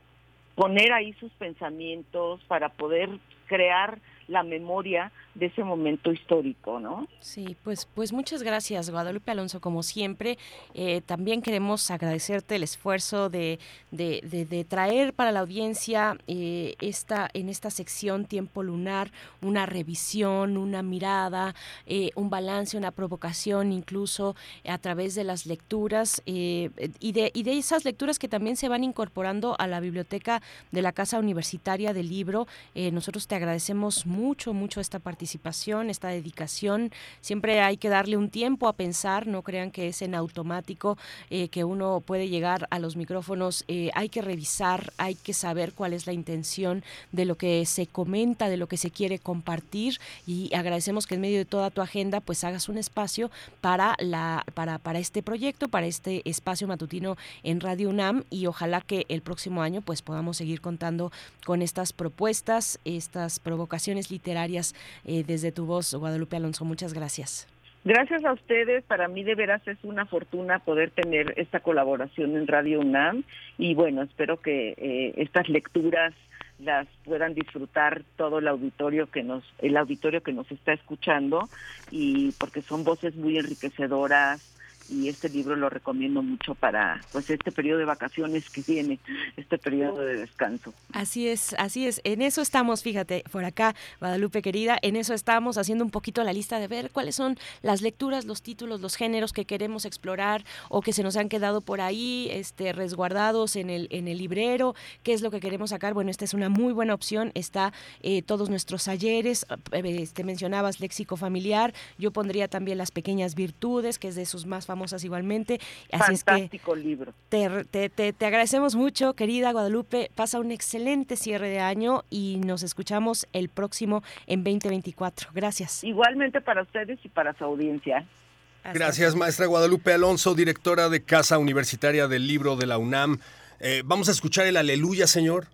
Speaker 1: poner ahí sus pensamientos, para poder crear la memoria de ese momento histórico, ¿no?
Speaker 3: Sí, pues, pues muchas gracias, Guadalupe Alonso, como siempre. Eh, también queremos agradecerte el esfuerzo de, de, de, de traer para la audiencia eh, esta, en esta sección Tiempo Lunar una revisión, una mirada, eh, un balance, una provocación, incluso a través de las lecturas eh, y, de, y de esas lecturas que también se van incorporando a la biblioteca de la Casa Universitaria del Libro. Eh, nosotros te agradecemos mucho, mucho esta participación, esta dedicación. Siempre hay que darle un tiempo a pensar, no crean que es en automático eh, que uno puede llegar a los micrófonos. Eh, hay que revisar, hay que saber cuál es la intención de lo que se comenta, de lo que se quiere compartir, y agradecemos que en medio de toda tu agenda pues hagas un espacio para, la, para, para este proyecto, para este espacio matutino en Radio UNAM, y ojalá que el próximo año pues podamos seguir contando con estas propuestas, estas provocaciones literarias eh, desde tu voz, Guadalupe Alonso. Muchas gracias.
Speaker 1: Gracias a ustedes, para mí de veras es una fortuna poder tener esta colaboración en Radio UNAM, y bueno, espero que eh, estas lecturas las puedan disfrutar todo el auditorio que nos el auditorio que nos está escuchando, y porque son voces muy enriquecedoras, y este libro lo recomiendo mucho para pues este periodo de vacaciones que viene, este periodo de descanso.
Speaker 3: Así es, así es, en eso estamos, fíjate, por acá, Guadalupe querida, en eso estamos, haciendo un poquito la lista de ver cuáles son las lecturas, los títulos, los géneros que queremos explorar o que se nos han quedado por ahí este, resguardados en el, en el librero, qué es lo que queremos sacar. Bueno, esta es una muy buena opción, está eh, todos nuestros talleres, eh, te mencionabas léxico familiar, yo pondría también Las Pequeñas Virtudes, que es de sus más famosas igualmente. Así
Speaker 1: Fantástico
Speaker 3: es que
Speaker 1: libro.
Speaker 3: Te, te, te, te agradecemos mucho, querida Guadalupe. Pasa un excelente cierre de año y nos escuchamos el próximo en veinte veinticuatro. Gracias.
Speaker 1: Igualmente para ustedes y para su audiencia.
Speaker 4: Hasta Gracias, aquí. Maestra Guadalupe Alonso, directora de Casa Universitaria del Libro de la UNAM. Eh, ¿Vamos a escuchar el Aleluya, señor?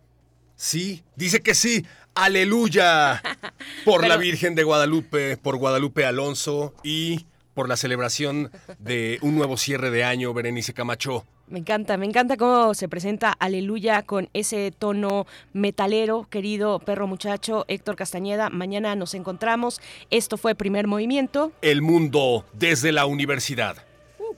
Speaker 4: Sí, dice que sí. ¡Aleluya! Por Pero... la Virgen de Guadalupe, por Guadalupe Alonso y por la celebración de un nuevo cierre de año, Berenice Camacho.
Speaker 3: Me encanta, me encanta cómo se presenta Aleluya con ese tono metalero, querido perro muchacho Héctor Castañeda. Mañana nos encontramos. Esto fue Primer Movimiento.
Speaker 4: El mundo desde la universidad. Uh.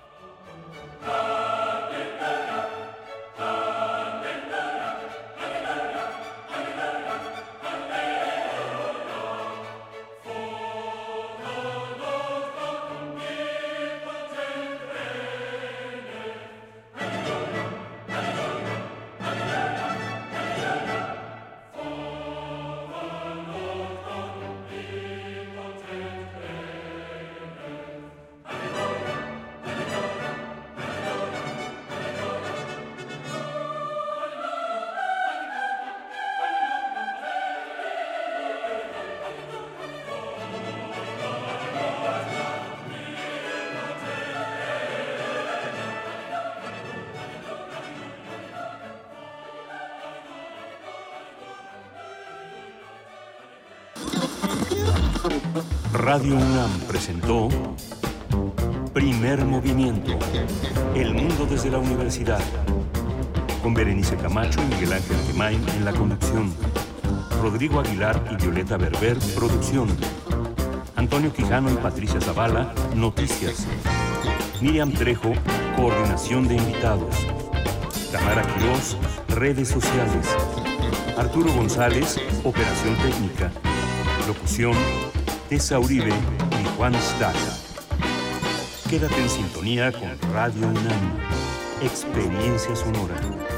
Speaker 2: Radio UNAM presentó Primer Movimiento, El mundo desde la universidad, con Berenice Camacho y Miguel Ángel Gemain en la conducción, Rodrigo Aguilar y Violeta Berber, producción, Antonio Quijano y Patricia Zavala, noticias, Miriam Trejo, coordinación de invitados, Tamara Quirós, redes sociales. Arturo González, operación técnica. Locución, Tessa Uribe y Juan Staca. Quédate en sintonía con Radio UNAM. Experiencia sonora.